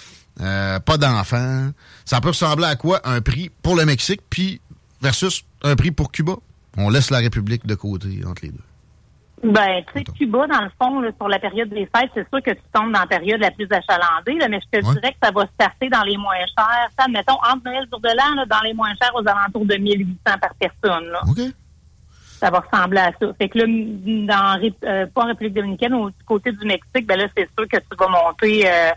euh, pas d'enfants. Ça peut ressembler à quoi? Un prix pour le Mexique, puis versus un prix pour Cuba. On laisse la République de côté entre les deux. Ben, tu sais, Cuba, dans le fond, là, pour la période des fêtes, c'est sûr que tu tombes dans la période la plus achalandée, là, mais je te ouais. dirais que ça va starter dans les moins chers. Ça, admettons, entre Noël et jour de l'an, là, dans les moins chers, aux alentours de mille huit cents par personne. Là. OK. Ça va ressembler à ça. Fait que là, dans, euh, pas en République dominicaine, au côté du Mexique, ben là, c'est sûr que tu vas monter euh,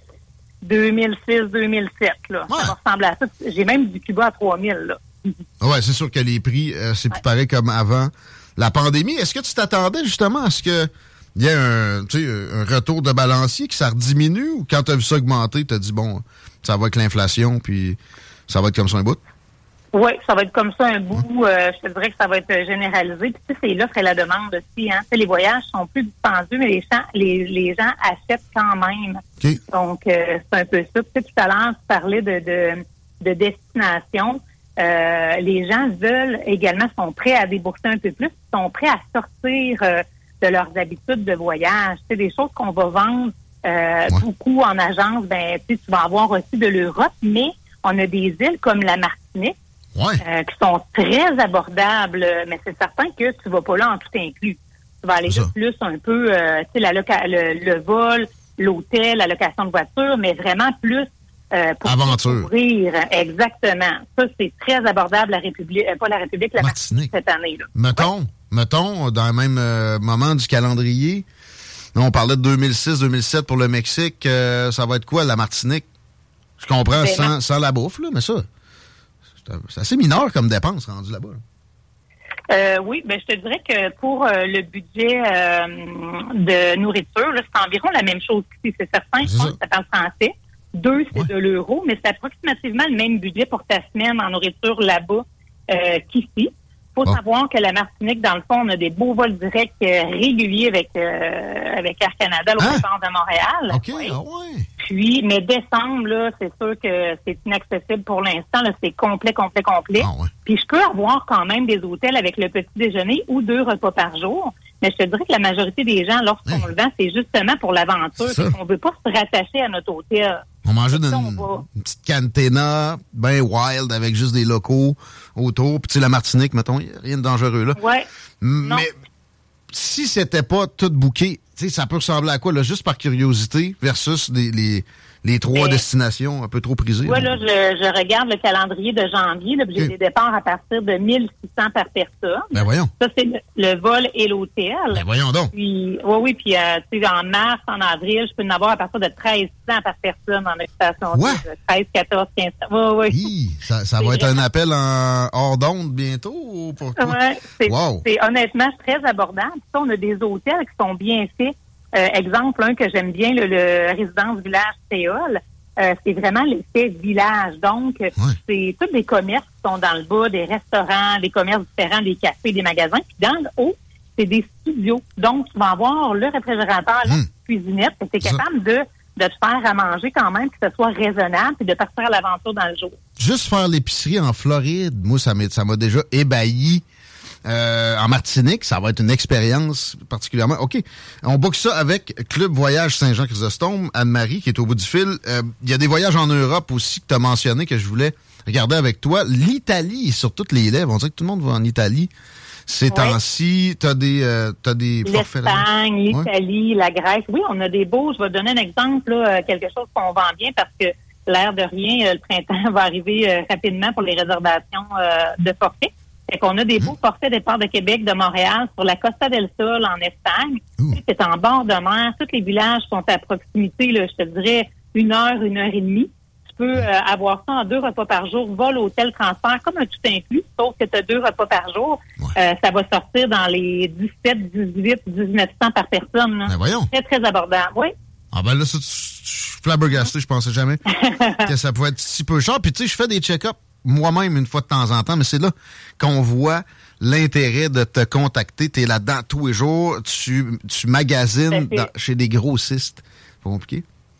deux mille six, deux mille sept, là. Ouais. Ça va ressembler à ça. J'ai même du Cuba à trois mille, là. Ouais, c'est sûr que les prix, euh, c'est plus ouais. pareil comme avant la pandémie. Est-ce que tu t'attendais justement à ce qu'il y ait un, tu sais, un retour de balancier, que ça rediminue, ou quand tu as vu ça augmenter, tu as dit, bon, ça va avec l'inflation, puis ça va être comme ça un bout? Oui, ça va être comme ça un bout. Euh, je te dirais que ça va être généralisé. Puis tu sais, c'est l'offre et la demande aussi. Hein. Tu sais, les voyages sont plus dispendieux, mais les gens, les, les gens achètent quand même. Okay. Donc, euh, c'est un peu ça. Tu sais, tout à l'heure, tu parlais de, de, de destination. Euh, les gens veulent également, sont prêts à débourser un peu plus, sont prêts à sortir euh, de leurs habitudes de voyage. C'est des choses qu'on va vendre euh, ouais. beaucoup en agence. Ben, tu vas avoir aussi de l'Europe, mais on a des îles comme la Martinique ouais. euh, qui sont très abordables, mais c'est certain que tu vas pas là en tout inclus. Tu vas aller juste plus un peu, euh, tu sais, la loca- le, le vol, l'hôtel, la location de voiture, mais vraiment plus Euh, pour aventure. Découvrir. Exactement. Ça, c'est très abordable, la République, euh, pas la République, la Martinique, cette année. Là. Mettons, ouais. mettons, dans le même euh, moment du calendrier, là, on parlait de deux mille six, deux mille sept pour le Mexique, euh, ça va être quoi, la Martinique? Je comprends, sans, sans la bouffe, là, mais ça, c'est assez mineur comme dépense rendu là-bas. Là. Euh, oui, ben je te dirais que pour euh, le budget euh, de nourriture, là, c'est environ la même chose qu'ici. C'est certain, je pense que ça parle français. Deux, c'est ouais. de l'euro, mais c'est approximativement le même budget pour ta semaine en nourriture là-bas euh, qu'ici. Il faut oh. savoir que la Martinique, dans le fond, on a des beaux vols directs euh, réguliers avec euh, avec Air Canada au hein? port de Montréal. OK, oui. ah ouais. Puis, mais décembre, là, c'est sûr que c'est inaccessible pour l'instant. Là, c'est complet, complet, complet. Ah ouais. Puis, je peux avoir quand même des hôtels avec le petit déjeuner ou deux repas par jour. Mais je te dirais que la majorité des gens, lorsqu'on hey. le vend, c'est justement pour l'aventure. On ne veut pas se rattacher à notre hôtel. On mangeait une, une petite cantina bien wild avec juste des locaux autour. Puis tu sais, la Martinique, mettons, il n'y a rien de dangereux là. Ouais. Mais non. si c'était pas tout booké sais, ça peut ressembler à quoi, là, juste par curiosité, versus les, les, les trois Mais, destinations un peu trop prisées? Ouais, là, je, je regarde le calendrier de janvier. Là, j'ai okay. des départs à partir de mille six cents par personne. Ben voyons. Ça, c'est le, le vol et l'hôtel. Ben voyons donc. Puis, oui, oui, puis euh, tu sais, en mars, en avril, je peux en avoir à partir de treize cents par personne en occupation. Ouais. treize, quatorze, quinze cents. Oui, oui. Hi, ça ça va être vraiment... un appel en hors d'onde bientôt pour toi? Ouais, c'est, wow. c'est honnêtement très abordable. Puis, on a des hôtels qui sont bien faits. Euh, exemple, un que j'aime bien, le, le Résidence Village Théol. Euh, c'est vraiment l'effet village. Donc, ouais. c'est tous des commerces qui sont dans le bas, des restaurants, des commerces différents, des cafés, des magasins. Puis dans le haut, c'est des studios. Donc, tu vas avoir le réfrigérateur, mmh. la cuisinette. Tu es capable de, de te faire à manger quand même, que ce soit raisonnable, puis de partir à l'aventure dans le jour. Juste faire l'épicerie en Floride, moi, ça m'a, ça m'a déjà ébahi. Euh, en Martinique, ça va être une expérience particulièrement. OK, on book ça avec Club Voyage Saint-Jean-Chrysostome. Anne-Marie, qui est au bout du fil. Il euh, y a des voyages en Europe aussi que tu as mentionné, que je voulais regarder avec toi. L'Italie, sur toutes les lèvres. On dirait que tout le monde va en Italie. Ces ouais. temps-ci, tu as des, euh, t'as des forfaits. L'Espagne, l'Italie, ouais. la Grèce. Oui, on a des beaux. Je vais donner un exemple, là, quelque chose qu'on vend bien parce que l'air de rien, le printemps va arriver euh, rapidement pour les réservations euh, de forfaits. Fait qu'on a des beaux forfaits départ de Québec, de Montréal, sur la Costa del Sol, en Espagne. Mmh. C'est en bord de mer. Tous les villages sont à proximité, là, je te dirais, une heure, une heure et demie. Tu peux euh, avoir ça en deux repas par jour, vol, hôtel, transfert, comme un tout inclus, sauf que tu as deux repas par jour. Ouais. Euh, ça va sortir dans les dix-sept, dix-huit, dix-neuf cents par personne. Là. Ben voyons. Très, très abordable, oui. Ah ben là, ça, je suis flabbergasté, je pensais jamais que ça pouvait être si peu cher. Puis tu sais, je fais des check-ups moi-même une fois de temps en temps, mais c'est là qu'on voit l'intérêt de te contacter. Tu es là-dedans tous les jours, tu, tu magasines dans, chez des grossistes. C'est pas compliqué?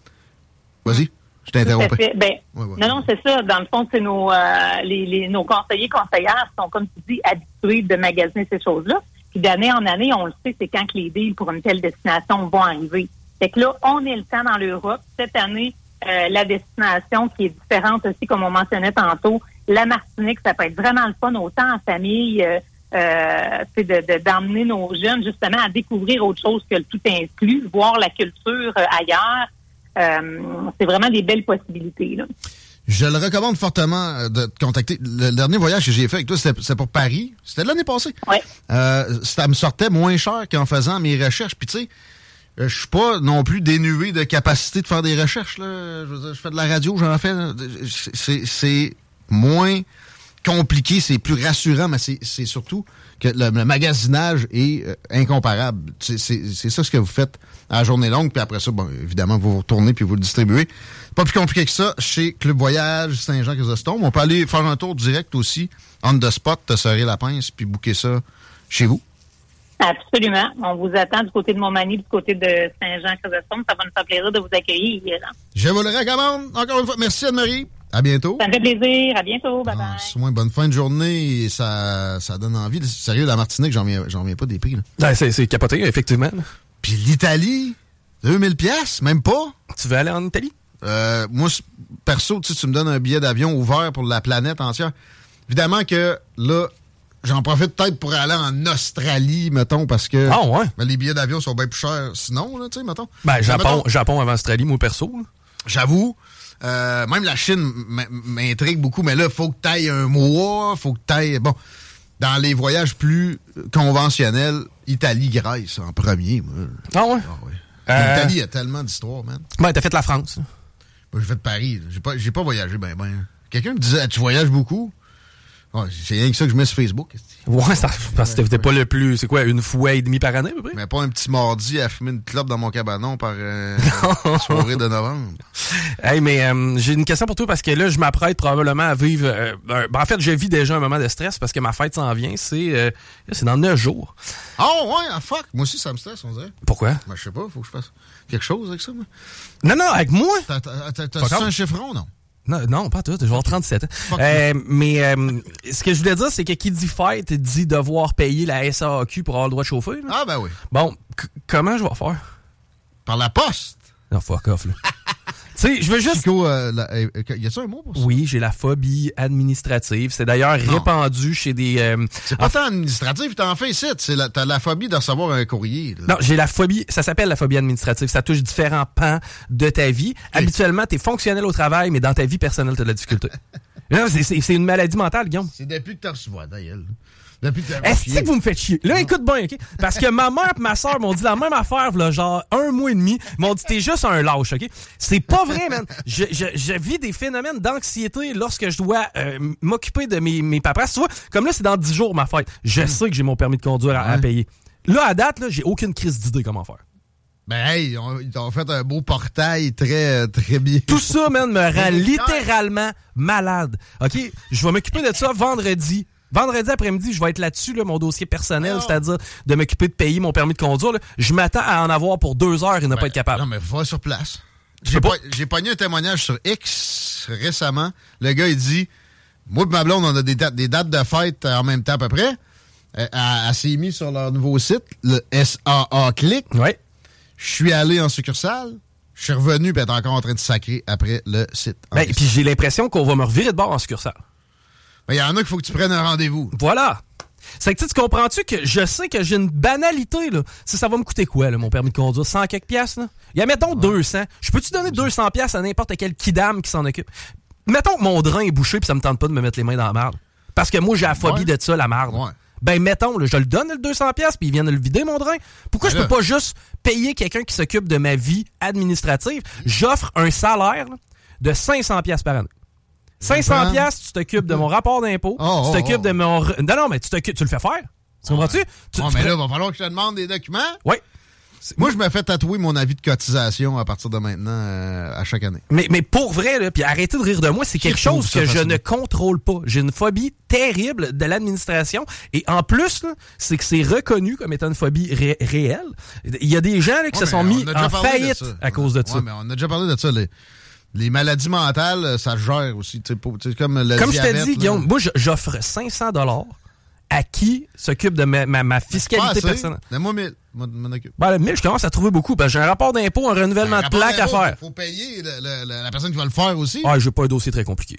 Vas-y, je t'ai interrompu. Ben, ouais, ouais. Non, non, c'est ça. Dans le fond, c'est nos, euh, les, les, nos conseillers, conseillères sont, comme tu dis, habitués de magasiner ces choses-là. Puis d'année en année, on le sait, c'est quand que les deals pour une telle destination vont arriver. Fait que là, on est le temps dans l'Europe. Cette année, euh, la destination qui est différente aussi, comme on mentionnait tantôt, la Martinique, ça peut être vraiment le fun, autant en famille, euh, euh, de, de, d'emmener nos jeunes justement à découvrir autre chose que le tout inclus, voir la culture euh, ailleurs. Euh, c'est vraiment des belles possibilités, là. Je le recommande fortement de te contacter. Le dernier voyage que j'ai fait avec toi, c'était, c'était pour Paris. C'était l'année passée. Oui. Euh, ça me sortait moins cher qu'en faisant mes recherches. Puis tu sais, je suis pas non plus dénué de capacité de faire des recherches, là. Je veux dire, je fais de la radio, j'en fais. C'est... c'est moins compliqué, c'est plus rassurant, mais c'est, c'est surtout que le, le magasinage est euh, incomparable. C'est, c'est, c'est ça ce que vous faites à la journée longue, puis après ça, bon, évidemment, vous vous retournez puis vous le distribuez. Pas plus compliqué que ça chez Club Voyage Saint-Jean-Chrysostome. On peut aller faire un tour direct aussi, on the spot, te serrer la pince, puis booker ça chez vous. Absolument. On vous attend du côté de Montmagny, du côté de Saint-Jean-Chrysostome. Ça va nous faire plaisir de vous accueillir. Hein? Je vous le recommande. Encore une fois, merci Anne-Marie. À bientôt. Ça me fait plaisir. À bientôt. Bye bye. Ah, bonne fin de journée. Et ça, ça donne envie. Sérieux, la Martinique, j'en reviens, j'en reviens pas des prix. Là. Ben, c'est, c'est capoté, effectivement. Puis l'Italie, deux mille piastres, même pas. Tu veux aller en Italie? Euh, moi, perso, tu, tu me donnes un billet d'avion ouvert pour la planète entière. Évidemment que là, j'en profite peut-être pour aller en Australie, mettons, parce que ah, ouais. ben, les billets d'avion sont bien plus chers sinon, là, tu sais, mettons. Ben, Japon, mettons, Japon avant Australie, moi, perso. Là. J'avoue. Euh, même la Chine m'intrigue beaucoup, mais là, il faut que tu ailles un mois, faut que tu ailles... Bon, dans les voyages plus conventionnels, Italie, Grèce en premier. Moi. Ah ouais? Ah ouais. Euh... L'Italie a tellement d'histoires, man. Ben, t'as fait la France. Ben, j'ai fait Paris. J'ai pas, j'ai pas voyagé, ben, ben. Quelqu'un me disait, tu voyages beaucoup? Ouais, c'est rien que ça que je mets sur Facebook. Ouais, ça, parce que t'es pas le plus... C'est quoi, une fois et demie par année, à peu près? Mais pas un petit mardi à fumer une clope dans mon cabanon par euh, soirée de novembre. Hey, mais euh, j'ai une question pour toi, parce que là, je m'apprête probablement à vivre... Euh, ben, en fait, je vis déjà un moment de stress, parce que ma fête s'en vient. C'est euh, c'est dans neuf jours. Oh, ouais, ah, fuck. Moi aussi, ça me stresse, on dirait. Pourquoi? Ben, je sais pas, faut que je fasse quelque chose avec ça, moi. Non, non, avec moi? T'as, t'as, t'as, t'as un chiffron, non? Non, non, pas tout. Je vais avoir trente-sept ans. Euh, mais euh, ce que je voulais dire, c'est que qui dit fête dit devoir payer la S A A Q pour avoir le droit de chauffer. Là. Ah, ben oui. Bon, c- comment je vais faire? Par la poste? Non, fuck off, là. Tu sais, je veux juste... Psycho, euh, la, euh, y a-t-il un mot pour ça? Oui, j'ai la phobie administrative. C'est d'ailleurs non. répandu chez des... Euh, c'est pas en... tant administratif, t'en fais ici. C'est la, t'as la phobie de recevoir un courrier. Là. Non, j'ai la phobie... Ça s'appelle la phobie administrative. Ça touche différents pans de ta vie. Okay. Habituellement, t'es fonctionnel au travail, mais dans ta vie personnelle, t'as de la difficulté. Non, c'est, c'est, c'est une maladie mentale, Guillaume. C'est depuis que t'as reçu voir, d'ailleurs. Est-ce que vous me faites chier? Là, écoute bien, OK? Parce que ma mère et ma soeur m'ont dit la même affaire, là, genre un mois et demi. Ils m'ont dit, t'es juste un lâche, OK? C'est pas vrai, man. Je, je, je vis des phénomènes d'anxiété lorsque je dois euh, m'occuper de mes, mes paperasses. Tu vois, comme là, c'est dans dix jours, ma fête. Je mmh. sais que j'ai mon permis de conduire à, ouais. à payer. Là, à date, là, j'ai aucune crise d'idée comment faire. Ben, hey, ils ont, ils ont fait un beau portail très, très bien. Tout ça, man, me rend littéralement malade. OK? Je vais m'occuper de ça vendredi. Vendredi après-midi, je vais être là-dessus, là, mon dossier personnel, oh. c'est-à-dire de m'occuper de payer mon permis de conduire. Là. Je m'attends à en avoir pour deux heures et ne ben, pas être capable. Non, mais va sur place. J'ai, pas... j'ai pogné un témoignage sur X récemment. Le gars, il dit, moi et ma blonde, on a des dates, des dates de fête en même temps à peu près. Elle, elle s'est mise sur leur nouveau site, le S A A Click. Ouais. Je suis allé en succursale. Je suis revenu et elle est encore en train de sacrer après le site. Ben, puis j'ai l'impression qu'on va me revirer de bord en succursale. Il ben, y en a qu'il faut que tu prennes un rendez-vous. Voilà. C'est que tu comprends-tu que je sais que j'ai une banalité, là. Si ça va me coûter quoi, là, mon permis de conduire? cent quelques piastres, là? Il y a, mettons, ouais. deux cents. Je peux-tu donner deux cents piastres à n'importe quel kidam qui s'en occupe? Mettons que mon drain est bouché puis ça me tente pas de me mettre les mains dans la marde. Parce que moi, j'ai la phobie ouais. de ça, la marde. Ouais. Ben, mettons, là, je le donne, le deux cents piastres puis ils viennent le vider, mon drain. Pourquoi ben je peux là. pas juste payer quelqu'un qui s'occupe de ma vie administrative? J'offre un salaire là, de cinq cents piastres par année. cinq cents piastres, tu t'occupes de mon rapport d'impôt, oh, oh, tu t'occupes oh. de mon... Non, non, mais tu, tu le fais faire. Tu comprends-tu? Tu, non, tu mais prends... là, il va falloir que je te demande des documents. Oui. Moi, je me fais tatouer mon avis de cotisation à partir de maintenant, euh, à chaque année. Mais, mais pour vrai, là, puis arrêtez de rire de moi, c'est quelque chose que je ne contrôle pas. J'ai une phobie terrible de l'administration. Et en plus, là, c'est que c'est reconnu comme étant une phobie ré- réelle. Il y a des gens là, qui ouais, se sont mis en faillite à cause de ça. Oui, mais on a déjà parlé de ça, les... Les maladies mentales, ça se gère aussi. T'sais, t'sais, comme le comme diabète, je t'ai dit, là. Guillaume, moi, j'offre cinq cents dollars à qui s'occupe de ma, ma, ma fiscalité personnelle. Donne-moi mille. M'en occupe. Ben, le mille, je commence à trouver beaucoup. Parce que j'ai un rapport d'impôt, un renouvellement ben, de plaque à faire. Il faut payer le, le, le, la personne qui va le faire aussi. Ah, j'ai pas un dossier très compliqué.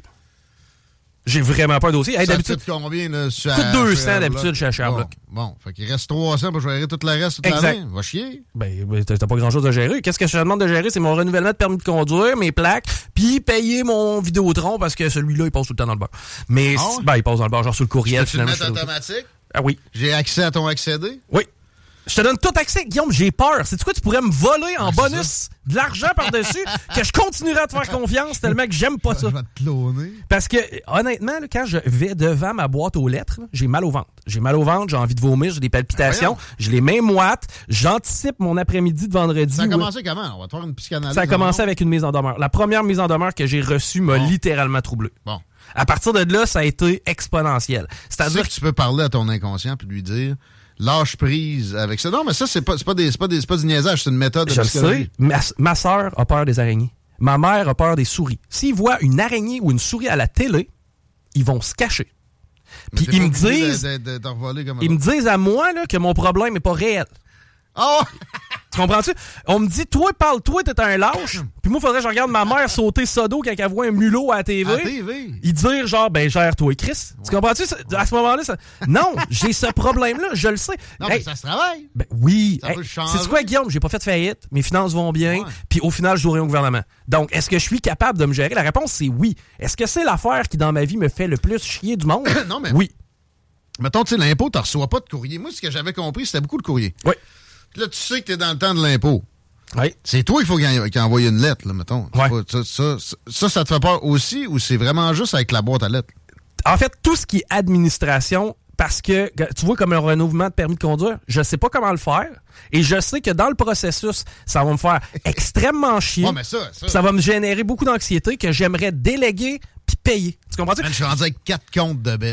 J'ai vraiment pas un dossier. Hey, ça d'habitude, coûte combien, là? Ça coûte deux cents d'habitude chez H R Block. Bon, bon, fait qu'il reste trois cents pour gérer tout le reste toute l'année. Va chier. Ben, ben t'as, t'as pas grand-chose à gérer. Qu'est-ce que je te demande de gérer? C'est mon renouvellement de permis de conduire, mes plaques, puis payer mon Vidéotron parce que celui-là, il passe tout le temps dans le bar. Mais, ah ouais? Ben, il passe dans le bar, genre sur le courriel. Tu peux le mettre automatique? Ah oui. J'ai accès à ton accédé? Oui. Je te donne tout accès. Guillaume, j'ai peur. C'est-tu quoi? Tu pourrais me voler en ah, bonus de l'argent par-dessus que je continuerai à te faire confiance tellement que j'aime pas ça. Je vais te cloner. Parce que, honnêtement, là, quand je vais devant ma boîte aux lettres, là, j'ai mal au ventre. J'ai mal au ventre, j'ai envie de vomir, j'ai des palpitations, ah, j'ai les mains moites, j'anticipe mon après-midi de vendredi. Ça a commencé comment? On va te faire une psychanalyse. Ça a commencé avec une mise en demeure. La première mise en demeure que j'ai reçue m'a bon. littéralement troublé. Bon. À partir de là, ça a été exponentiel. C'est-à-dire que tu peux parler à ton inconscient puis lui dire... Lâche prise avec ça. Non, mais ça, c'est pas, c'est pas, des, c'est pas, des, c'est pas du niaisage, c'est une méthode de Je psychologie. Sais, ma, ma soeur a peur des araignées. Ma mère a peur des souris. S'ils voient une araignée ou une souris à la télé, ils vont se cacher. Puis ils me disent... De, de, de, de comme ils me disent à moi là, que mon problème n'est pas réel. Oh! Tu comprends-tu? On me dit, toi, parle-toi, t'es un lâche. Puis moi, faudrait que je regarde ma mère sauter sodo quand elle voit un mulot à la T V. À la T V? Il dire, genre, ben, gère-toi, Chris. Ouais. Tu comprends-tu? À ce moment-là, ça... non, j'ai ce problème-là, je le sais. Non, hey, mais ça se travaille. Ben oui. Ça hey, peut changer. C'est quoi, Guillaume? J'ai pas fait de faillite. Mes finances vont bien. Ouais. Puis au final, je joue rien au gouvernement. Donc, est-ce que je suis capable de me gérer? La réponse, c'est oui. Est-ce que c'est l'affaire qui, dans ma vie, me fait le plus chier du monde? Non, mais. Oui. Mettons, tu sais, l'impôt, tu reçois pas de courrier. Moi, ce que j'avais compris, c'était beaucoup de courrier. Oui. Là, tu sais que t'es dans le temps de l'impôt. Oui. C'est toi qu'il faut qu'il envoie une lettre, là, mettons. Ouais. Pas, ça, ça, ça, ça te fait peur aussi ou c'est vraiment juste avec la boîte à lettres? En fait, tout ce qui est administration, parce que, tu vois, comme un renouvellement de permis de conduire, je sais pas comment le faire et je sais que dans le processus, ça va me faire extrêmement chier. Ouais, mais ça, ça... ça va me générer beaucoup d'anxiété que j'aimerais déléguer puis payer. Tu comprends-tu? Je suis rendu avec quatre comptes de belles.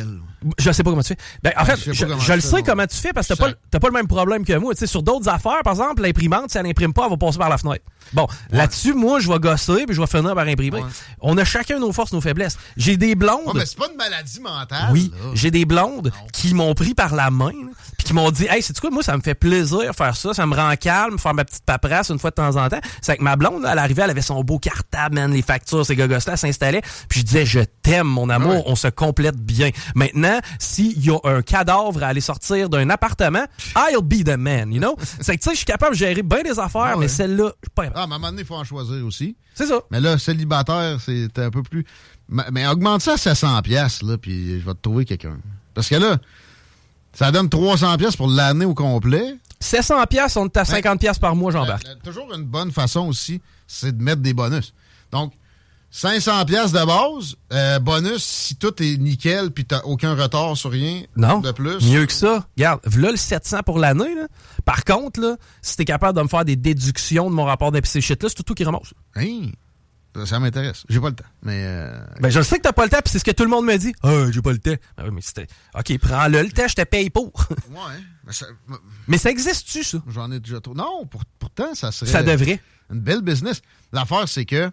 Je sais pas comment tu fais. Ben, en Ouais, fait, je sais je, pas comment je tu le fais, sais moi. comment tu fais parce que t'as pas, t'as pas le même problème que moi. Tu sais, sur d'autres affaires, par exemple, l'imprimante, si elle n'imprime pas, elle va passer par la fenêtre. Bon, ouais. Là-dessus, moi, je vais gosser puis je vais finir par imprimer. Ouais. On a chacun nos forces, nos faiblesses. J'ai des blondes. Oh, mais c'est pas une maladie mentale. Oui, là. J'ai des blondes non. qui m'ont pris par la main puis qui m'ont dit, hey, c'est quoi, moi, ça me fait plaisir faire ça, ça me rend calme, faire ma petite paperasse une fois de temps en temps. C'est que ma blonde, là, elle arrivait, elle avait son beau cartable, man, les factures, ces gogos-là, elle s'installait. Puis je disais, je t'aime, mon amour, ouais. on se complète bien. Maintenant, s'il y a un cadavre à aller sortir d'un appartement, I'll be the man, you know? C'est que, tu sais, je suis capable de gérer bien des affaires, ah ouais. mais celle-là, je suis pas Ah, mais à un moment donné, il faut en choisir aussi. C'est ça. Mais là, célibataire, c'est un peu plus... Mais, mais augmente ça à sept cents piastres, là, puis je vais te trouver quelqu'un. Parce que là, ça donne trois cents piastres pour l'année au complet. sept cents piastres, on est à cinquante piastres par mois, j'embarque. Ben, toujours une bonne façon aussi, c'est de mettre des bonus. Donc, cinq cents piastres de base, euh, bonus si tout est nickel puis t'as aucun retard sur rien non, de plus. Mieux que ça. Regarde, voilà le sept cents pour l'année. Là. Par contre, là, si t'es capable de me faire des déductions de mon rapport d'épicé shit là, c'est tout, tout qui remonte. Hein? Ça, ça m'intéresse. J'ai pas le temps. Mais euh... Ben, je le sais que t'as pas le temps, puis c'est ce que tout le monde me dit. Ah, j'ai pas le temps. Ben oui, mais c'était. OK, prends-le le temps, je te paye pour. Ouais. Mais ça, mais ça existe-tu, ça? J'en ai déjà trop. Non, pour, pourtant, ça serait. Ça devrait. Une belle business. L'affaire, c'est que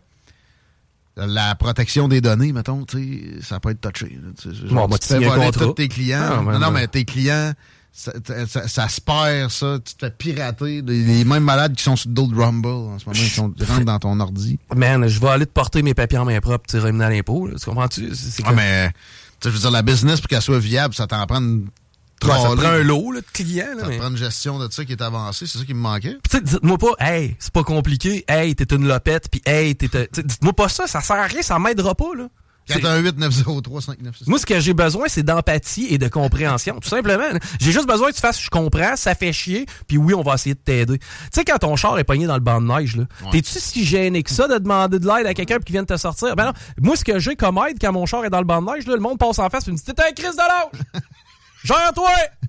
la protection des données, mettons, tu sais, ça peut être touché. Bon, moi, tu te fais voler tous tes clients. Ah, ben, non, non, mais tes clients, ça, ça, ça se perd, ça. Tu te fais pirater. Les, les mêmes malades qui sont sur le dos de Rumble, en ce moment, ils, sont, ils rentrent dans ton ordi. Man, je vais aller te porter mes papiers en main propre, tu ramener à l'impôt. Là, tu comprends-tu? C'est ah, que... mais, tu sais, je veux dire, la business, pour qu'elle soit viable, ça t'en prend une... Ouais, ça prend un lot là, de clients. Là, ça mais... te prend une gestion de ça qui est avancée. C'est ça qui me manquait. Puis dites-moi pas, hey, c'est pas compliqué. Hey, t'es une lopette. Puis hey, t'es... Dites-moi pas ça, ça sert à rien, ça m'aidera pas. là. quatre un huit neuf zéro trois cinq neuf six. Moi, ce que j'ai besoin, c'est d'empathie et de compréhension, tout simplement. J'ai juste besoin que tu fasses, je comprends, ça fait chier, puis oui, on va essayer de t'aider. Tu sais, quand ton char est pogné dans le banc de neige, là, ouais. T'es-tu si gêné que ça de demander de l'aide à quelqu'un qui vient de te sortir? Ben non, moi, ce que j'ai comme aide quand mon char est dans le banc de neige, là, le monde passe en face et me dit « T'es un Christ de l'âge! Gère-toi! »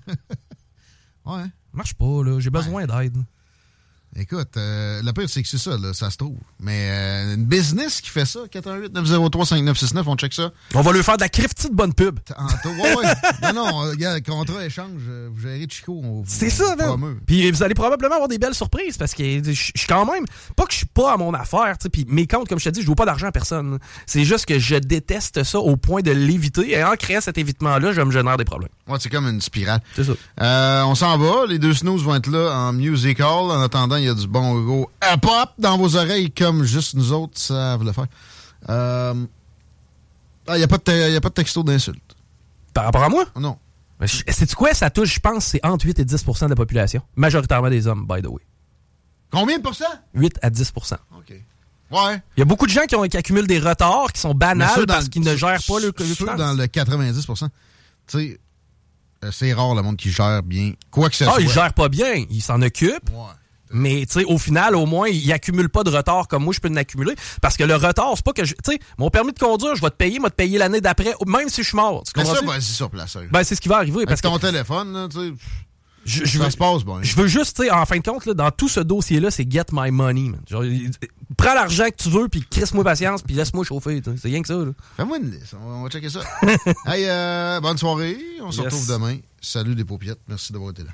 Ouais. Marche pas, là. J'ai besoin ouais. d'aide. Écoute, euh, le pire, c'est que c'est ça, là, ça se trouve. Mais euh, une business qui fait ça, quatre un huit neuf zéro trois cinq neuf six neuf, on check ça. On va lui faire de la criftie de bonne pub. Ouais, ouais. non, non, regarde, contrat, échange, vous gérez Chico. C'est ça, non? Puis vous allez probablement avoir des belles surprises parce que je suis quand même, pas que je suis pas à mon affaire, tu sais, puis mes comptes, comme je te dis, je joue pas d'argent à personne. C'est juste que je déteste ça au point de l'éviter et en créant cet évitement-là, je me génère des problèmes. Ouais, c'est comme une spirale. C'est ça. Euh, on s'en va, les deux snooze vont être là en musical. En attendant, il y a du bon gros hip-hop dans vos oreilles comme juste nous autres savent le faire. Euh... Ah, il n'y a, a pas de texto d'insulte. Par rapport à moi? Non. C'est-tu quoi, ça touche, je pense, c'est entre huit et dix pour cent de la population. Majoritairement des hommes, by the way. Combien de pourcents? huit à dix pour cent. OK. Ouais. Il y a beaucoup de gens qui, ont, qui accumulent des retards, qui sont banals parce qu'ils ne gèrent pas le ceux dans le quatre-vingt-dix pour cent. Tu sais, euh, c'est rare le monde qui gère bien. Quoi que ce ah, soit. Ah, il gère pas bien. Il s'en occupe. Ouais. Mais, tu sais, au final, au moins, il accumule pas de retard comme moi, je peux en accumuler. Parce que le retard, c'est pas que je. Tu sais, mon permis de conduire, je vais te payer, moi, te payer l'année d'après, même si je suis mort. Tu mais ça, vas-y sur place. Hein. Ben, c'est ce qui va arriver. Avec parce ton que, téléphone, là, tu sais. Je, je ça veux, se passe bien. Je veux juste, tu sais, en fin de compte, là, dans tout ce dossier-là, c'est get my money, man. Genre, prends l'argent que tu veux, puis crisse-moi patience, puis laisse-moi chauffer. T'sais. C'est rien que ça, là. Fais-moi une liste. On va, on va checker ça. Hey, euh, bonne soirée. On se yes. retrouve demain. Salut les paupiètes. Merci d'avoir été là.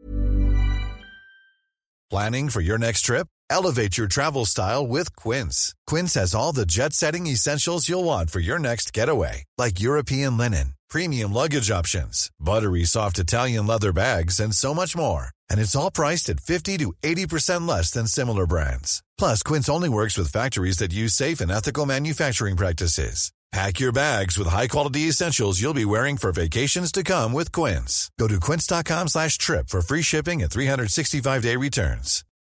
Planning for your next trip? Elevate your travel style with Quince. Quince has all the jet-setting essentials you'll want for your next getaway, like European linen, premium luggage options, buttery soft Italian leather bags, and so much more. And it's all priced at fifty to eighty percent less than similar brands. Plus, Quince only works with factories that use safe and ethical manufacturing practices. Pack your bags with high-quality essentials you'll be wearing for vacations to come with Quince. Go to quince.com slash trip for free shipping and three sixty-five day returns.